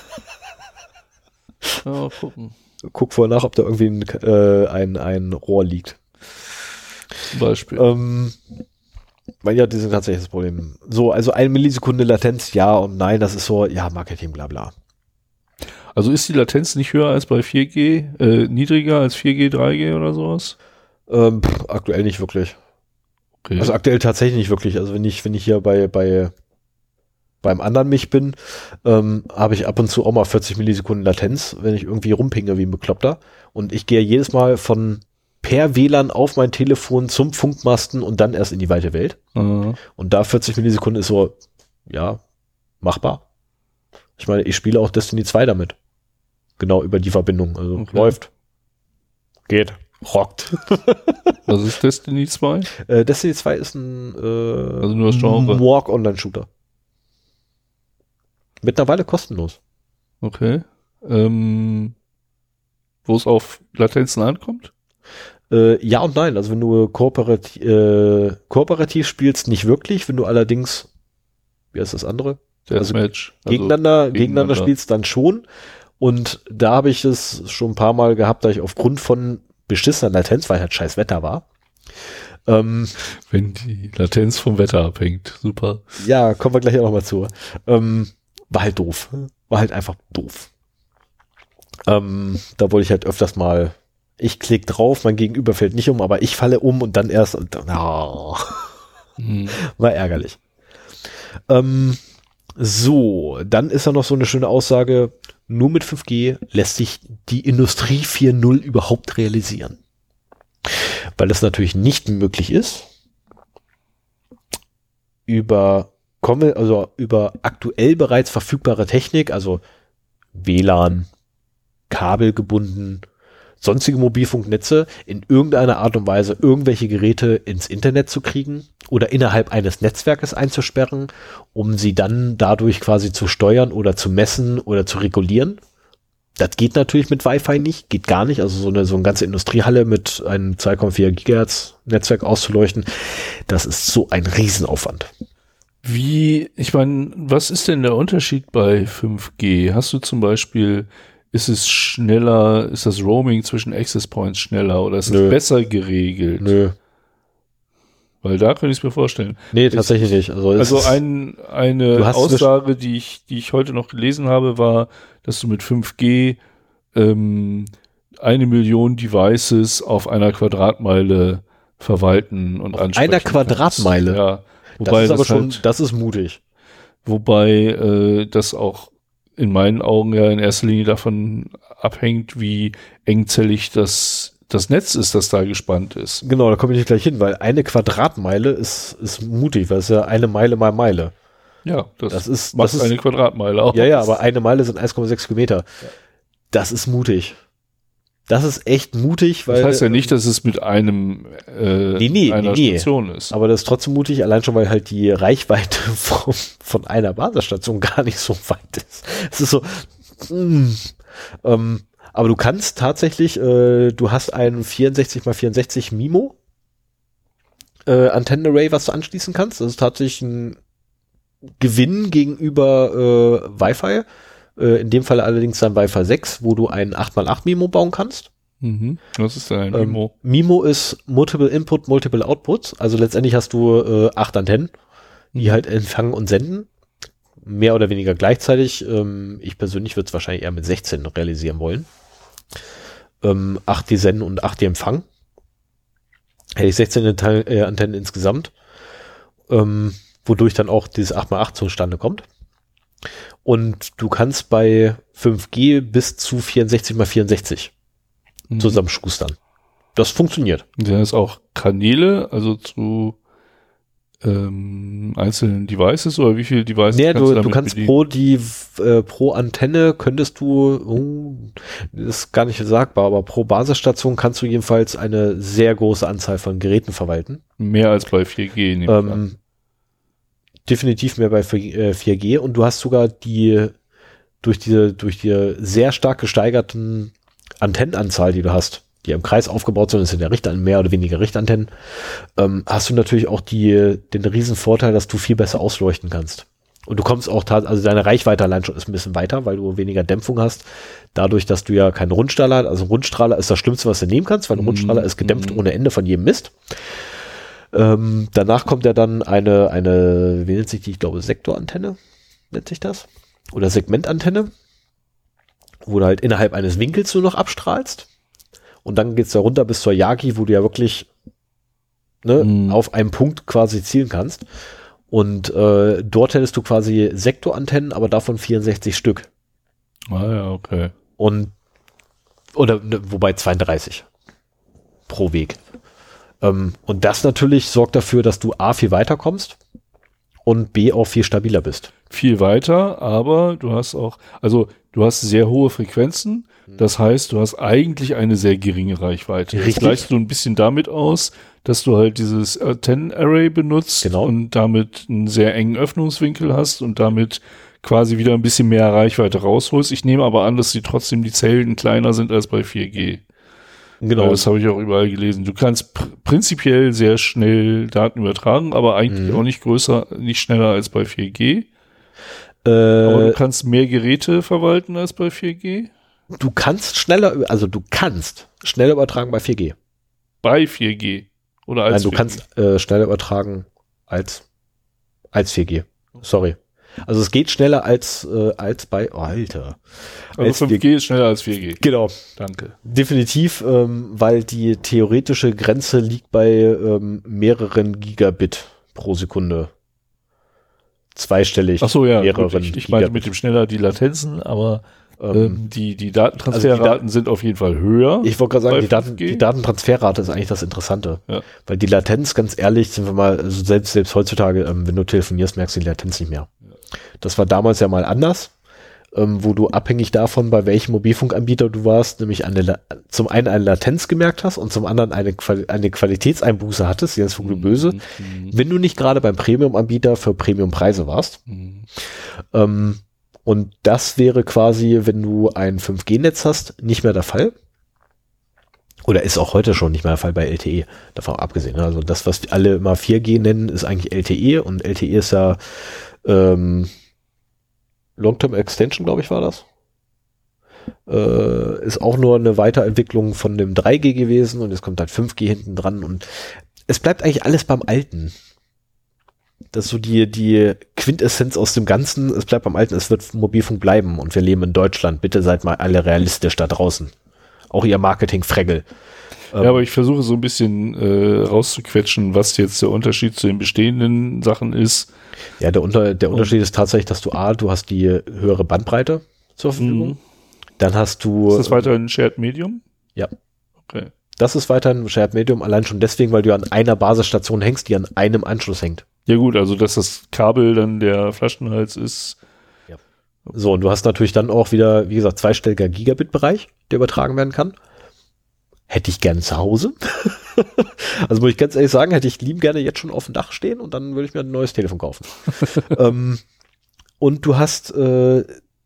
Ja, mal gucken. Guck vorher nach, ob da irgendwie ein, äh, ein, ein Rohr liegt. Zum Beispiel. Ähm, weil ja, die sind tatsächlich das Problem. So, also eine Millisekunde Latenz, ja und nein, das ist so, ja, Marketing, bla bla. Also ist die Latenz nicht höher als bei vier G, äh, niedriger als vier G, drei G oder sowas? Ähm, pff, aktuell nicht wirklich. Okay. Also aktuell tatsächlich nicht wirklich. Also wenn ich, wenn ich hier bei, bei beim anderen mich bin, ähm, habe ich ab und zu auch mal vierzig Millisekunden Latenz, wenn ich irgendwie rumpinge wie ein Bekloppter. Und ich gehe jedes Mal von per W L A N auf mein Telefon zum Funkmasten und dann erst in die weite Welt. äh, Und da vierzig Millisekunden ist so, ja, machbar. Ich meine, ich spiele auch Destiny zwei damit. Genau über die Verbindung. Also Okay. läuft. Geht. Rockt. was ist Destiny zwei? äh, Destiny zwei ist ein äh, Also nur das Genre. Morg Online-Shooter. Mittlerweile kostenlos. Okay. Ähm, wo es auf Latenzen ankommt? Äh, ja und nein. Also wenn du kooperat äh, kooperativ spielst, nicht wirklich. Wenn du allerdings, wie heißt das andere? Also Deathmatch. gegeneinander, also gegeneinander, gegeneinander spielst, dann schon. Und da habe ich es schon ein paar Mal gehabt, da ich aufgrund von beschissener Latenz, weil halt scheiß Wetter war. Ähm, Wenn die Latenz vom Wetter abhängt. Super. Ja, kommen wir gleich auch nochmal zu. Ähm, war halt doof. War halt einfach doof. Ähm, da wollte ich halt öfters mal, ich klick drauf, mein Gegenüber fällt nicht um, aber ich falle um und dann erst, und dann, oh. mhm. War ärgerlich. Ähm, so, dann ist da noch so eine schöne Aussage, nur mit fünf G lässt sich die Industrie vier Punkt null überhaupt realisieren. Weil das natürlich nicht möglich ist, über, also über aktuell bereits verfügbare Technik, also W L A N, kabelgebunden, sonstige Mobilfunknetze in irgendeiner Art und Weise irgendwelche Geräte ins Internet zu kriegen oder innerhalb eines Netzwerkes einzusperren, um sie dann dadurch quasi zu steuern oder zu messen oder zu regulieren. Das geht natürlich mit Wi-Fi nicht, geht gar nicht. Also so eine, so eine ganze Industriehalle mit einem zwei Komma vier Gigahertz Netzwerk auszuleuchten, das ist so ein Riesenaufwand. Wie, ich meine, was ist denn der Unterschied bei fünf G? Hast du zum Beispiel, ist es schneller, ist das Roaming zwischen Access Points schneller oder ist Nö. es besser geregelt? Nö. Weil da könnte ich es mir vorstellen. Nee, tatsächlich nicht. Also, es also ist, ein, eine Aussage, die ich, die ich heute noch gelesen habe, war, dass du mit fünf G ähm, eine Million Devices auf einer Quadratmeile verwalten und ansprechen einer Quadratmeile? Ja. Wobei das ist aber das schon, halt, das ist mutig. Wobei äh, das auch in meinen Augen ja in erster Linie davon abhängt, wie engzellig das das Netz ist, das da gespannt ist. Genau, da komme ich nicht gleich hin, weil eine Quadratmeile ist, ist mutig, weil es ja eine Meile mal Meile. Ja, das, das ist macht das ist, eine Quadratmeile auch. Ja, ja, aber eine Meile sind eins Komma sechs Kilometer. Ja. Das ist mutig. Das ist echt mutig, weil. Das heißt ja nicht, dass es mit einem äh, nee, nee, einer nee, Station ist. Aber das ist trotzdem mutig, allein schon, weil halt die Reichweite von, von einer Basisstation gar nicht so weit ist. Es ist so, mm, ähm, aber du kannst tatsächlich, äh, du hast ein vierundsechzig mal vierundsechzig MIMO äh, Antennenarray, was du anschließen kannst. Das ist tatsächlich ein Gewinn gegenüber äh, Wi-Fi. Äh, in dem Fall allerdings dann Wi-Fi sechs, wo du ein acht mal acht MIMO bauen kannst. Mhm. Was ist denn ein ähm, MIMO? MIMO ist Multiple Input, Multiple Outputs. Also letztendlich hast du äh, acht Antennen, die mhm. halt empfangen und senden. Mehr oder weniger gleichzeitig. Ähm, ich persönlich würde es wahrscheinlich eher mit sechzehn realisieren wollen. Ähm, acht die senden und acht die empfangen. Hätte ich sechzehn äh, Antennen insgesamt. Ähm, wodurch dann auch dieses acht mal acht zustande kommt. Und du kannst bei fünf G bis zu vierundsechzig mal vierundsechzig mhm. zusammenschustern. Das funktioniert. Da ist auch Kanäle, also zu ähm, einzelnen Devices oder wie viele Devices nee, kannst du, du damit du kannst bedienen? pro die äh, pro Antenne könntest du, oh, das ist gar nicht sagbar, aber pro Basisstation kannst du jedenfalls eine sehr große Anzahl von Geräten verwalten. Mehr als bei vier G. Nehme ich an. Definitiv mehr bei vier G und du hast sogar die durch diese durch die sehr stark gesteigerten Antennenanzahl, die du hast, die im Kreis aufgebaut sind, das sind ja Richtantennen, mehr oder weniger Richtantennen, ähm, hast du natürlich auch die den riesen Vorteil, dass du viel besser ausleuchten kannst. Und du kommst auch, also deine Reichweite allein schon ist ein bisschen weiter, weil du weniger Dämpfung hast. Dadurch, dass du ja keinen Rundstrahler hast, also ein Rundstrahler ist das Schlimmste, was du nehmen kannst, weil ein Rundstrahler ist gedämpft ohne Ende von jedem Mist. Ähm, danach kommt ja dann eine, eine, wie nennt sich die, ich glaube, Sektorantenne, nennt sich das? Oder Segmentantenne, wo du halt innerhalb eines Winkels nur noch abstrahlst. Und dann geht's da runter bis zur Yagi, wo du ja wirklich ne, mhm. auf einen Punkt quasi zielen kannst. Und äh, dort hättest du quasi Sektorantennen, aber davon vierundsechzig Stück. Ah ja, okay. Und, oder, ne, wobei zweiunddreißig pro Weg. Um, und das natürlich sorgt dafür, dass du A, viel weiter kommst und B, auch viel stabiler bist. Viel weiter, aber du hast auch, also du hast sehr hohe Frequenzen, das heißt, du hast eigentlich eine sehr geringe Reichweite. Richtig. Das gleichst du ein bisschen damit aus, dass du halt dieses Antennenarray benutzt genau. und damit einen sehr engen Öffnungswinkel hast und damit quasi wieder ein bisschen mehr Reichweite rausholst. Ich nehme aber an, dass die trotzdem die Zellen kleiner sind als bei vier G. Genau. Weil das habe ich auch überall gelesen. Du kannst pr- prinzipiell sehr schnell Daten übertragen, aber eigentlich Mhm. auch nicht größer, nicht schneller als bei vier G. Äh, Aber du kannst mehr Geräte verwalten als bei vier G. du kannst schneller, also du kannst schneller übertragen bei vier G. Bei vier G. Oder als Nein, du vier G. kannst äh, schneller übertragen als, als vier G. Sorry. Also es geht schneller als, äh, als bei, oh, Alter. Also als fünf G ist schneller als vier G. Genau. Danke. Definitiv, ähm, weil die theoretische Grenze liegt bei ähm, mehreren Gigabit pro Sekunde. Zweistellig. Ach so, ja. mehreren Gut, ich, ich meine Gigabit. mit dem schneller die Latenzen, aber Ähm, ähm, die, die Datentransferraten also die Da- sind auf jeden Fall höher. Ich wollte gerade sagen, bei die, Daten, fünf G? die Datentransferrate ist eigentlich das Interessante. Ja. Weil die Latenz, ganz ehrlich, sind wir mal, also selbst, selbst heutzutage, ähm, wenn du telefonierst, merkst du die Latenz nicht mehr. Ja. Das war damals ja mal anders, ähm, wo du abhängig davon, bei welchem Mobilfunkanbieter du warst, nämlich eine, La- zum einen eine Latenz gemerkt hast und zum anderen eine, Quali- eine Qualitätseinbuße hattest, jetzt Vogel böse, Mhm. wenn du nicht gerade beim Premium-Anbieter für Premium-Preise warst. Mhm. Ähm, und das wäre quasi, wenn du ein fünf G Netz hast, nicht mehr der Fall. Oder ist auch heute schon nicht mehr der Fall bei L T E, davon abgesehen. ne? Also das, was alle immer vier G nennen, ist eigentlich L T E und L T E ist ja ähm, Long-Term Extension, glaube ich, war das. Äh, ist auch nur eine Weiterentwicklung von dem drei G gewesen und jetzt kommt halt fünf G hinten dran und es bleibt eigentlich alles beim Alten. Das ist so die, die Quintessenz aus dem Ganzen. Es bleibt beim Alten, es wird Mobilfunk bleiben und wir leben in Deutschland. Bitte seid mal alle realistisch da draußen. Auch ihr Marketing-Fregel. Ähm, Ja, aber ich versuche so ein bisschen äh, rauszuquetschen, was jetzt der Unterschied zu den bestehenden Sachen ist. ja, der, Unter, der Unterschied ist tatsächlich, dass du A, du hast die höhere Bandbreite zur Verfügung. Mhm. Dann hast du. Ist das weiterhin ein Shared Medium? Ja. Okay. Das ist weiterhin ein Shared Medium, allein schon deswegen, weil du an einer Basisstation hängst, die an einem Anschluss hängt. Ja gut, also dass das Kabel dann der Flaschenhals ist. So, und du hast natürlich dann auch wieder, wie gesagt, zweistelliger Gigabit-Bereich, der übertragen werden kann. Hätte ich gerne zu Hause. Also muss ich ganz ehrlich sagen, hätte ich lieb gerne jetzt schon auf dem Dach stehen und dann würde ich mir ein neues Telefon kaufen. ähm, und du hast äh,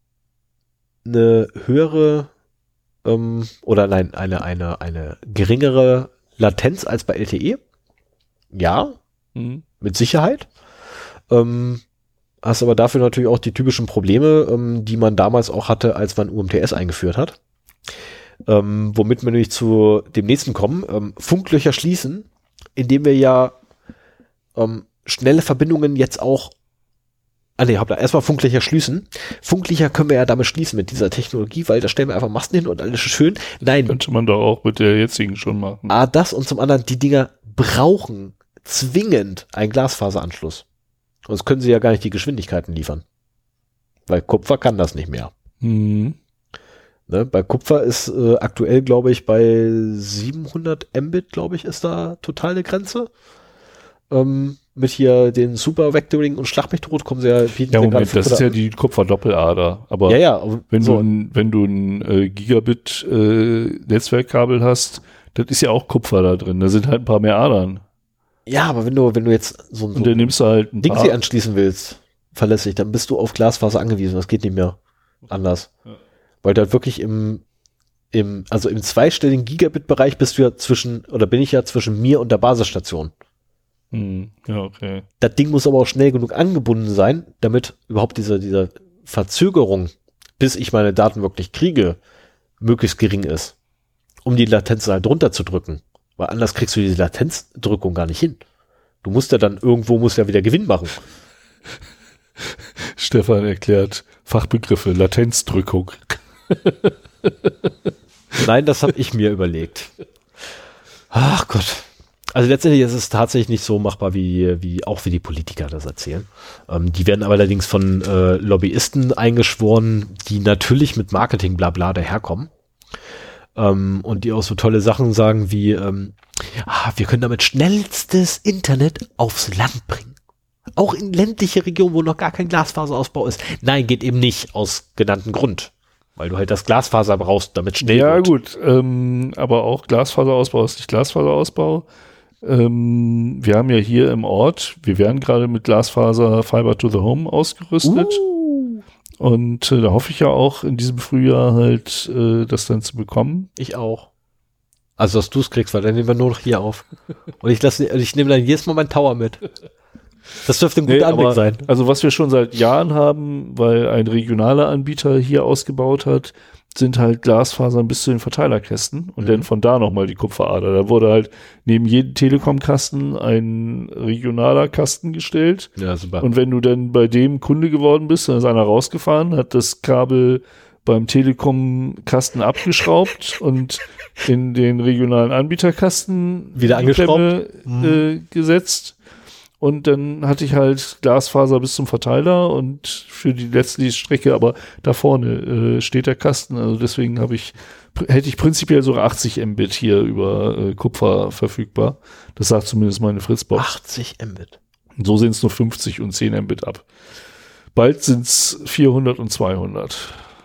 eine höhere ähm, oder nein, eine, eine, eine geringere Latenz als bei L T E. Ja, Mhm. mit Sicherheit. Ähm, hast aber dafür natürlich auch die typischen Probleme, ähm, die man damals auch hatte, als man U M T S eingeführt hat. Ähm, womit wir nämlich zu dem nächsten kommen. Ähm, Funklöcher schließen, indem wir ja ähm, schnelle Verbindungen jetzt auch Ah nee, hoppla, erstmal Funklöcher schließen. Funklöcher können wir ja damit schließen mit dieser Technologie, weil da stellen wir einfach Masten hin und alles schön. Nein, Könnte man doch auch mit der jetzigen schon machen. A, das und zum anderen, die Dinger brauchen zwingend einen Glasfaseranschluss. Sonst können sie ja gar nicht die Geschwindigkeiten liefern. Weil Kupfer kann das nicht mehr. Mhm. Ne? Bei Kupfer ist äh, aktuell, glaube ich, bei siebenhundert Mbit, glaube ich, ist da total eine Grenze. Ähm, mit hier den Super Vectoring und Schlag mich tot kommen sie ja. bieten Ja, sie Moment, gerade das ist ja fünfhundert die Kupferdoppellader. Aber Ja, ja. aber wenn, so, du ein, wenn du ein äh, Gigabit äh, Netzwerkkabel hast, das ist ja auch Kupfer da drin. Da sind halt ein paar mehr Adern. ja, aber wenn du, wenn du jetzt so, so Und dann nimmst du halt ein Ding paar. sie anschließen willst, verlässlich, dann bist du auf Glasfaser angewiesen. Das geht nicht mehr anders. Ja. Weil du halt wirklich im, im, also im zweistelligen Gigabit-Bereich bist du ja zwischen, oder bin ich ja zwischen mir und der Basisstation. Hm, ja, okay. Das Ding muss aber auch schnell genug angebunden sein, damit überhaupt diese, diese Verzögerung, bis ich meine Daten wirklich kriege, möglichst gering ist. Um die Latenz halt runterzudrücken. Weil anders kriegst du diese Latenzdrückung gar nicht hin. Du musst ja dann irgendwo, musst ja wieder Gewinn machen. Stefan erklärt Fachbegriffe, Latenzdrückung. Nein, das habe ich mir überlegt. Ach Gott. Also letztendlich ist es tatsächlich nicht so machbar, wie, wie auch wie die Politiker das erzählen. Ähm, die werden aber allerdings von äh, Lobbyisten eingeschworen, die natürlich mit Marketing blabla daherkommen. Ähm, und die auch so tolle Sachen sagen wie, ähm, ah, wir können damit schnellstes Internet aufs Land bringen. Auch in ländliche Regionen, wo noch gar kein Glasfaserausbau ist. Nein, geht eben nicht, aus genannten Grund. Weil du halt das Glasfaser brauchst, damit schnell Ja, wird. gut, ähm, aber auch Glasfaserausbau ist nicht Glasfaserausbau. Ähm, wir haben ja hier im Ort, wir werden gerade mit Glasfaser Fiber to the Home ausgerüstet. Uh, Und äh, da hoffe ich ja auch in diesem Frühjahr halt, äh, das dann zu bekommen. ich auch. Also, dass du es kriegst, weil dann nehmen wir nur noch hier auf. Und ich lasse, ich nehme dann jedes Mal meinen Tower mit. Das dürfte ein guter Nee, Anblick aber, sein. Also was wir schon seit Jahren haben, weil ein regionaler Anbieter hier ausgebaut hat, sind halt Glasfasern bis zu den Verteilerkästen und Mhm. dann von da nochmal die Kupferader. Da wurde halt neben jedem Telekom-Kasten ein regionaler Kasten gestellt. Ja, super. Und wenn du dann bei dem Kunde geworden bist, dann ist einer rausgefahren, hat das Kabel beim Telekom-Kasten abgeschraubt und in den regionalen Anbieterkasten Wieder die angeschraubt? Klemme, äh, gesetzt. Und dann hatte ich halt Glasfaser bis zum Verteiler und für die letzte Strecke, aber da vorne äh, steht der Kasten. Also deswegen habe ich, hätte ich prinzipiell so achtzig Mbit hier über äh, Kupfer verfügbar. Das sagt zumindest meine Fritzbox. achtzig Mbit. Und so sind es nur fünfzig und zehn Mbit ab. Bald sind es vierhundert und zweihundert.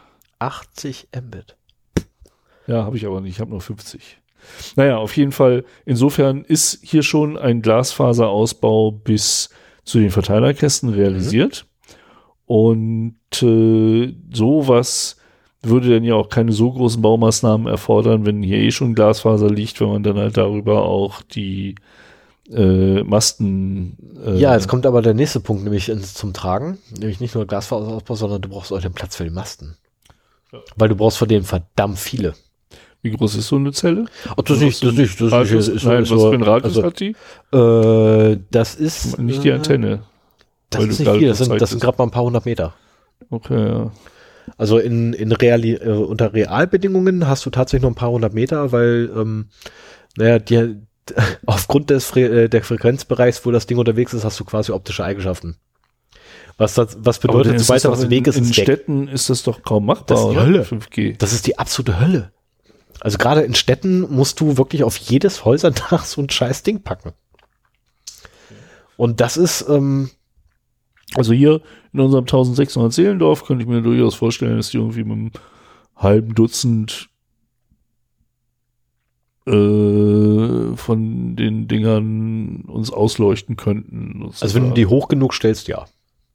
achtzig Mbit. Ja, habe ich aber nicht. Ich habe nur fünfzig. Naja, auf jeden Fall, insofern ist hier schon ein Glasfaserausbau bis zu den Verteilerkästen realisiert. Mhm. Und äh, sowas würde dann ja auch keine so großen Baumaßnahmen erfordern, wenn hier eh schon Glasfaser liegt, wenn man dann halt darüber auch die äh, Masten... Äh, Ja, jetzt kommt aber der nächste Punkt nämlich ins, zum Tragen. Nämlich nicht nur Glasfaserausbau, sondern du brauchst auch den Platz für die Masten. Ja. Weil du brauchst von denen verdammt viele. Wie groß ist so eine Zelle? Oh, das nicht, das nicht, das Radius, nicht. Ist, nein, ist was so, für ein Radius also, hat die? Äh, das ist... Nicht die Antenne. Das ist nicht viel, das sind, das sind gerade mal ein paar hundert Meter. Okay, ja. Also in, in Reali äh, unter Realbedingungen hast du tatsächlich nur ein paar hundert Meter, weil, ähm, naja, die, aufgrund des Fre äh, der Frequenzbereichs, wo das Ding unterwegs ist, hast du quasi optische Eigenschaften. Was das, was bedeutet, so weiter was Weg ist, in ist weg. Städten ist das doch kaum machbar, das ist die oder? Hölle. fünf G. Das ist die absolute Hölle. Also gerade in Städten musst du wirklich auf jedes Häuserdach so ein scheiß Ding packen. Und das ist, ähm, also hier in unserem eintausendsechshundert Seelendorf könnte ich mir durchaus vorstellen, dass die irgendwie mit einem halben Dutzend äh, von den Dingern uns ausleuchten könnten. Sozusagen. Also wenn du die hoch genug stellst, ja.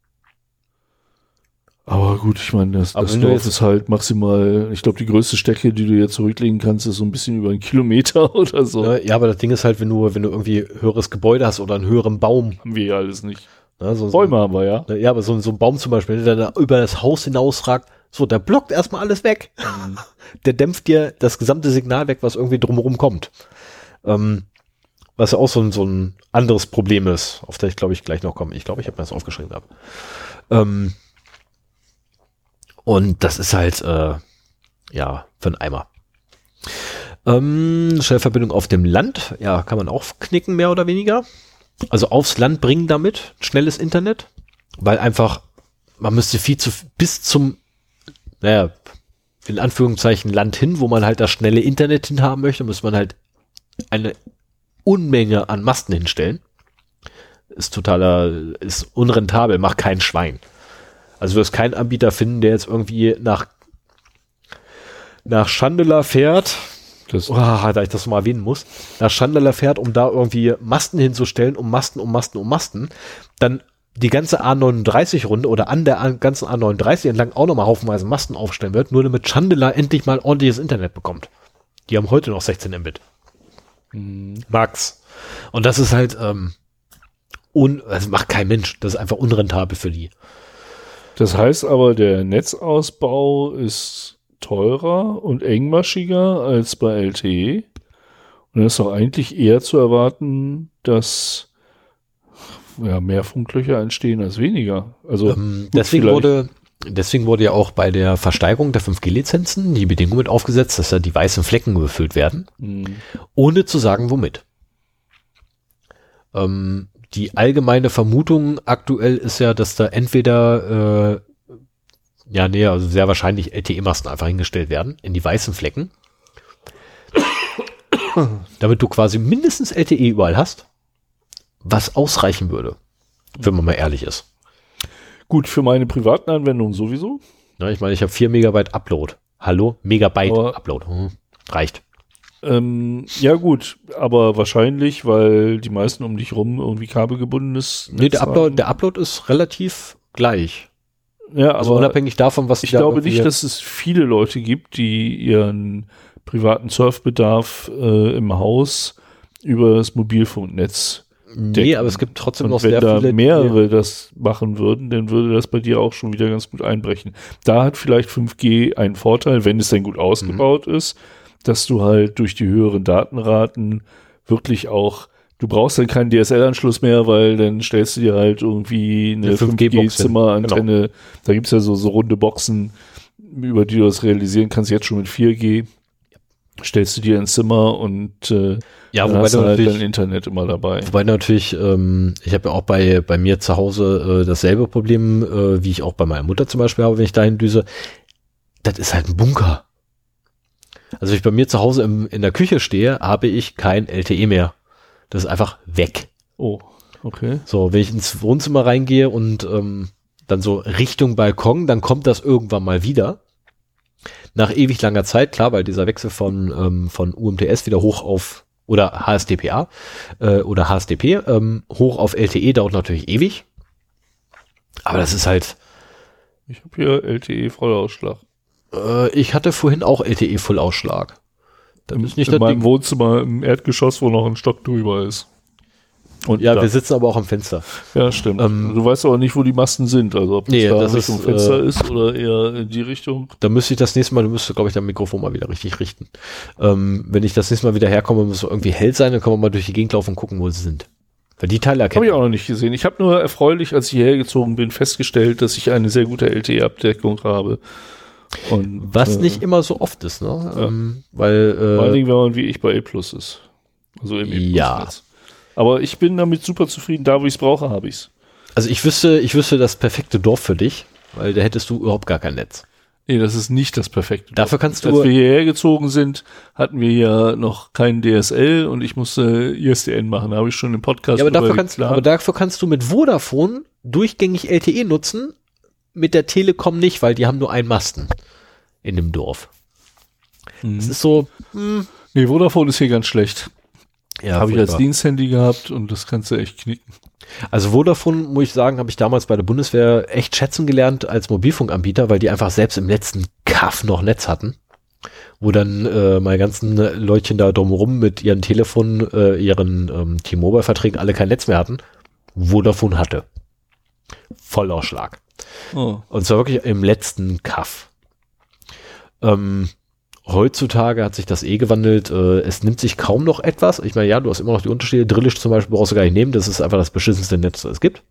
Aber gut, ich meine, das, das Dorf ist halt maximal, ich glaube, die größte Strecke, die du jetzt zurücklegen kannst, ist so ein bisschen über einen Kilometer oder so. Ja, aber das Ding ist halt, wenn du, wenn du irgendwie höheres Gebäude hast oder einen höheren Baum. Haben wir ja alles nicht. Ja, so, Bäume so, haben wir, ja. Ja, aber so, so ein Baum zum Beispiel, der da über das Haus hinausragt, so, der blockt erstmal alles weg. Mhm. Der dämpft dir das gesamte Signal weg, was irgendwie drumherum kommt. Ähm, was ja auch so ein, so ein anderes Problem ist, auf das ich glaube ich gleich noch komme. Ich glaube, ich habe mir das aufgeschrieben gehabt. Ähm, und das ist halt, äh, ja, für einen Eimer. Ähm, Schnellverbindung auf dem Land, ja, kann man auch knicken, mehr oder weniger. Also aufs Land bringen damit schnelles Internet, weil einfach, man müsste viel zu, bis zum, naja, in Anführungszeichen Land hin, wo man halt das schnelle Internet hin haben möchte, muss man halt eine Unmenge an Masten hinstellen. Ist totaler, ist unrentabel, macht kein Schwein. Also du wirst keinen Anbieter finden, der jetzt irgendwie nach nach Schandela fährt, das, oh, da ich das mal erwähnen muss, nach Schandela fährt, um da irgendwie Masten hinzustellen, um Masten, um Masten, um Masten, dann die ganze A neununddreißig-Runde oder an der ganzen A neununddreißig entlang auch nochmal haufenweise Masten aufstellen wird, nur damit Schandela endlich mal ordentliches Internet bekommt. Die haben heute noch sechzehn Mbit. Mhm. Max. Und das ist halt, ähm, un, also macht kein Mensch. Das ist einfach unrentabel für die. Das heißt aber, der Netzausbau ist teurer und engmaschiger als bei L T E. Und es ist doch eigentlich eher zu erwarten, dass ja, mehr Funklöcher entstehen als weniger. Also ähm, deswegen wurde deswegen wurde ja auch bei der Versteigerung der fünf G Lizenzen die Bedingung mit aufgesetzt, dass da die weißen Flecken befüllt werden, mhm. ohne zu sagen, womit. Ähm, die allgemeine Vermutung aktuell ist ja, dass da entweder äh, ja, nee, also sehr wahrscheinlich L T E-Masten einfach hingestellt werden, in die weißen Flecken, damit du quasi mindestens L T E überall hast, was ausreichen würde, wenn man mal ehrlich ist. Gut, für meine privaten Anwendungen sowieso. Ja, ich meine, ich habe vier Megabyte Upload. Hallo? Megabyte aber, Upload. Hm, reicht. Ähm, ja gut, aber wahrscheinlich, weil die meisten um dich rum irgendwie kabelgebunden ist. Nee, der Upload, der Upload ist relativ gleich. Ja, also aber unabhängig davon, was ich glaube nicht, dass es viele Leute gibt, die ihren privaten Surfbedarf äh, im Haus über das Mobilfunknetz Nee, decken. aber es gibt trotzdem Und noch wenn sehr da viele. mehrere das machen würden, dann würde das bei dir auch schon wieder ganz gut einbrechen. Da hat vielleicht fünf G einen Vorteil, wenn es denn gut ausgebaut Mhm. ist, dass du halt durch die höheren Datenraten wirklich auch, du brauchst dann keinen D S L-Anschluss mehr, weil dann stellst du dir halt irgendwie eine, Eine fünf G Box hin. fünf G-Zimmerantenne, Genau. da gibt's ja so, so runde Boxen, über die du das realisieren kannst, jetzt schon mit vier G. Stellst du dir ins Zimmer und äh, Ja, dann wobei hast du du halt natürlich- dein Internet immer dabei. Wobei natürlich, ähm, ich habe ja auch bei, bei mir zu Hause äh, dasselbe Problem, äh, wie ich auch bei meiner Mutter zum Beispiel habe, wenn ich dahin düse. Das ist halt ein Bunker. Also wenn ich bei mir zu Hause im, in der Küche stehe, habe ich kein L T E mehr. Das ist einfach weg. Oh, okay. So, wenn ich ins Wohnzimmer reingehe und ähm, dann so Richtung Balkon, dann kommt das irgendwann mal wieder. Nach ewig langer Zeit, klar, weil dieser Wechsel von, ähm, von U M T S wieder hoch auf, oder H S D P A, äh, oder H S D P, ähm, hoch auf L T E dauert natürlich ewig. Aber das ist halt, Ich habe hier L T E Vollausschlag. äh, ich hatte vorhin auch L T E Vollausschlag. Das ist nicht in das meinem Ding. Wohnzimmer im Erdgeschoss, wo noch ein Stock drüber ist. Und Ja, da, wir sitzen aber auch am Fenster. ja, stimmt. ähm, du weißt aber nicht, wo die Masten sind. Also ob Nee, das da das Richtung ist, Fenster äh, ist oder eher in die Richtung. Da müsste ich das nächste Mal, du müsstest, glaube ich, dein Mikrofon mal wieder richtig richten. Ähm, wenn ich das nächste Mal wieder herkomme, muss es irgendwie hell sein, dann können wir mal durch die Gegend laufen und gucken, wo sie sind. Weil die Teile erkennen. Habe ich auch noch nicht gesehen. Ich habe nur erfreulich, als ich hierher gezogen bin, festgestellt, dass ich eine sehr gute L T E-Abdeckung habe. Und, Was äh, nicht immer so oft ist, ne? Ja. Ähm, weil, Vor allen äh, Dingen, wenn man wie ich bei E Plus ist. Also im E Ja. Plus-Netz. Aber ich bin damit super zufrieden. Da, wo ich es brauche, habe ich es. also ich wüsste, ich wüsste das perfekte Dorf für dich, weil da hättest du überhaupt gar kein Netz. Nee, das ist nicht das perfekte. Dafür kannst Als du, wir hierher gezogen sind, hatten wir ja noch kein D S L und ich musste I S D N machen. Da habe ich schon im Podcast ja, aber dafür drüber kannst, geklagt. aber dafür kannst du mit Vodafone durchgängig L T E nutzen, mit der Telekom nicht, weil die haben nur einen Masten in dem Dorf. Mhm. Das ist so, hm, Nee, Vodafone ist hier ganz schlecht. ja, habe ich als furchtbar. Diensthandy gehabt und das kannst du echt knicken. Also Vodafone, muss ich sagen, habe ich damals bei der Bundeswehr echt schätzen gelernt als Mobilfunkanbieter, weil die einfach selbst im letzten Kaff noch Netz hatten, wo dann äh, meine ganzen Leutchen da drumherum mit ihren Telefonen, äh, ihren ähm, T-Mobile-Verträgen alle kein Netz mehr hatten. Vodafone hatte. Vollausschlag. Oh. Und zwar wirklich im letzten Kaff. Ähm, heutzutage hat sich das eh gewandelt. Äh, es nimmt sich kaum noch etwas. Ich meine, ja, du hast immer noch die Unterschiede. Drillisch zum Beispiel brauchst du gar nicht nehmen. Das ist einfach das beschissenste Netz, das es gibt.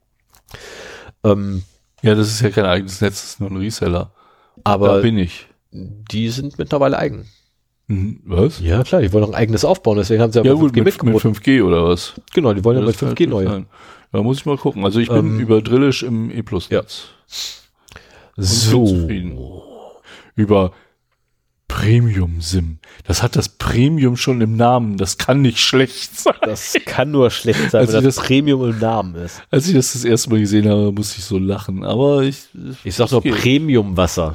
Ähm, Ja, das ist ja kein eigenes Netz, das ist nur ein Reseller. Da aber bin ich. die sind mittlerweile eigen. Mhm. Was? Ja, klar, die wollen noch ein eigenes aufbauen. Deswegen haben sie Ja aber gut, mit, mit mitgeboten. fünf G oder was? Genau, die wollen ja Ja, mit das kann fünf G natürlich neue. sein. Da muss ich mal gucken. Also ich bin Ähm, über Drillisch im E Plus Netz. So. bin zufrieden. Über Premium SIM. Das hat das Premium schon im Namen. Das kann nicht schlecht sein. Das kann nur schlecht sein, Also wenn das, das- Premium im Namen ist. Als ich das das erste Mal gesehen habe, musste ich so lachen. Aber ich... Ich sag nur geht. Premium-Wasser.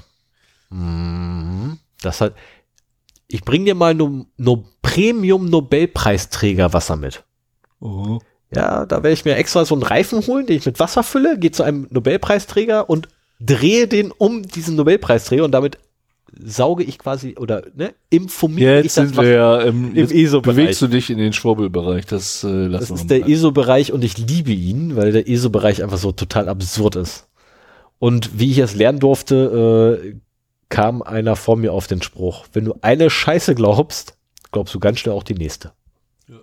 Mhm. Das hat. Ich bring dir mal no, no Premium-Nobelpreisträger Wasser mit. Oh. Ja, da werde ich mir extra so einen Reifen holen, den ich mit Wasser fülle, gehe zu einem Nobelpreisträger und drehe den um diesen Nobelpreisträger und damit sauge ich quasi oder ne, informiere ich Jetzt das sind wir ja im, im jetzt E S O-Bereich. bewegst du dich in den Schwurbelbereich. Das äh, lassen Das wir ist mal. der E S O-Bereich und ich liebe ihn, weil der E S O-Bereich einfach so total absurd ist. Und wie ich es lernen durfte, äh, kam einer vor mir auf den Spruch: Wenn du eine Scheiße glaubst, glaubst du ganz schnell auch die nächste. Ja.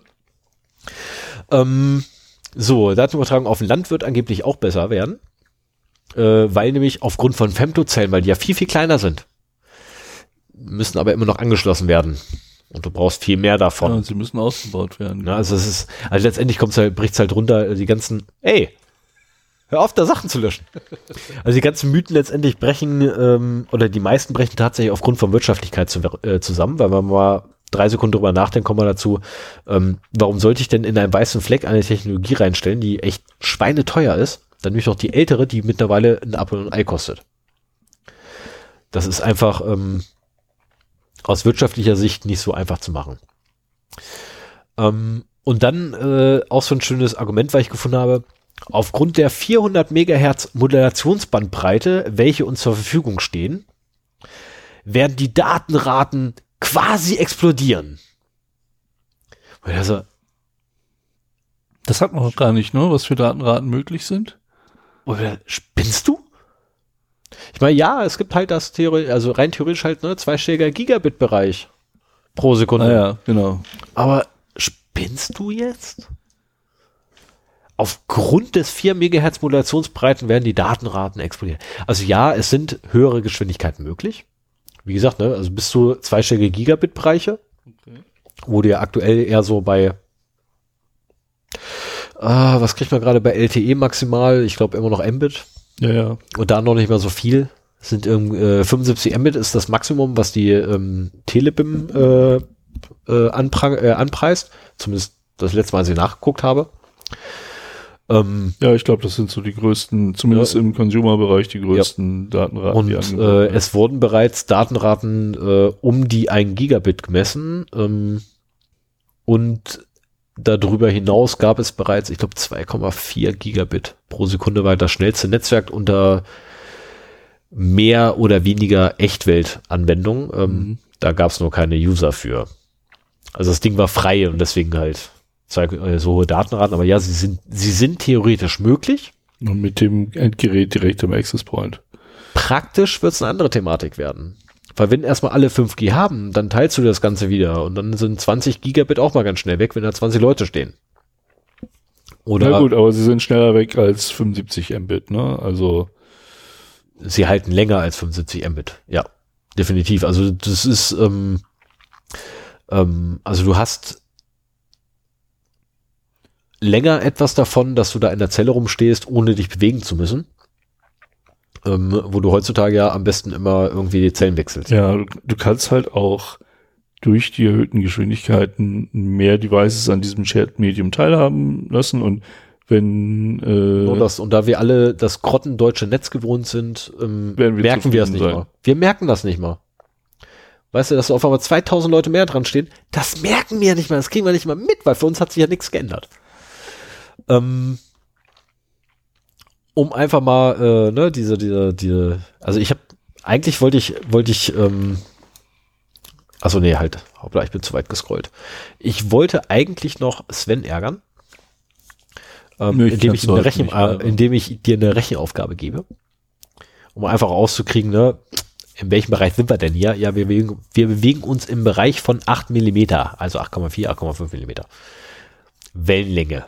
Ähm, so, Datenübertragung auf dem Land wird angeblich auch besser werden, äh, weil nämlich aufgrund von Femtozellen, weil die ja viel, viel kleiner sind, müssen aber immer noch angeschlossen werden. Und du brauchst viel mehr davon. Ja, und sie müssen ausgebaut werden. Ja, also es ist, also letztendlich kommt's halt, bricht's halt runter, die ganzen, ey, hör auf, da Sachen zu löschen. Also die ganzen Mythen letztendlich brechen, ähm, oder die meisten brechen tatsächlich aufgrund von Wirtschaftlichkeit zu, äh, zusammen, weil man mal drei Sekunden drüber nachdenken, kommen wir dazu, ähm, warum sollte ich denn in einen weißen Fleck eine Technologie reinstellen, die echt schweineteuer ist, dann nämlich noch die ältere, die mittlerweile ein Apfel und ein Ei kostet. Das ist einfach, ähm, aus wirtschaftlicher Sicht nicht so einfach zu machen. Ähm, und dann äh, auch so ein schönes Argument, was ich gefunden habe, aufgrund der vierhundert Megahertz Modulationsbandbreite, welche uns zur Verfügung stehen, werden die Datenraten quasi explodieren. Also, das hat man noch gar nicht, ne? Was für Datenraten möglich sind. oder spinnst du? Ich meine, ja, es gibt halt das Theorie, also rein theoretisch halt, ne, zweistelliger Gigabit-Bereich pro Sekunde. Ah ja, genau. Aber spinnst du jetzt? Aufgrund des vier Megahertz Modulationsbreiten werden die Datenraten explodieren. Also ja, es sind höhere Geschwindigkeiten möglich. Wie gesagt, ne, also bis zu zweistellige Gigabit-Bereiche, okay. Wo du ja aktuell eher so bei ah, was kriegt man gerade bei L T E maximal? Ich glaube immer noch Mbit. Ja, ja. Und da noch nicht mehr so viel. Es sind äh, fünfundsiebzig Mbit ist das Maximum, was die ähm, Telebim äh, äh, anpra- äh, anpreist. Zumindest das letzte Mal, als ich nachgeguckt habe. Ähm, ja, ich glaube, das sind so die größten, zumindest ja, im Consumer-Bereich, die größten ja. Datenraten. Und die äh, es wurden bereits Datenraten äh, um die ein Gigabit gemessen. Ähm, und darüber hinaus gab es bereits, ich glaube, zwei Komma vier Gigabit pro Sekunde war das schnellste Netzwerk unter mehr oder weniger Echtwelt-Anwendungen. Ähm, mhm. Da gab es nur keine User für. Also das Ding war frei und deswegen halt zwei, äh, so hohe Datenraten. Aber ja, sie sind, sie sind theoretisch möglich. Und mit dem Endgerät direkt am Access Point. Praktisch wird es eine andere Thematik werden. Weil wenn erstmal alle fünf G haben, dann teilst du das Ganze wieder und dann sind zwanzig Gigabit auch mal ganz schnell weg, wenn da zwanzig Leute stehen. Oder na gut, aber sie sind schneller weg als fünfundsiebzig Mbit, ne? Also sie halten länger als fünfundsiebzig Mbit, ja, definitiv. Also das ist, ähm, ähm, also du hast länger etwas davon, dass du da in der Zelle rumstehst, ohne dich bewegen zu müssen. Ähm, wo du heutzutage ja am besten immer irgendwie die Zellen wechselst. Ja, du, du kannst halt auch durch die erhöhten Geschwindigkeiten mehr Devices an diesem Shared Medium teilhaben lassen und wenn äh, Nur das, und da wir alle das grottendeutsche Netz gewohnt sind, ähm, wir merken wir das nicht sein. mal. Wir merken das nicht mal. Weißt du, dass auf einmal zweitausend Leute mehr dran stehen, das merken wir nicht mal, das kriegen wir nicht mal mit, weil für uns hat sich ja nichts geändert. Ähm, um einfach mal, äh, ne, diese, diese, diese, also ich habe, eigentlich wollte ich, wollte ich, ähm, achso, nee, halt, hoppla, ich bin zu weit gescrollt. Ich wollte eigentlich noch Sven ärgern, ähm, nee, indem ich, ihm eine Rechen, äh, indem ich dir eine Rechenaufgabe gebe, um einfach rauszukriegen, ne, in welchem Bereich sind wir denn hier? Ja, wir bewegen, wir bewegen uns im Bereich von acht Millimeter, also acht Komma vier, acht Komma fünf Millimeter. Wellenlänge.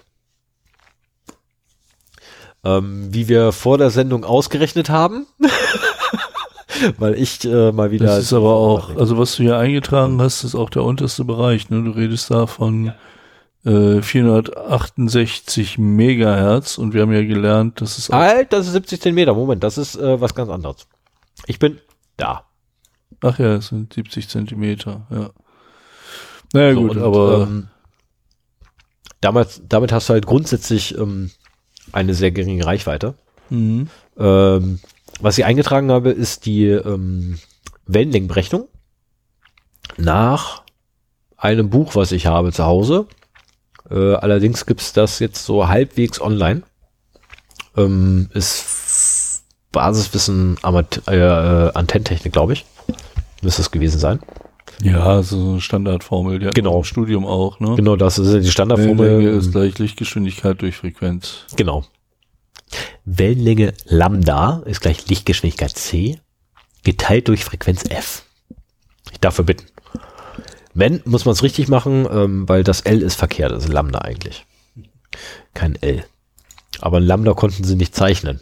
Ähm, wie wir vor der Sendung ausgerechnet haben. Weil ich äh, mal wieder... Das ist aber auch, also was du hier eingetragen hast, ist auch der unterste Bereich. Ne? Du redest da von äh, vierhundertachtundsechzig Megahertz und wir haben ja gelernt, dass es... Halt, das ist siebzig Zentimeter. Moment, das ist äh, was ganz anderes. Ich bin da. Ach ja, es sind siebzig Zentimeter, ja. Naja so, gut, und, aber... Ähm, damit, damit hast du halt grundsätzlich... Ähm, eine sehr geringe Reichweite. Mhm. Ähm, was ich eingetragen habe, ist die ähm, Wellenlängenberechnung nach einem Buch, was ich habe zu Hause. Äh, allerdings gibt es das jetzt so halbwegs online. Ähm, ist Basiswissen Amat- äh, Antennentechnik, glaube ich. Müsste es gewesen sein. Ja, so eine Standardformel, die genau. Im Studium auch, ne? Genau, das ist die Standardformel. Wellenlänge ist gleich Lichtgeschwindigkeit durch Frequenz. Genau. Wellenlänge Lambda ist gleich Lichtgeschwindigkeit c geteilt durch Frequenz f. Ich darf verbitten. Wenn, muss man es richtig machen, ähm, weil das L ist verkehrt, also Lambda eigentlich. Kein L. Aber ein Lambda konnten sie nicht zeichnen.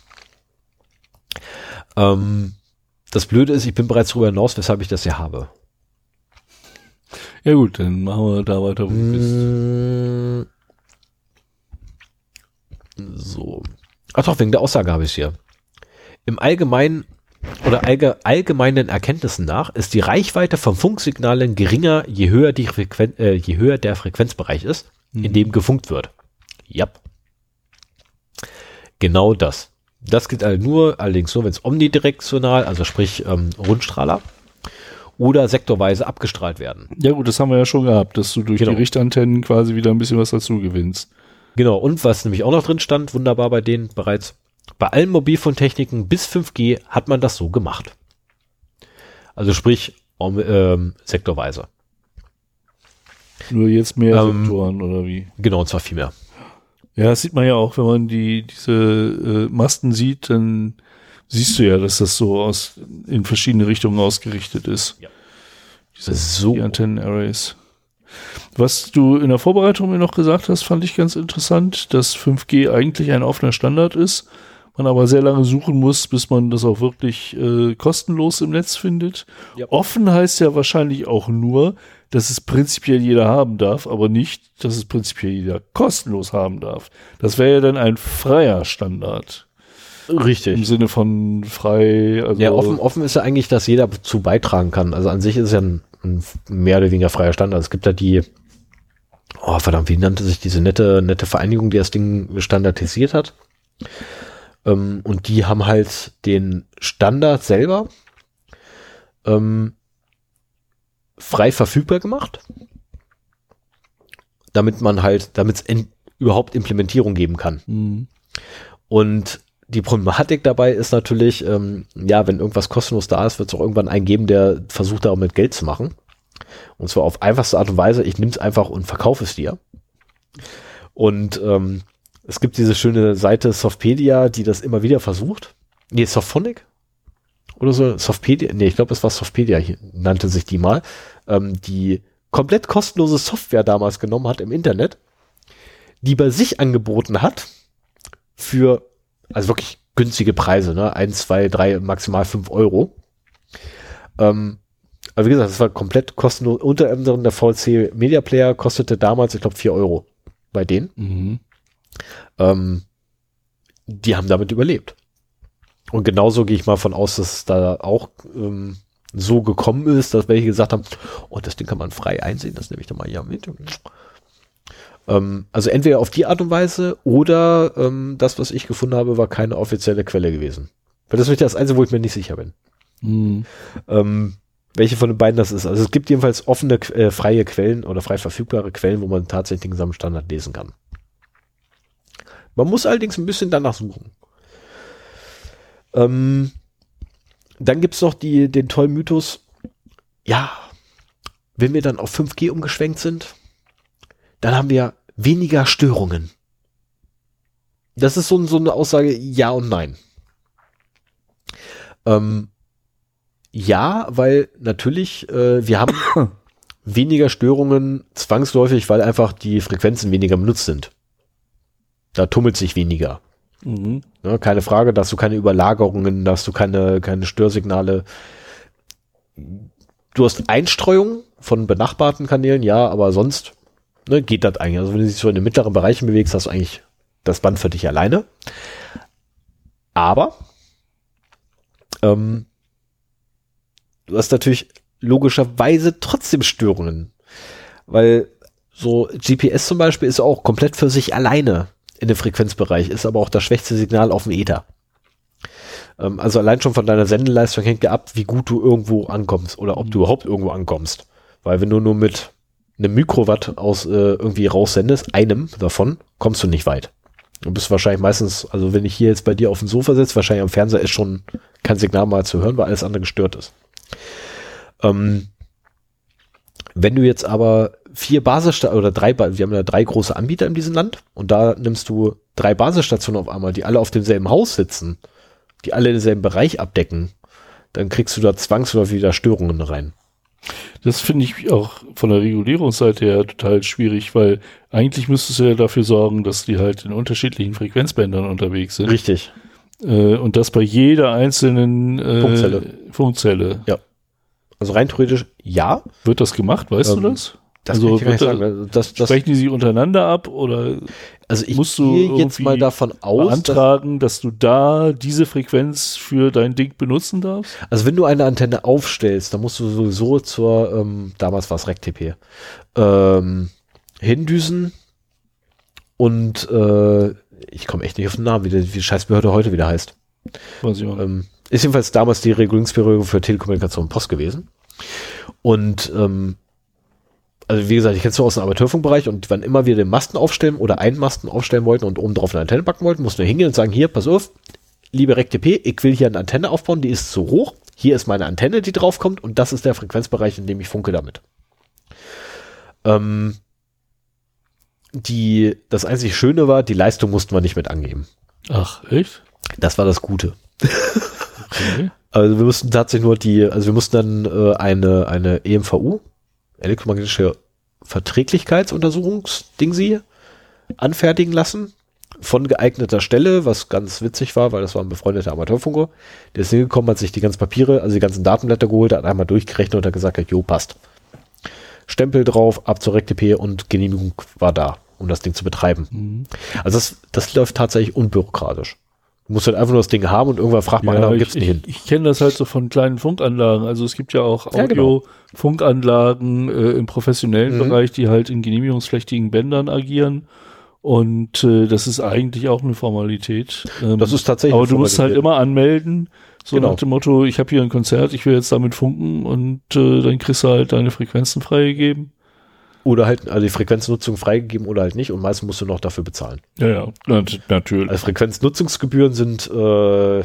Ähm, das Blöde ist, ich bin bereits darüber hinaus, weshalb ich das hier habe. Ja gut, dann machen wir da weiter, wo du bist. So. Ach doch, wegen der Aussage habe ich es hier. Im Allgemeinen oder allge, allgemeinen Erkenntnissen nach ist die Reichweite von Funksignalen geringer, je höher, die Frequen, äh, je höher der Frequenzbereich ist, mhm. in dem gefunkt wird. Ja. Genau das. Das geht also nur, allerdings nur, wenn es omnidirektional, also sprich ähm, Rundstrahler, oder sektorweise abgestrahlt werden. Ja gut, das haben wir ja schon gehabt, dass du durch genau. die Richtantennen quasi wieder ein bisschen was dazu gewinnst. Genau, und was nämlich auch noch drin stand, wunderbar bei denen bereits, bei allen Mobilfunktechniken bis fünf G hat man das so gemacht. Also sprich, um, ähm, sektorweise. Nur jetzt mehr Ähm, Sektoren oder wie? Genau, und zwar viel mehr. Ja, das sieht man ja auch, wenn man die diese äh, Masten sieht, dann siehst du ja, dass das so aus in verschiedene Richtungen ausgerichtet ist. Ja. Diese, So. Die Antennen-Arrays. Was du in der Vorbereitung mir noch gesagt hast, fand ich ganz interessant, dass fünf G eigentlich ein offener Standard ist, man aber sehr lange suchen muss, bis man das auch wirklich äh, kostenlos im Netz findet. Ja. Offen heißt ja wahrscheinlich auch nur, dass es prinzipiell jeder haben darf, aber nicht, dass es prinzipiell jeder kostenlos haben darf. Das wäre ja dann ein freier Standard. Im Richtig. Sinne von frei. Also Ja, offen, offen ist ja eigentlich, dass jeder dazu beitragen kann. Also an sich ist es ja ein, ein mehr oder weniger freier Standard. Es gibt ja die, oh verdammt, wie nannte sich diese nette, nette Vereinigung, die das Ding standardisiert hat. Ähm, und die haben halt den Standard selber ähm, frei verfügbar gemacht, damit man halt, damit es überhaupt Implementierung geben kann. Mhm. Und die Problematik dabei ist natürlich, ähm, ja, wenn irgendwas kostenlos da ist, wird es auch irgendwann einen geben, der versucht, damit Geld zu machen. Und zwar auf einfachste Art und Weise, ich nehme es einfach und verkaufe es dir. Und ähm, es gibt diese schöne Seite Softpedia, die das immer wieder versucht. Nee, Softphonic? Oder so, Softpedia, nee, ich glaube, es war Softpedia, hier nannte sich die mal, ähm, die komplett kostenlose Software damals genommen hat im Internet, die bei sich angeboten hat für, also wirklich günstige Preise, ne, eins, zwei, drei, maximal fünf Euro. Ähm, aber wie gesagt, es war komplett kostenlos, unter anderem der V L C Media Player kostete damals, ich glaube, vier Euro bei denen. Mhm. Ähm, die haben damit überlebt. Und genauso gehe ich mal von aus, dass es da auch ähm, so gekommen ist, dass welche gesagt haben, oh, das Ding kann man frei einsehen, das nehme ich doch mal hier mit. Ähm, also entweder auf die Art und Weise oder ähm, das, was ich gefunden habe, war keine offizielle Quelle gewesen. Weil das ist das Einzige, wo ich mir nicht sicher bin. Mhm. Ähm, welche von den beiden das ist. Also es gibt jedenfalls offene, äh, freie Quellen oder frei verfügbare Quellen, wo man tatsächlich den Gesamtstandard lesen kann. Man muss allerdings ein bisschen danach suchen. Ähm, dann gibt's noch die, den tollen Mythos, ja, wenn wir dann auf fünf G umgeschwenkt sind, dann haben wir weniger Störungen. Das ist so, so eine Aussage, ja und nein. Ähm, ja, weil natürlich, äh, wir haben weniger Störungen zwangsläufig, weil einfach die Frequenzen weniger benutzt sind. Da tummelt sich weniger. Mhm. Ja, keine Frage, dass du keine Überlagerungen, dass du keine, keine Störsignale. Du hast Einstreuung von benachbarten Kanälen, ja, aber sonst ne, geht das eigentlich. Also wenn du dich so in den mittleren Bereichen bewegst, hast du eigentlich das Band für dich alleine. Aber ähm, du hast natürlich logischerweise trotzdem Störungen. Weil so G P S zum Beispiel ist auch komplett für sich alleine in dem Frequenzbereich, ist aber auch das schwächste Signal auf dem Äther. Ähm, also allein schon von deiner Sendeleistung hängt ja ab, wie gut du irgendwo ankommst oder ob du überhaupt irgendwo ankommst. Weil wenn du nur mit einem Mikrowatt aus äh, irgendwie raussendest, einem davon, kommst du nicht weit. Du bist wahrscheinlich meistens, also wenn ich hier jetzt bei dir auf dem Sofa sitze, wahrscheinlich am Fernseher ist schon kein Signal mal zu hören, weil alles andere gestört ist. Ähm, wenn du jetzt aber vier Basisstationen oder drei, wir haben ja drei große Anbieter in diesem Land und da nimmst du drei Basisstationen auf einmal, die alle auf demselben Haus sitzen, die alle denselben Bereich abdecken, dann kriegst du da zwangsläufig wieder Störungen rein. Das finde ich auch von der Regulierungsseite her total schwierig, weil eigentlich müsstest du ja dafür sorgen, dass die halt in unterschiedlichen Frequenzbändern unterwegs sind. Richtig. Äh, und das bei jeder einzelnen äh, Funkzelle. Funkzelle. Ja. Also rein theoretisch, ja. Wird das gemacht, weißt Ähm, du das? Das Also kann ich gar nicht wird sagen. da- Also das, das, Sprechen die sich untereinander ab oder also ich musst du gehe jetzt irgendwie mal davon aus, dass, beantragen, dass du da diese Frequenz für dein Ding benutzen darfst? also wenn du eine Antenne aufstellst, dann musst du sowieso zur, ähm, damals war es R E C T P, ähm, hindüsen und äh, ich komme echt nicht auf den Namen, wie die, wie die Scheißbehörde heute wieder heißt. Weiß ich auch nicht. Ähm, ist jedenfalls damals die Regulierungsbehörde für Telekommunikation und Post gewesen. Und ähm, also wie gesagt, ich kenne es nur aus dem Amateurfunkbereich und wann immer wir den Masten aufstellen oder einen Masten aufstellen wollten und oben drauf eine Antenne packen wollten, mussten wir hingehen und sagen, hier, pass auf, liebe R E C T P, ich will hier eine Antenne aufbauen, die ist zu hoch, Hier ist meine Antenne, die draufkommt und das ist der Frequenzbereich, in dem ich funke damit. Ähm, die, das einzig Schöne war, die Leistung mussten wir nicht mit angeben. Ach, echt? Das war das Gute. Okay. Also wir mussten tatsächlich nur die, also wir mussten dann äh, eine, eine E M V U, elektromagnetische Verträglichkeitsuntersuchungsding sie anfertigen lassen von geeigneter Stelle, was ganz witzig war, weil das war ein befreundeter Amateurfunker. Der ist hingekommen, hat sich die ganzen Papiere, also die ganzen Datenblätter geholt, hat einmal durchgerechnet und hat gesagt, jo, passt. Stempel drauf, ab zur R E C T P und Genehmigung war da, um das Ding zu betreiben. Mhm. Also das, das läuft tatsächlich unbürokratisch. Du musst halt einfach nur das Ding haben und irgendwann fragt man Ja, einer, ich, gibt's nicht hin. Ich, ich kenne das halt so von kleinen Funkanlagen. Also es gibt ja auch Ja, genau. Audio-Funkanlagen äh, im professionellen Mhm. Bereich, die halt in genehmigungspflichtigen Bändern agieren. Und äh, das ist eigentlich auch eine Formalität. Ähm, Das ist tatsächlich aber eine du musst halt Formalität. immer anmelden, so Genau. nach dem Motto, ich habe hier ein Konzert, ich will jetzt damit funken und äh, dann kriegst du halt deine Frequenzen freigegeben. Oder halt also die Frequenznutzung freigegeben oder halt nicht und meistens musst du noch dafür bezahlen. Ja, ja, nat- natürlich. Also Frequenznutzungsgebühren sind äh,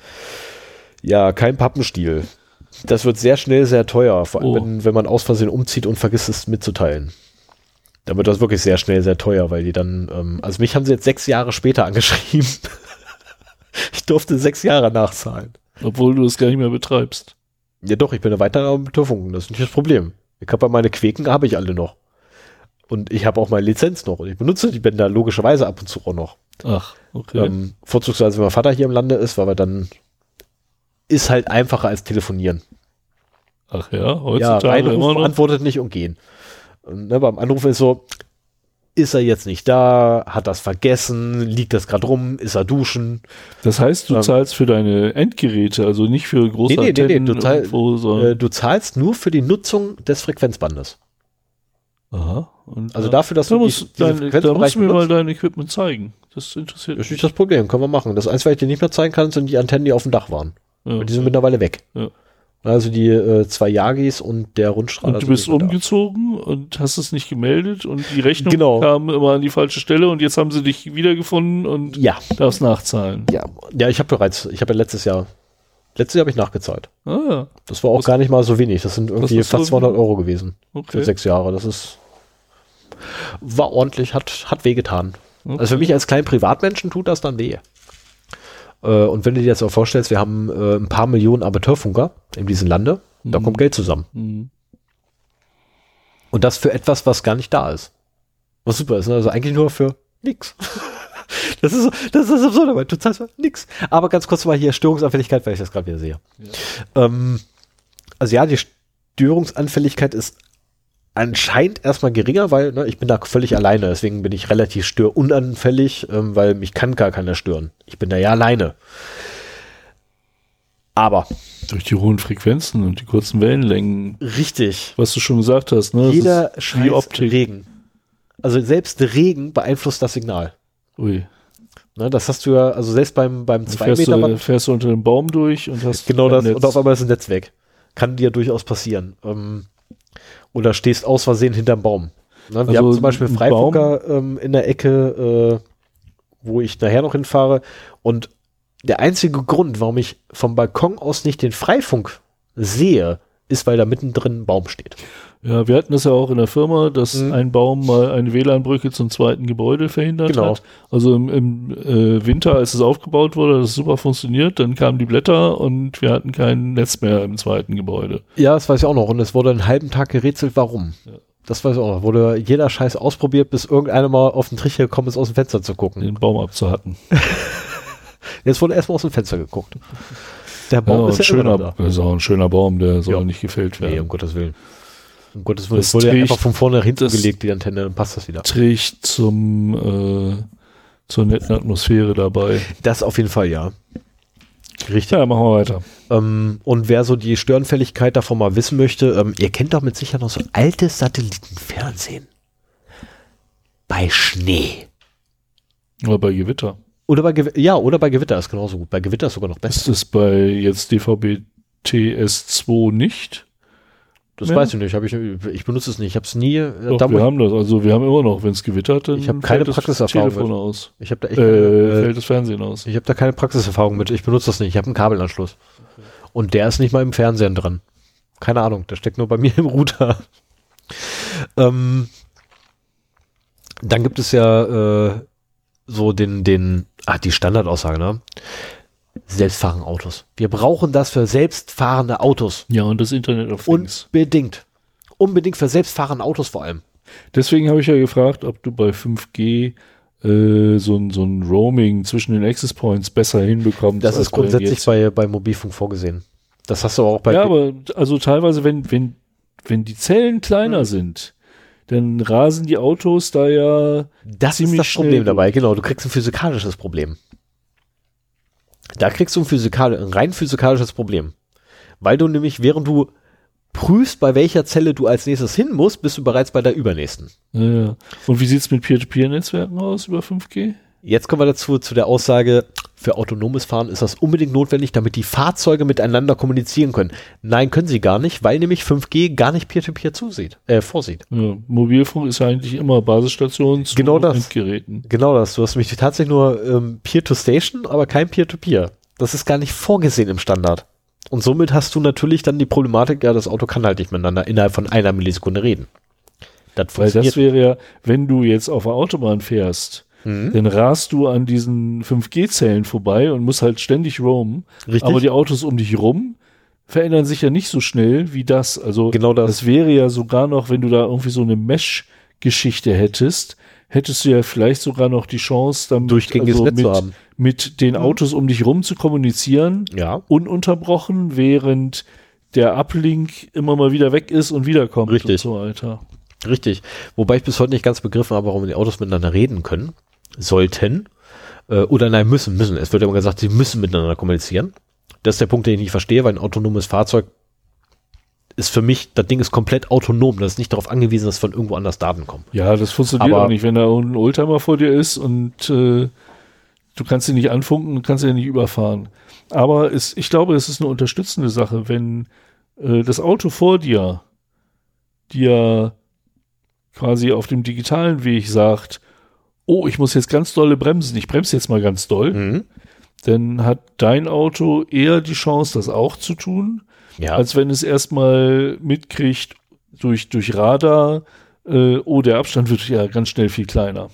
ja kein Pappenstiel. Das wird sehr schnell sehr teuer, vor allem Oh. wenn, wenn man aus Versehen umzieht und vergisst es mitzuteilen. Dann wird das wirklich sehr schnell sehr teuer, weil die dann, ähm, also mich haben sie jetzt sechs Jahre später angeschrieben. Ich durfte sechs Jahre nachzahlen. Obwohl du es gar nicht mehr betreibst. Ja doch, ich bin ja weiter am Betöfungen, das ist nicht das Problem. Ich habe ja meine Queken, habe ich alle noch. Und ich habe auch meine Lizenz noch und ich benutze die Bänder logischerweise ab und zu auch noch. Ach, okay. Ähm, vorzugsweise, wenn mein Vater hier im Lande ist, weil wir dann ist halt einfacher als telefonieren. Ach ja, Ja, heutzutage reinrufen, immer noch. antwortet nicht und gehen. Und, ne, beim Anrufen ist so, ist er jetzt nicht da, hat das vergessen, liegt das gerade rum, ist er duschen. Das heißt, du Ähm, zahlst für deine Endgeräte, also nicht für große Nee, nee, nee, nee, Antennen du zahl- irgendwo, sondern Äh, du zahlst nur für die Nutzung des Frequenzbandes. aha. Und Also da- dafür, dass da du musst, die- diese dein, da Frequenzbereiche musst du mir mal benutzt. dein Equipment zeigen. Das interessiert Das ist mich. nicht das Problem, können wir machen. Das Einzige, was ich dir nicht mehr zeigen kann, sind die Antennen, die auf dem Dach waren. Ja. Weil die sind mittlerweile weg. Ja. Also die äh, zwei Yagis und der Rundstrahler. Und du sind bist nicht mehr da. umgezogen und hast es nicht gemeldet und die Rechnung Genau. kam immer an die falsche Stelle und jetzt haben sie dich wiedergefunden und Ja, darfst nachzahlen. ja, ja, ich habe bereits, ich habe ja letztes Jahr, letztes Jahr habe ich nachgezahlt. Ah ja, Das war auch Was- gar nicht mal so wenig. Das sind irgendwie hast du fast zweihundert Euro gewesen für okay. sechs Jahre. Das ist war ordentlich, hat hat wehgetan. okay. Also für mich als kleinen Privatmenschen tut das dann weh. Äh, und wenn du dir jetzt auch vorstellst, wir haben äh, ein paar Millionen Amateurfunker in diesem Lande, da Mhm. kommt Geld zusammen. Mhm. Und das für etwas, was gar nicht da ist. Was super ist, ne? Also eigentlich nur für nix. Das ist so, das ist absurd, aber du zahlst für nix. Aber ganz kurz mal hier Störungsanfälligkeit, weil ich das gerade wieder sehe. Ähm, also ja, die Störungsanfälligkeit ist anscheinend erstmal geringer, weil ne, ich bin da völlig alleine. Deswegen bin ich relativ störunanfällig, ähm, weil mich kann gar keiner stören. Ich bin da ja alleine. Aber Durch die hohen Frequenzen und die kurzen Wellenlängen, richtig, was du schon gesagt hast, ne? Das jeder ist scheiß wie Optik. Regen. Also selbst Regen beeinflusst das Signal. Ui. Ne, das hast du ja, also selbst beim, beim Dann zwei fährst, Meter du, Band, fährst du unter dem Baum durch und hast genau ein das, Netz. und auf einmal ist ein Netz weg. Kann dir durchaus passieren. Ähm, oder stehst aus Versehen hinterm Baum. Ne, wir Also haben zum Beispiel ein Freifunker ähm, in der Ecke, äh, wo ich nachher noch hinfahre. Und der einzige Grund, warum ich vom Balkon aus nicht den Freifunk sehe, ist, weil da mittendrin ein Baum steht. Ja, wir hatten das ja auch in der Firma, dass Mhm. ein Baum mal eine W L A N-Brücke zum zweiten Gebäude verhindert Genau. hat. Also im, im äh, Winter, als es aufgebaut wurde, hat es super funktioniert. Dann kamen die Blätter und wir hatten kein Netz mehr im zweiten Gebäude. Ja, das weiß ich auch noch. Und es wurde einen halben Tag gerätselt, warum. Ja. Das weiß ich auch noch. Wurde jeder Scheiß ausprobiert, bis irgendeiner mal auf den Trichter gekommen ist, aus dem Fenster zu gucken. Den Baum abzuhacken. Jetzt wurde erstmal aus dem Fenster geguckt. Der Ja, Baum ist ein ja immer schöner, noch da. das ist auch ein schöner Baum, der soll Ja. nicht gefällt werden. Nee, um Gottes Willen. Um Gottes Willen. Das Es wurde ja trägt- einfach von vorne nach hinten das- gelegt, die Antenne, dann passt das wieder. Trägt zum, äh, zur netten Atmosphäre dabei. Das auf jeden Fall, ja. Richtig. Ja, machen wir weiter. Ähm, und wer so die Störenfälligkeit davon mal wissen möchte, ähm, ihr kennt doch mit Sicherheit noch so altes Satellitenfernsehen. Bei Schnee. Oder bei Gewitter. Oder bei Gewitter, ja, oder bei Gewitter ist genauso gut. Bei Gewitter ist sogar noch besser. Ist es bei jetzt D V B T S zwei nicht? Das Ja. weiß ich nicht. Hab ich, ich benutze es nicht. Ich habe es nie. Äh, Doch, da, wir haben das. Also wir haben immer noch, wenn es gewittert, dann Ich hab keine fällt das Praxiserfahrung Telefon mit. aus. ich habe da echt. Äh, äh, fällt das Fernsehen aus. ich habe da keine Praxiserfahrung mit. Ich benutze das nicht. Ich habe einen Kabelanschluss. Und der ist nicht mal im Fernsehen dran. Keine Ahnung, der steckt nur bei mir im Router. ähm, dann gibt es ja äh, so den, den, ah, die Standardaussage, ne? Selbstfahrende Autos. Wir brauchen das für selbstfahrende Autos. Ja, und das Internet of Things. Unbedingt. Unbedingt für selbstfahrende Autos vor allem. Deswegen habe ich ja gefragt, ob du bei fünf G äh, so ein so ein Roaming zwischen den Access Points besser hinbekommst. Das ist grundsätzlich bei, bei Mobilfunk vorgesehen. Das hast du auch bei... Ja, aber also teilweise, wenn, wenn, wenn die Zellen kleiner mhm. sind, dann rasen die Autos da ja Das ist das Problem dabei, genau. Du kriegst ein physikalisches Problem. Da kriegst du ein, physikal, ein rein physikalisches Problem. Weil du nämlich, während du prüfst, bei welcher Zelle du als nächstes hin musst, bist du bereits bei der übernächsten. Ja, ja. Und wie sieht es mit Peer-to-Peer-Netzwerken aus über fünf G? Jetzt kommen wir dazu, zu der Aussage, für autonomes Fahren ist das unbedingt notwendig, damit die Fahrzeuge miteinander kommunizieren können. Nein, können sie gar nicht, weil nämlich fünf G gar nicht Peer-to-Peer zusieht, äh, vorsieht. Ja, Mobilfunk ist ja eigentlich immer Basisstation zu genau das. Endgeräten. Genau das. Du hast nämlich tatsächlich nur ähm, Peer-to-Station, aber kein Peer-to-Peer. Das ist gar nicht vorgesehen im Standard. Und somit hast du natürlich dann die Problematik, ja, das Auto kann halt nicht miteinander innerhalb von einer Millisekunde reden. Das Weil das wäre ja, wenn du jetzt auf der Autobahn fährst, mhm. dann rast du an diesen fünf G-Zellen vorbei und musst halt ständig roamen. Richtig. Aber die Autos um dich rum verändern sich ja nicht so schnell wie das. Also genau das. Das wäre ja sogar noch, wenn du da irgendwie so eine Mesh-Geschichte hättest, hättest du ja vielleicht sogar noch die Chance, damit durchgängiges also Netz mit, zu haben. mit den Autos um dich rum zu kommunizieren, ja. ununterbrochen, während der Uplink immer mal wieder weg ist und wiederkommt. Richtig. Und so, Alter. Richtig. Wobei ich bis heute nicht ganz begriffen habe, warum die Autos miteinander reden können, sollten, äh, oder nein, müssen, müssen. Es wird ja immer gesagt, sie müssen miteinander kommunizieren. Das ist der Punkt, den ich nicht verstehe, weil ein autonomes Fahrzeug ist für mich, das Ding ist komplett autonom. Das ist nicht darauf angewiesen, dass von irgendwo anders Daten kommen. Ja, das funktioniert Aber auch nicht, wenn da ein Oldtimer vor dir ist und äh, du kannst ihn nicht anfunken, du kannst ihn nicht überfahren. Aber es, ich glaube, es ist eine unterstützende Sache, wenn äh, das Auto vor dir dir quasi auf dem digitalen Weg sagt, oh, ich muss jetzt ganz dolle bremsen, ich bremse jetzt mal ganz doll, Mhm. dann hat dein Auto eher die Chance, das auch zu tun, Ja. als wenn es erstmal mitkriegt durch, durch Radar, äh, oh, der Abstand wird ja ganz schnell viel kleiner.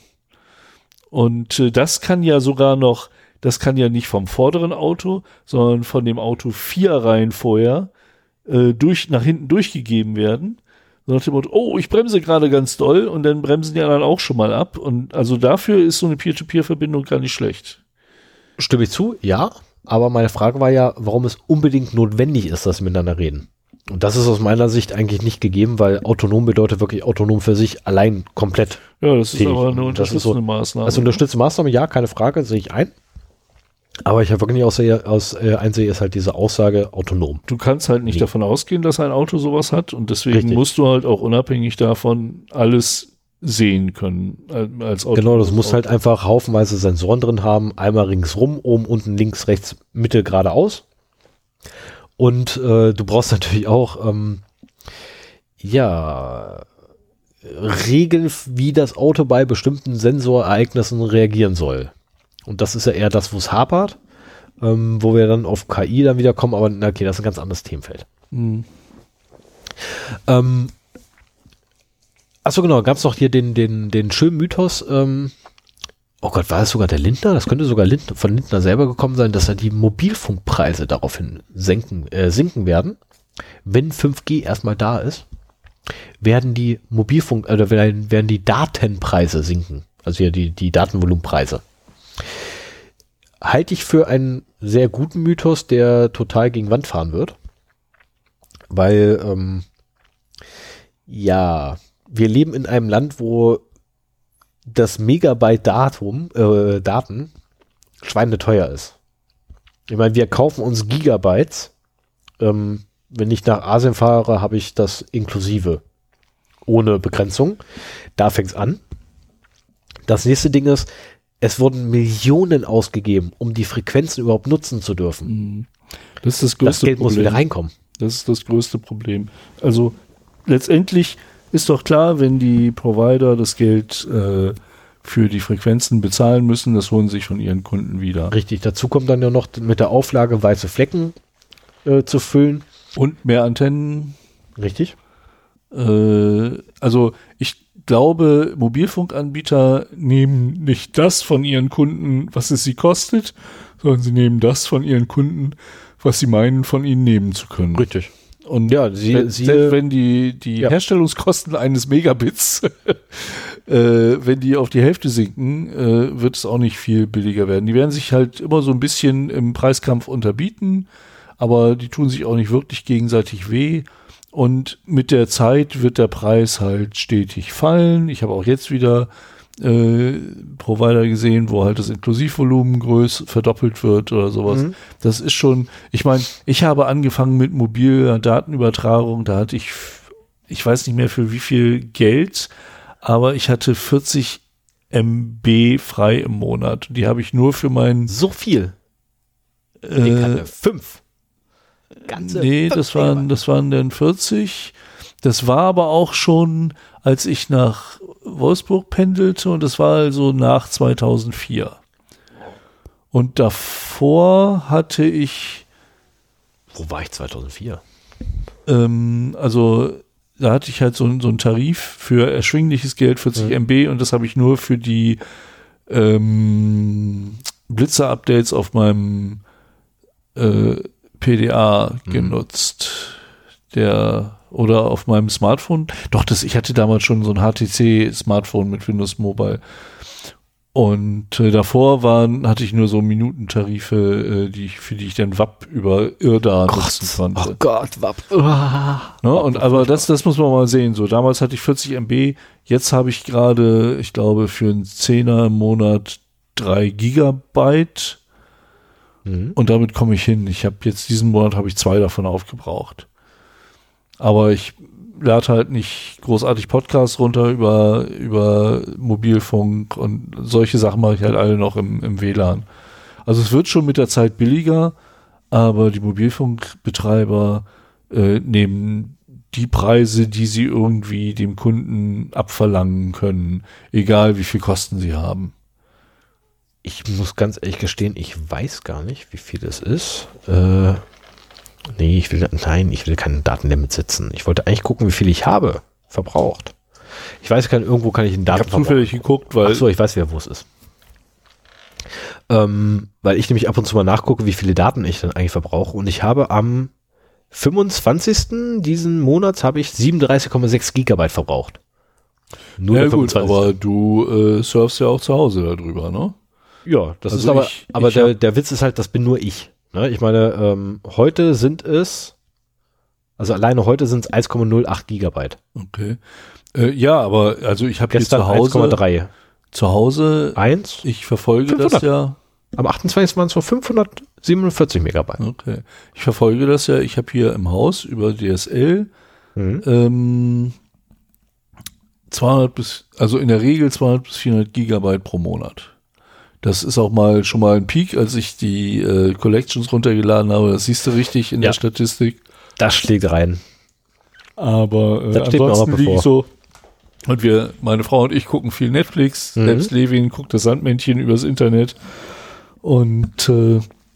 Und äh, das kann ja sogar noch, das kann ja nicht vom vorderen Auto, sondern von dem Auto vier Reihen vorher äh, durch, nach hinten durchgegeben werden. So nach dem Motto, oh, ich bremse gerade ganz doll und dann bremsen die anderen auch schon mal ab. Und also dafür ist so eine Peer-to-Peer-Verbindung gar nicht schlecht. Stimme ich zu, ja. Aber meine Frage war ja, warum es unbedingt notwendig ist, dass sie miteinander reden. Und das ist aus meiner Sicht eigentlich nicht gegeben, weil autonom bedeutet wirklich autonom für sich allein komplett. Ja, das ist fähig. aber eine Und das ist so- unterstützende Maßnahme. Also unterstützende Maßnahme, ja, keine Frage, sehe ich ein. Aber ich habe wirklich nicht aus, aus äh, einsehe, ist halt diese Aussage autonom. Du kannst halt nicht Nee. davon ausgehen, dass ein Auto sowas hat und deswegen Richtig. musst du halt auch unabhängig davon alles sehen können äh, als Auto. Genau, das muss halt einfach haufenweise Sensoren drin haben, einmal ringsrum, oben, unten, links, rechts, Mitte, geradeaus. Und äh, du brauchst natürlich auch ähm, ja Regeln, wie das Auto bei bestimmten Sensorereignissen reagieren soll. Und das ist ja eher das, wo es hapert, ähm, wo wir dann auf K I dann wieder kommen, aber na, okay, das ist ein ganz anderes Themenfeld. Mhm. Ähm, Achso, genau, gab es noch hier den, den, den schönen Mythos, ähm, oh Gott, war es sogar der Lindner? Das könnte sogar Lind, von Lindner selber gekommen sein, dass er die Mobilfunkpreise daraufhin senken, äh, sinken werden. Wenn fünf G erstmal da ist, werden die Mobilfunk, oder werden, werden die Datenpreise sinken. Also hier die, die Datenvolumenpreise. Halte ich für einen sehr guten Mythos, der total gegen Wand fahren wird. Weil, ähm, ja, wir leben in einem Land, wo das Megabyte Datum, äh, Daten schweineteuer ist. Ich meine, wir kaufen uns Gigabytes. Ähm, wenn ich nach Asien fahre, habe ich das inklusive. Ohne Begrenzung. Da fängt es an. Das nächste Ding ist, es wurden Millionen ausgegeben, um die Frequenzen überhaupt nutzen zu dürfen. Mhm. Das ist das Das größte Geld muss Problem. wieder reinkommen. Das ist das größte Problem. Also letztendlich ist doch klar, wenn die Provider das Geld äh, für die Frequenzen bezahlen müssen, das holen sich von ihren Kunden wieder. Richtig, dazu kommt dann ja noch mit der Auflage weiße Flecken. äh, zu füllen. Und mehr Antennen. Richtig. Äh, also ich glaube, Mobilfunkanbieter nehmen nicht das von ihren Kunden, was es sie kostet, sondern sie nehmen das von ihren Kunden, was sie meinen, von ihnen nehmen zu können. Richtig. Und ja, sie, wenn, sie, selbst wenn die, die ja. Herstellungskosten eines Megabits, äh, wenn die auf die Hälfte sinken, äh, wird es auch nicht viel billiger werden. Die werden sich halt immer so ein bisschen im Preiskampf unterbieten, aber die tun sich auch nicht wirklich gegenseitig weh. Und mit der Zeit wird der Preis halt stetig fallen. Ich habe auch jetzt wieder äh, Provider gesehen, wo halt das Inklusivvolumen größ verdoppelt wird oder sowas. Mhm. Das ist schon, ich meine, ich habe angefangen mit mobiler Datenübertragung, da hatte ich, ich weiß nicht mehr für wie viel Geld, aber ich hatte vierzig Megabyte frei im Monat. Die habe ich nur für meinen... So viel? Äh, ich hatte fünf. Ganze nee, das waren, das waren dann vierzig. Das war aber auch schon, als ich nach Wolfsburg pendelte, und das war also nach zweitausendvier. Und davor hatte ich... Wo war ich zweitausendvier? Ähm, also da hatte ich halt so, so einen Tarif für erschwingliches Geld, vierzig mhm. Megabyte, und das habe ich nur für die ähm, Blitzer-Updates auf meinem äh, P D A mhm. genutzt. Der, oder auf meinem Smartphone. Doch, das, ich hatte damals schon so ein H T C-Smartphone mit Windows Mobile. Und äh, davor waren, hatte ich nur so Minutentarife, äh, die ich, für die ich dann W A P über Irda nutzen konnte. Oh Gott, W A P. Uah. Ne? Und aber das, das muss man mal sehen. So, damals hatte ich vierzig Megabyte, jetzt habe ich gerade, ich glaube, für einen Zehner im Monat drei Gigabyte. Mhm. Und damit komme ich hin. Ich habe jetzt diesen Monat habe ich zwei davon aufgebraucht. Aber ich lade halt nicht großartig Podcasts runter über, über Mobilfunk, und solche Sachen mache ich halt alle noch im, im W L A N. Also es wird schon mit der Zeit billiger, aber die Mobilfunkbetreiber äh, nehmen die Preise, die sie irgendwie dem Kunden abverlangen können, egal wie viel Kosten sie haben. Ich muss ganz ehrlich gestehen, ich weiß gar nicht, wie viel es ist. Äh, nee, ich will, nein, ich will kein Datenlimit setzen. Ich wollte eigentlich gucken, wie viel ich habe verbraucht. Ich weiß gar nicht, irgendwo kann ich einen Daten. Ich habe zufällig geguckt, weil... Ach so, ich weiß wieder, wo es ist. Ähm, weil ich nämlich ab und zu mal nachgucke, wie viele Daten ich dann eigentlich verbrauche. Und ich habe am fünfundzwanzigsten diesen Monats habe ich siebenunddreißig Komma sechs Gigabyte verbraucht. Nur ja gut, aber du äh, surfst ja auch zu Hause darüber, ne? Ja, das also ist aber, ich, aber ich der, der Witz ist halt, das bin nur ich. Ne? Ich meine, ähm, heute sind es, also alleine heute sind es eins Komma null acht Gigabyte. Okay. Äh, ja, aber also ich habe hier zu Hause, eins Komma drei. Zu Hause, eins, ich verfolge fünfhundert. Das ja. Am achtundzwanzigsten waren es nur fünfhundertsiebenundvierzig Megabyte. Okay. Ich verfolge das ja, ich habe hier im Haus über D S L mhm. ähm, zweihundert bis, also in der Regel zweihundert bis vierhundert Gigabyte pro Monat. Das ist auch mal schon mal ein Peak, als ich die äh, Collections runtergeladen habe. Das siehst du richtig in ja. der Statistik. Das schlägt rein. Aber äh, ansonsten liege ich so. Und wir, meine Frau und ich, gucken viel Netflix. Mhm. Selbst Levin guckt das Sandmännchen übers Internet. Und äh,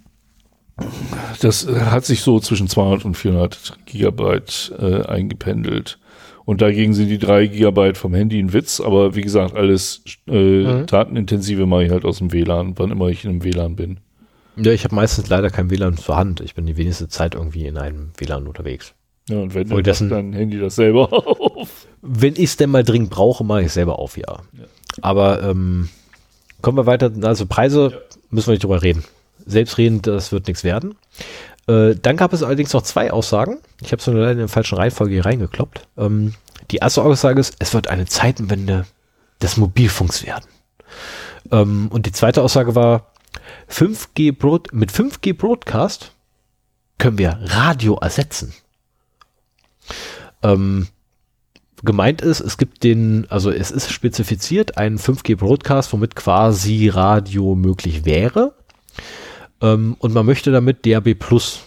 das hat sich so zwischen zweihundert und vierhundert Gigabyte äh, eingependelt. Und dagegen sind die drei Gigabyte vom Handy ein Witz, aber wie gesagt, alles äh, mhm. datenintensive mache ich halt aus dem W L A N, wann immer ich in einem W L A N bin. Ja, ich habe meistens leider kein W L A N zur Hand. Ich bin die wenigste Zeit irgendwie in einem W L A N unterwegs. Ja, und wenn, dann macht dein Handy das selber auf. Wenn ich es denn mal dringend brauche, mache ich es selber auf, ja. ja. Aber ähm, kommen wir weiter, also Preise ja. müssen wir nicht drüber reden. Selbstredend, das wird nichts werden. Äh, dann gab es allerdings noch zwei Aussagen. Ich habe es nur leider in der falschen Reihenfolge hier reingekloppt. Ähm, die erste Aussage ist, es wird eine Zeitenwende des Mobilfunks werden. Ähm, und die zweite Aussage war, fünf G Broad- mit fünf G Broadcast können wir Radio ersetzen. Ähm, gemeint ist, es gibt den, also es ist spezifiziert, ein fünf G Broadcast, womit quasi Radio möglich wäre. Ähm, und man möchte damit D A B Plus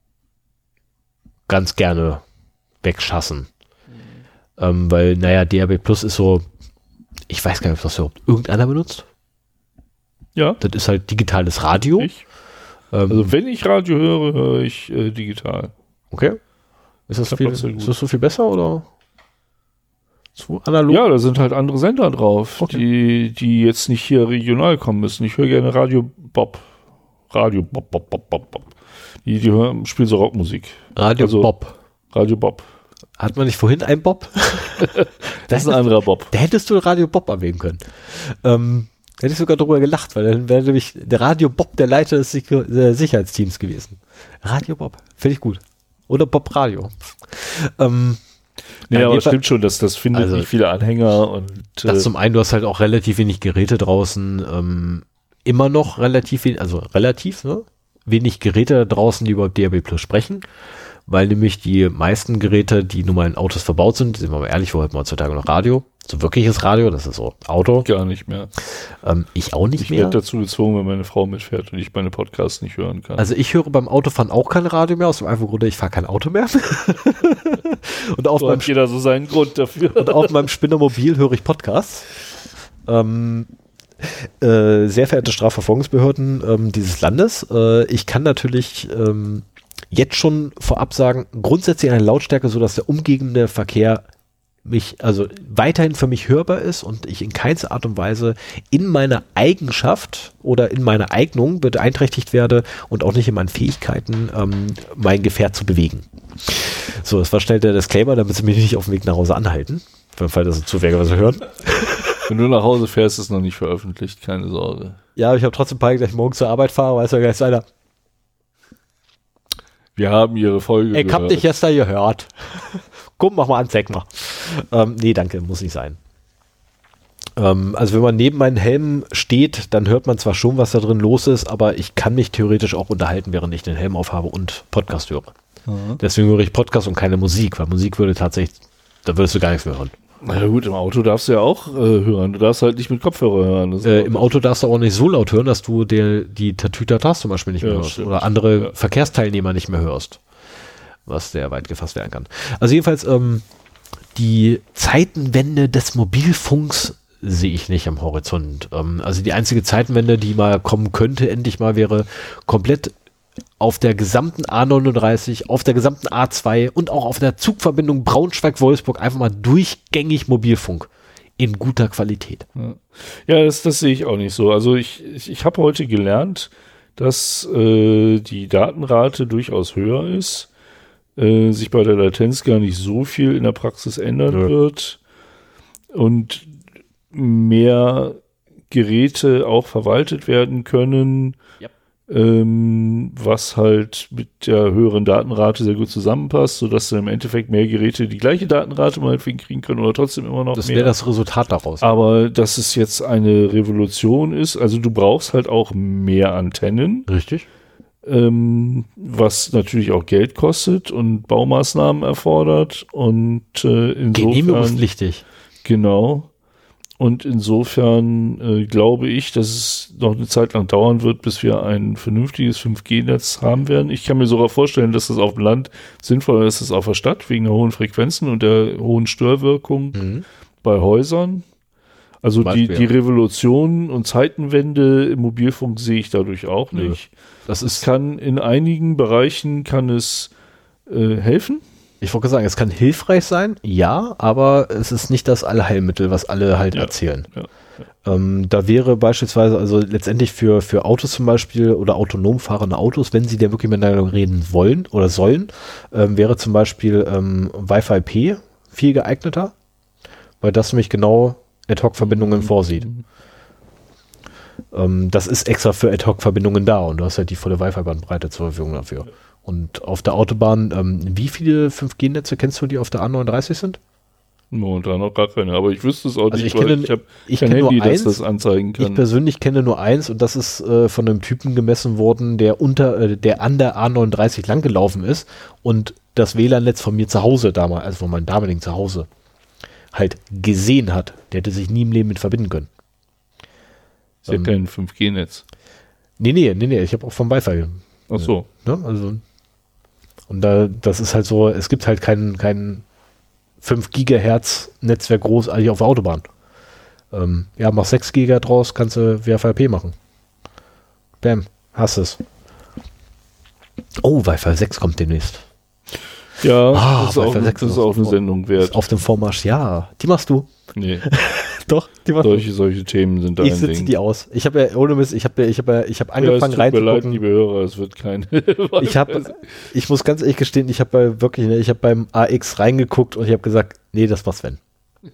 ganz gerne wegschassen. Mhm. Ähm, weil, naja, D A B Plus ist so, ich weiß gar nicht, ob das überhaupt irgendeiner benutzt. Ja. Das ist halt digitales Radio. Ähm, Also wenn ich Radio höre, höre ich äh, digital. okay. Ist das, Klappt viel, auch sehr gut. ist das so viel besser oder zu analog? Ja, da sind halt andere Sender drauf, Okay. die, die jetzt nicht hier regional kommen müssen. Ich höre gerne Radio Bob. Radio Bob, Bob, Bob, Bob, Bob. Die, die hören, spielen so Rockmusik. Radio Also- Bob. Radio Bob. Hat man nicht vorhin einen Bob? Das ist ein anderer Bob. Da hättest du Radio Bob erwähnen können. Ähm, da hätte ich sogar drüber gelacht, weil dann wäre nämlich der Radio Bob der Leiter des Sicher- äh, Sicherheitsteams gewesen. Radio Bob, finde ich gut. Oder Bob Radio. Ähm, Nee, ja, aber jedenfalls- stimmt schon, dass das findet Also- nicht viele Anhänger und das äh, zum einen, du hast halt auch relativ wenig Geräte draußen, ähm, immer noch relativ wenig, also relativ, ne? Wenig Geräte da draußen, die über D A B Plus sprechen, weil nämlich die meisten Geräte, die nun mal in Autos verbaut sind, sind wir mal ehrlich, wo halt heutzutage noch Radio, so wirkliches Radio, das ist so Auto, gar nicht mehr. ähm, ich auch nicht Ich mehr. werde dazu gezwungen, wenn meine Frau mitfährt und ich meine Podcasts nicht hören kann. Also ich höre beim Autofahren auch kein Radio mehr, aus dem einfachen Grunde, ich fahre kein Auto mehr. und, auf so meinem, hat jeder so seinen Grund dafür. und auf meinem Spinnermobil höre ich Podcasts. Ähm, äh, sehr verehrte Strafverfolgungsbehörden ähm, dieses Landes, äh, ich kann natürlich ähm, jetzt schon vorab sagen, grundsätzlich eine Lautstärke, so dass der umgebende Verkehr mich, also weiterhin für mich hörbar ist und ich in keinster Art und Weise in meiner Eigenschaft oder in meiner Eignung beeinträchtigt werde und auch nicht in meinen Fähigkeiten, ähm, mein Gefährt zu bewegen. So, das war schnell der Disclaimer, damit Sie mich nicht auf dem Weg nach Hause anhalten, für den Fall, dass Sie zufälligerweise hören. Wenn du nach Hause fährst, ist es noch nicht veröffentlicht, keine Sorge. Ja, aber ich habe trotzdem Panik, dass ich morgen zur Arbeit fahre, weiß ja gleich einer. Wir haben ihre Folge Ich hab dich gestern gehört. Komm, mach mal an, zeig mal. Ähm, nee, danke, muss nicht sein. Ähm, also wenn man neben meinem Helm steht, dann hört man zwar schon, was da drin los ist, aber ich kann mich theoretisch auch unterhalten, während ich den Helm aufhabe und Podcast höre. Mhm. Deswegen höre ich Podcast und keine Musik, weil Musik würde tatsächlich, da würdest du gar nichts mehr hören. Na gut, im Auto darfst du ja auch äh, hören. Du darfst halt nicht mit Kopfhörer hören. Das ist Äh, auch- Im Auto darfst du auch nicht so laut hören, dass du der, die Tatütatas zum Beispiel nicht mehr Ja, hörst stimmt. oder andere Ja. Verkehrsteilnehmer nicht mehr hörst, was sehr weit gefasst werden kann. Also jedenfalls ähm, die Zeitenwende des Mobilfunks sehe ich nicht am Horizont. Ähm, also die einzige Zeitenwende, die mal kommen könnte, endlich mal, wäre komplett auf der gesamten A neununddreißig, auf der gesamten A zwei und auch auf der Zugverbindung Braunschweig-Wolfsburg einfach mal durchgängig Mobilfunk in guter Qualität. Ja, das, das sehe ich auch nicht so. Also ich, ich, ich habe heute gelernt, dass äh, die Datenrate durchaus höher ist, äh, sich bei der Latenz gar nicht so viel in der Praxis ändern Ja. wird und mehr Geräte auch verwaltet werden können, Ja. ähm, was halt mit der höheren Datenrate sehr gut zusammenpasst, sodass dann im Endeffekt mehr Geräte die gleiche Datenrate meinetwegen kriegen können oder trotzdem immer noch Das mehr. wäre das Resultat daraus. Aber dass es jetzt eine Revolution ist, also du brauchst halt auch mehr Antennen, Richtig. ähm, was natürlich auch Geld kostet und Baumaßnahmen erfordert und äh, insofern, Genehmigungspflichtig. genau, und insofern äh, glaube ich, dass es noch eine Zeit lang dauern wird, bis wir ein vernünftiges fünf G Netz haben werden. Ich kann mir sogar vorstellen, dass das auf dem Land sinnvoller ist als auf der Stadt, wegen der hohen Frequenzen und der hohen Störwirkung Mhm. bei Häusern. Also Zum die, Beispiel, die Revolution und Zeitenwende im Mobilfunk sehe ich dadurch auch Nö. nicht. Das Es ist, kann in einigen Bereichen kann es äh, helfen. ich wollte sagen, es kann hilfreich sein, ja, aber es ist nicht das Allheilmittel, was alle halt Ja, erzählen. ja, Ähm, da wäre beispielsweise, also letztendlich für, für Autos zum Beispiel oder autonom fahrende Autos, wenn sie da wirklich miteinander reden wollen oder sollen, ähm, wäre zum Beispiel ähm, Wi-Fi P viel geeigneter, weil das nämlich genau Ad-Hoc-Verbindungen vorsieht. Ähm, das ist extra für Ad-Hoc-Verbindungen da und du hast halt die volle Wi-Fi-Bandbreite zur Verfügung dafür. Und auf der Autobahn, ähm, wie viele fünf G Netze kennst du, die auf der A neununddreißig sind? Momentan noch gar keine. Aber ich wüsste es auch Also nicht, ich kenne- weil ich habe ich kein kenne nur Handy, das eins. das anzeigen Ich kann. persönlich kenne nur eins und das ist äh, von einem Typen gemessen worden, der unter, äh, der an der A neununddreißig langgelaufen ist und das W L A N-Netz von mir zu Hause damals, also von meinem damaligen Zuhause, halt gesehen hat. Der hätte sich nie im Leben mit verbinden können. ist ja ähm, kein fünf G Netz. Nee, nee, nee, nee, ich habe auch vom Wi-Fi. Ach so. Ne? Also, und da, das ist halt so, es gibt halt kein, kein fünf Gigahertz Netzwerk großartig auf der Autobahn. Ähm, ja, mach sechs Gigahertz draus, kannst du W F I P machen. Bam, hast es. Oh, Wi-Fi sechs kommt demnächst. Ja, Ah, das ist auch, Wi-Fi sechs das ist ist auch eine auf- Sendung wert. Auf dem Vormarsch, ja. Die machst du. Nee, Doch, die machst solche, solche Themen sind da du. Ich ein sitze Ding. die aus. Ich habe ja, ohne Mist, ich habe ja, ich habe ja, ich habe Ja, es angefangen tut mir leid, reinzugucken. liebe Hörer, es wird kein... Ich habe, ich muss ganz ehrlich gestehen, ich habe bei wirklich, ne, ich habe beim A X reingeguckt und ich habe gesagt, nee, das war Sven.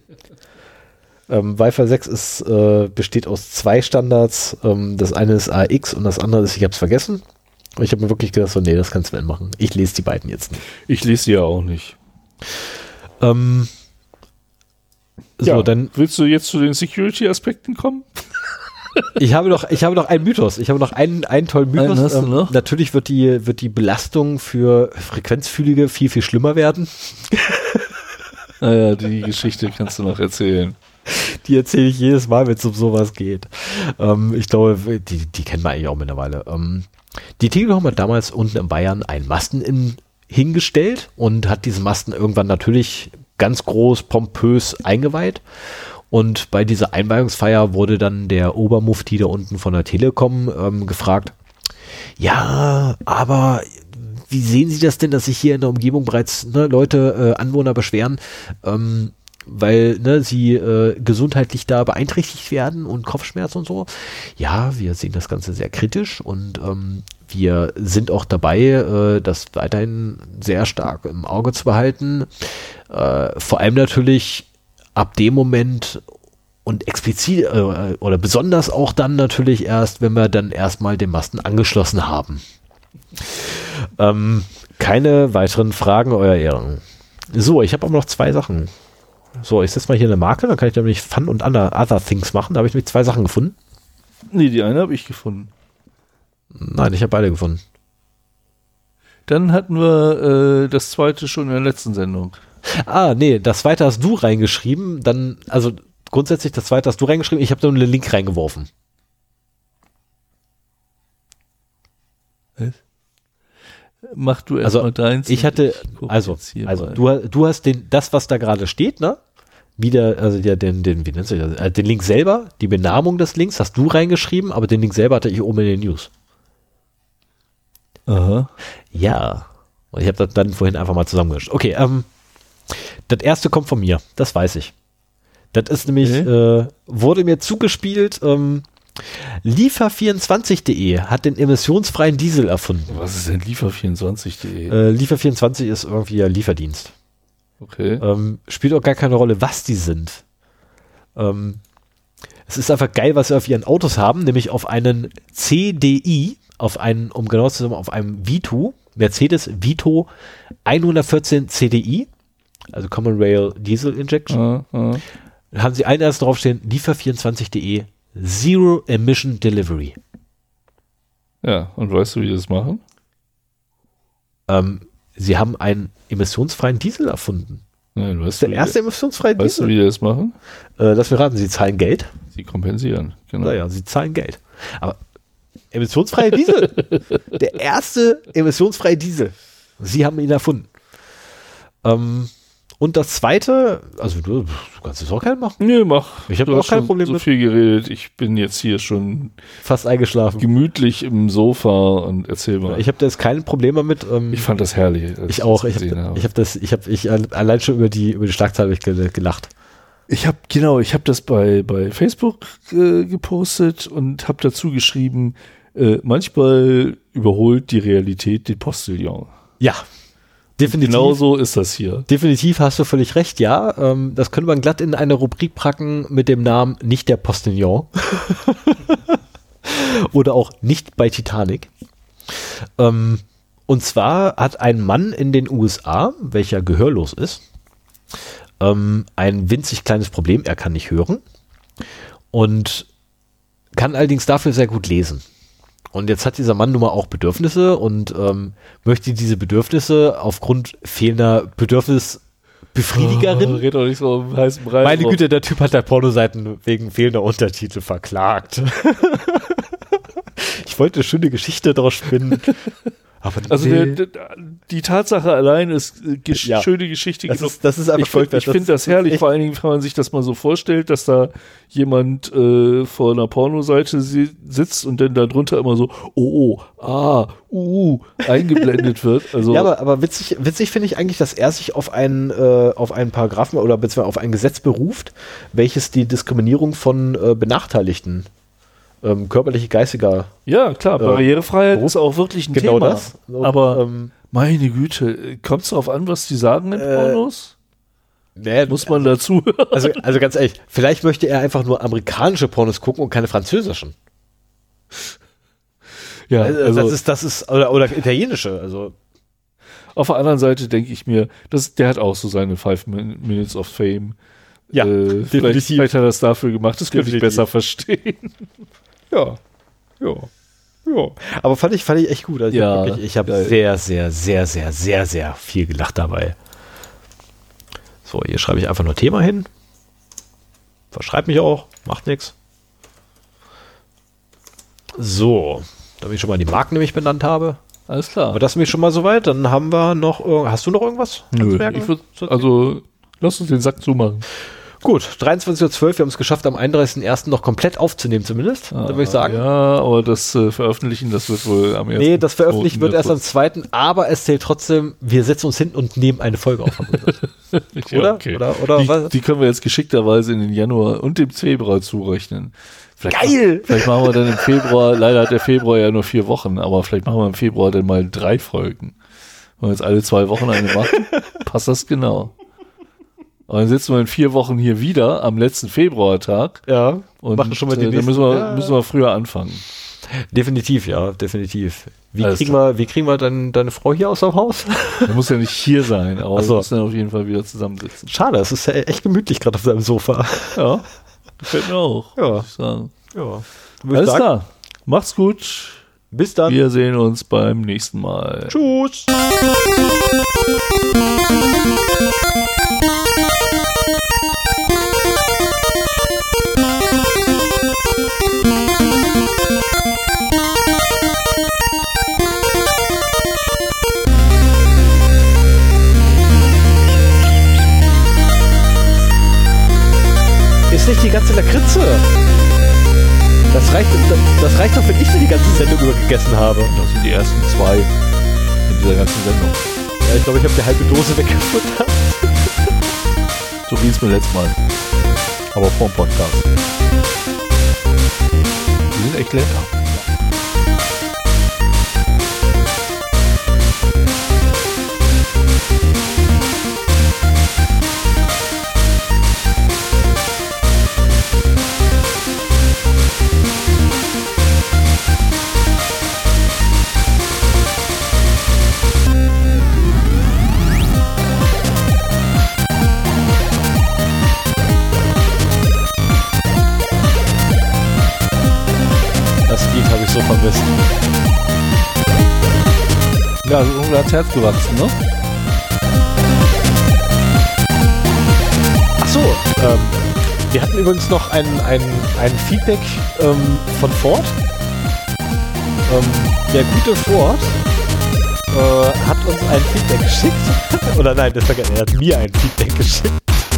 ähm, Wi-Fi sechs ist, äh, besteht aus zwei Standards. Ähm, das eine ist A X und das andere ist, ich habe es vergessen. Und ich habe mir wirklich gedacht, so, nee, das kann Sven machen. Ich lese die beiden jetzt nicht. Ich lese sie ja auch nicht. Ähm, so, ja, dann, willst du jetzt zu den Security-Aspekten kommen? ich habe noch, ich habe noch einen Mythos. Ich habe noch einen, einen tollen Mythos. Einen hast du Ähm, noch? Natürlich wird die, wird die Belastung für Frequenzfühlige viel, viel schlimmer werden. Naja, die Geschichte kannst du noch erzählen. Die erzähle ich jedes Mal, wenn es um sowas geht. Ähm, ich glaube, die, die kennen wir eigentlich auch mittlerweile. Ähm, die Telekom hat damals unten in Bayern einen Masten in, hingestellt und hat diesen Masten irgendwann natürlich ganz groß, pompös eingeweiht. Und bei dieser Einweihungsfeier wurde dann der Obermufti da unten von der Telekom ähm, gefragt, ja, aber wie sehen Sie das denn, dass sich hier in der Umgebung bereits ne, Leute, äh, Anwohner beschweren, ähm, weil ne, sie äh, gesundheitlich da beeinträchtigt werden und Kopfschmerzen und so? Ja, wir sehen das Ganze sehr kritisch und ähm, wir sind auch dabei, äh, das weiterhin sehr stark im Auge zu behalten. Äh, vor allem natürlich ab dem Moment und explizit äh, oder besonders auch dann natürlich erst, wenn wir dann erstmal den Masten angeschlossen haben. Ähm, keine weiteren Fragen, Euer Ehren. So, ich habe aber noch zwei Sachen. So, ich setze mal hier eine Marke, dann kann ich nämlich Fun und other, other Things machen. Da habe ich nämlich zwei Sachen gefunden. Nee, die eine habe ich gefunden. Nein, ich habe beide gefunden. Dann hatten wir äh, das zweite schon in der letzten Sendung. Ah, nee, das zweite hast du reingeschrieben. Dann, also grundsätzlich das zweite hast du reingeschrieben. Ich habe da nur einen Link reingeworfen. Was? Mach du Also, erstmal deins. Ich hatte, guck also, jetzt hier also mal. du, du hast den, das, was da gerade steht, ne? Wieder, also ja, den, den, wie nennst du das? Äh, den Link selber, die Benamung des Links hast du reingeschrieben, aber den Link selber hatte ich oben in den News. Aha. Ja. Und ich habe das dann vorhin einfach mal zusammengemischt. Okay, ähm, das erste kommt von mir, das weiß ich. Das ist nämlich, Okay. äh, wurde mir zugespielt, ähm, Liefer vierundzwanzig punkt de hat den emissionsfreien Diesel erfunden. Was ist denn Liefer vierundzwanzig punkt de? Äh, Liefer vierundzwanzig ist irgendwie ein Lieferdienst. Okay. Ähm, spielt auch gar keine Rolle, was die sind. Ähm, es ist einfach geil, was sie auf ihren Autos haben, nämlich auf einen C D I, auf einen, um genau zu sagen, auf einem Vito, Mercedes Vito hundertvierzehn C D I, also Common Rail Diesel Injection, Ah, ah. haben sie einen erst draufstehen, Liefer vierundzwanzig punkt de, Zero Emission Delivery. Ja, und weißt du, wie die das machen? Ähm, sie haben einen emissionsfreien Diesel erfunden. Nein, weißt Das ist der du, wie erste emissionsfreie die, weißt du, Diesel. wie die das machen? Äh, lass mir raten, sie zahlen Geld. Sie kompensieren. Genau. Naja, sie zahlen Geld. Aber emissionsfreie Diesel. Der erste emissionsfreie Diesel. Sie haben ihn erfunden. Ähm, und das zweite, also du, du kannst es auch gerne machen. Nee, mach. Ich hab Du auch hast kein schon Problem so mit. viel geredet. Ich bin jetzt hier schon Fast eingeschlafen. gemütlich im Sofa und erzähl mal. Ich habe da jetzt kein Problem damit. Ähm, Ich fand das herrlich. als ich auch. das Ich gesehen habe habe. ich hab das, ich habe, ich allein schon über die über die Schlagzeile hab ich gel- gelacht. Ich habe genau, ich habe das bei bei Facebook äh, gepostet und habe dazu geschrieben, äh, manchmal überholt die Realität den Postillon. Ja, definitiv. Genau so ist das hier. Definitiv hast du völlig recht, ja. Ähm, das könnte man glatt in eine Rubrik packen mit dem Namen Nicht der Postillon. Oder auch Nicht bei Titanic. Ähm, und zwar hat ein Mann in den U S A, welcher gehörlos ist, ähm, ein winzig kleines Problem. Er kann nicht hören und kann allerdings dafür sehr gut lesen. Und jetzt hat dieser Mann nun mal auch Bedürfnisse und ähm, möchte diese Bedürfnisse aufgrund fehlender Bedürfnisbefriedigerin. Oh, red doch nicht so um heißen Brei. Meine Güte, der Typ hat da Pornoseiten wegen fehlender Untertitel verklagt. Ich wollte eine schöne Geschichte draus spinnen. Aber Also der, der, die Tatsache allein ist äh, gesch Ja. schöne Geschichte das, genug. ist, das ist einfach Ich, find- Gold wert. ich finde das, herrlich, vor allen Dingen, wenn man sich das mal so vorstellt, dass da jemand äh, vor einer Pornoseite si sitzt und dann da drunter immer so oh, oh, ah, uh, eingeblendet wird. Also Ja, aber, aber witzig, witzig finde ich eigentlich, dass er sich auf einen, äh, auf einen Paragraphen oder beziehungsweise auf ein Gesetz beruft, welches die Diskriminierung von äh, Benachteiligten, ähm, körperliche, geistiger, ja, klar, Barrierefreiheit Beruf- ist auch wirklich ein genau Thema. das. Und, Aber ähm, meine Güte, kommt es darauf an, was die sagen in Äh, Pornos? nee, Muss man dazu hören? also, also ganz ehrlich, vielleicht möchte er einfach nur amerikanische Pornos gucken und keine französischen. Ja, Also, also das ist, das ist, oder, oder italienische, also. auf der anderen Seite denke ich mir, das, der hat auch so seine Five Min Minutes of Fame. Ja, äh, vielleicht, definitiv. vielleicht hat er das dafür gemacht, das könnte ich Definitiv. besser verstehen. Ja, ja, ja. Aber fand ich, fand ich echt gut. Also ich Ja, hab wirklich, ich habe geil. sehr, sehr, sehr, sehr, sehr, sehr viel gelacht dabei. So, hier schreibe ich einfach nur Thema hin. Verschreib mich auch, macht nichts. So, damit ich schon mal die Marken nämlich benannt habe. Alles klar. Aber das ist nämlich schon mal soweit. Dann haben wir noch, irg- hast du noch irgendwas? Nö, anzumerken? ich würd, also lass uns den Sack zumachen. Gut, dreiundzwanzig Uhr zwölf, wir haben es geschafft, am einunddreißigsten ersten noch komplett aufzunehmen zumindest. Da würde ich sagen. Ja, aber das äh, Veröffentlichen, das wird wohl am ersten. Nee, das veröffentlicht zweiten wird erst am kurz. zweiten, aber es zählt trotzdem, wir setzen uns hin und nehmen eine Folge auf. Ja, oder? okay. Oder, oder die, was? die können wir jetzt geschickterweise in den Januar und dem Februar zurechnen. Vielleicht Geil! Vielleicht machen wir dann im Februar, leider hat der Februar ja nur vier Wochen, aber vielleicht machen wir im Februar dann mal drei Folgen. Wenn wir jetzt alle zwei Wochen eine machen, passt das genau. Und dann sitzen wir in vier Wochen hier wieder am letzten Februartag Ja, und machen schon mal die äh, dann nächsten- müssen wir, ja. müssen wir früher anfangen. Definitiv, ja, definitiv. Wie Alles kriegen wir, wie kriegen wir dann deine Frau hier aus dem Haus? Der muss ja nicht hier sein, aber Ach so. wir müssen dann auf jeden Fall wieder zusammensitzen. Schade, es ist ja echt gemütlich gerade auf seinem Sofa. Ja, gefällt mir auch, Ja. muss ich sagen. Ja. Alles klar, macht's gut. Bis dann. Wir sehen uns beim nächsten Mal. Tschüss. Ist nicht die ganze Lakritze. Das reicht, das reicht doch, wenn ich dir die ganze Sendung über gegessen habe. Das sind die ersten zwei in dieser ganzen Sendung. Ja, ich glaube, ich habe die halbe Dose weggefuttert. So wie es mir letztes Mal. Aber vor dem Podcast. Die sind echt lecker. Das Lied habe ich so vermisst. Ja, so hat das Herz gewachsen, ne? Ach so, ähm, wir hatten übrigens noch ein, ein, ein Feedback ähm, von Ford. Ähm, der gute Ford äh, hat uns ein Feedback geschickt. Oder nein, das war gar nicht, er hat mir ein Feedback geschickt.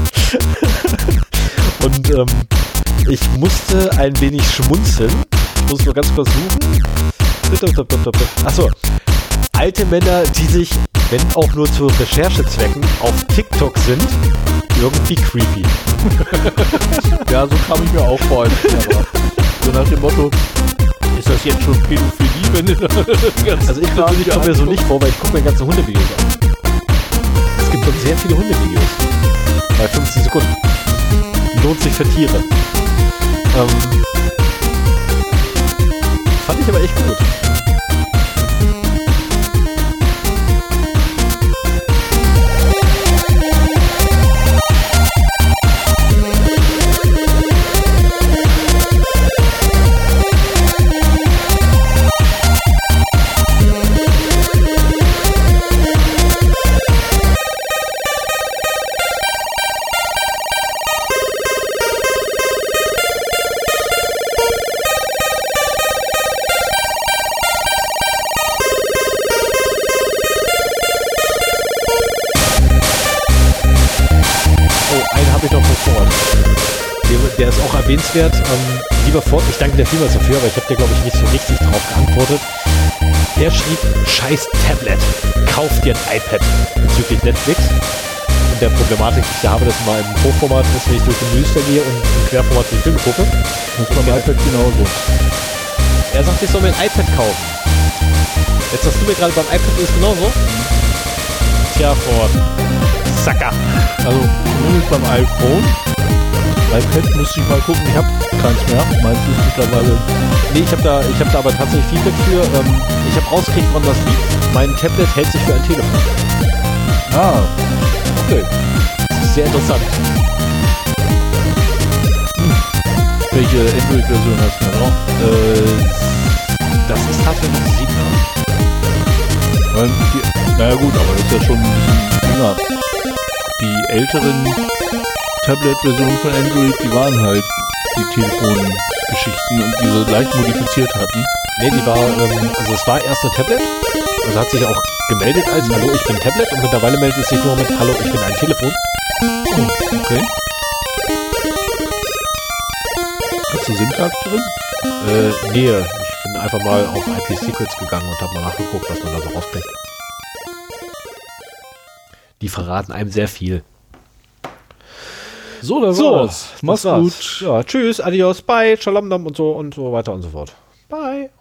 Und ähm, ich musste ein wenig schmunzeln. Ich muss nur ganz kurz suchen. Achso. Alte Männer, die sich, wenn auch nur zu Recherchezwecken, auf TikTok sind, irgendwie creepy. Ja, so kam ich mir auch vor. als aber so nach dem Motto, ist das jetzt schon Pädophilie, wenn du da die ganzen Also ich Kram persönlich hier komme mir so anguckst? nicht vor, weil ich gucke mir ganze Hundevideos an. Es gibt doch sehr viele Hundevideos. Bei fünfzehn Sekunden. Lohnt sich für Tiere. Ähm, fand ich aber echt gut. der ist auch erwähnenswert. Ähm, lieber Ford, ich danke dir vielmals dafür, aber ich habe dir, glaube ich, nicht so richtig drauf geantwortet. Der schrieb, scheiß Tablet, kauf dir ein iPad bezüglich Netflix. Und der Problematik, die ich da habe, dass mal im Hochformat ist, wenn ich durch den Menüster gehe und im Querformat die Filme gucke. Das ist beim iPad genauso. Er sagt, ich soll mir ein iPad kaufen. Jetzt sagst du mir gerade, beim iPad ist es genauso? Tja, Ford. Sacker. Also zumindest beim iPhone. iPad müsste ich mal gucken, ich habe keins mehr. Meins ist mittlerweile. Nee, ich habe da, ich hab da aber tatsächlich Feedback für. Ähm, ich habe rausgekriegt, woran das liegt. Mein Tablet hält sich für ein Telefon. Ah, okay. Das ist sehr interessant. Hm. Welche Android-Version hast du noch? Äh, das ist tatsächlich noch sieben. Weil die, naja gut, aber das ist ja schon ein bisschen länger. Die älteren Tablet-Versionen von Android, die waren halt die Telefongeschichten und diese leicht modifiziert hatten. Nee, die war, ähm, also es war erst ein Tablet. Also hat sich auch gemeldet als Hallo, ich bin Tablet und mittlerweile meldet es sich nur mit Hallo, ich bin ein Telefon. Oh, okay. Hast du SIM-Karte drin? Äh, nee, ich bin einfach mal auf I P Secrets gegangen und habe mal nachgeguckt, was man da so rauskriegt. Die verraten einem sehr viel. So, das So, war's. Mach's das war's. gut. Ja, tschüss, adios, bye, Shalom und so und so weiter und so fort. Bye.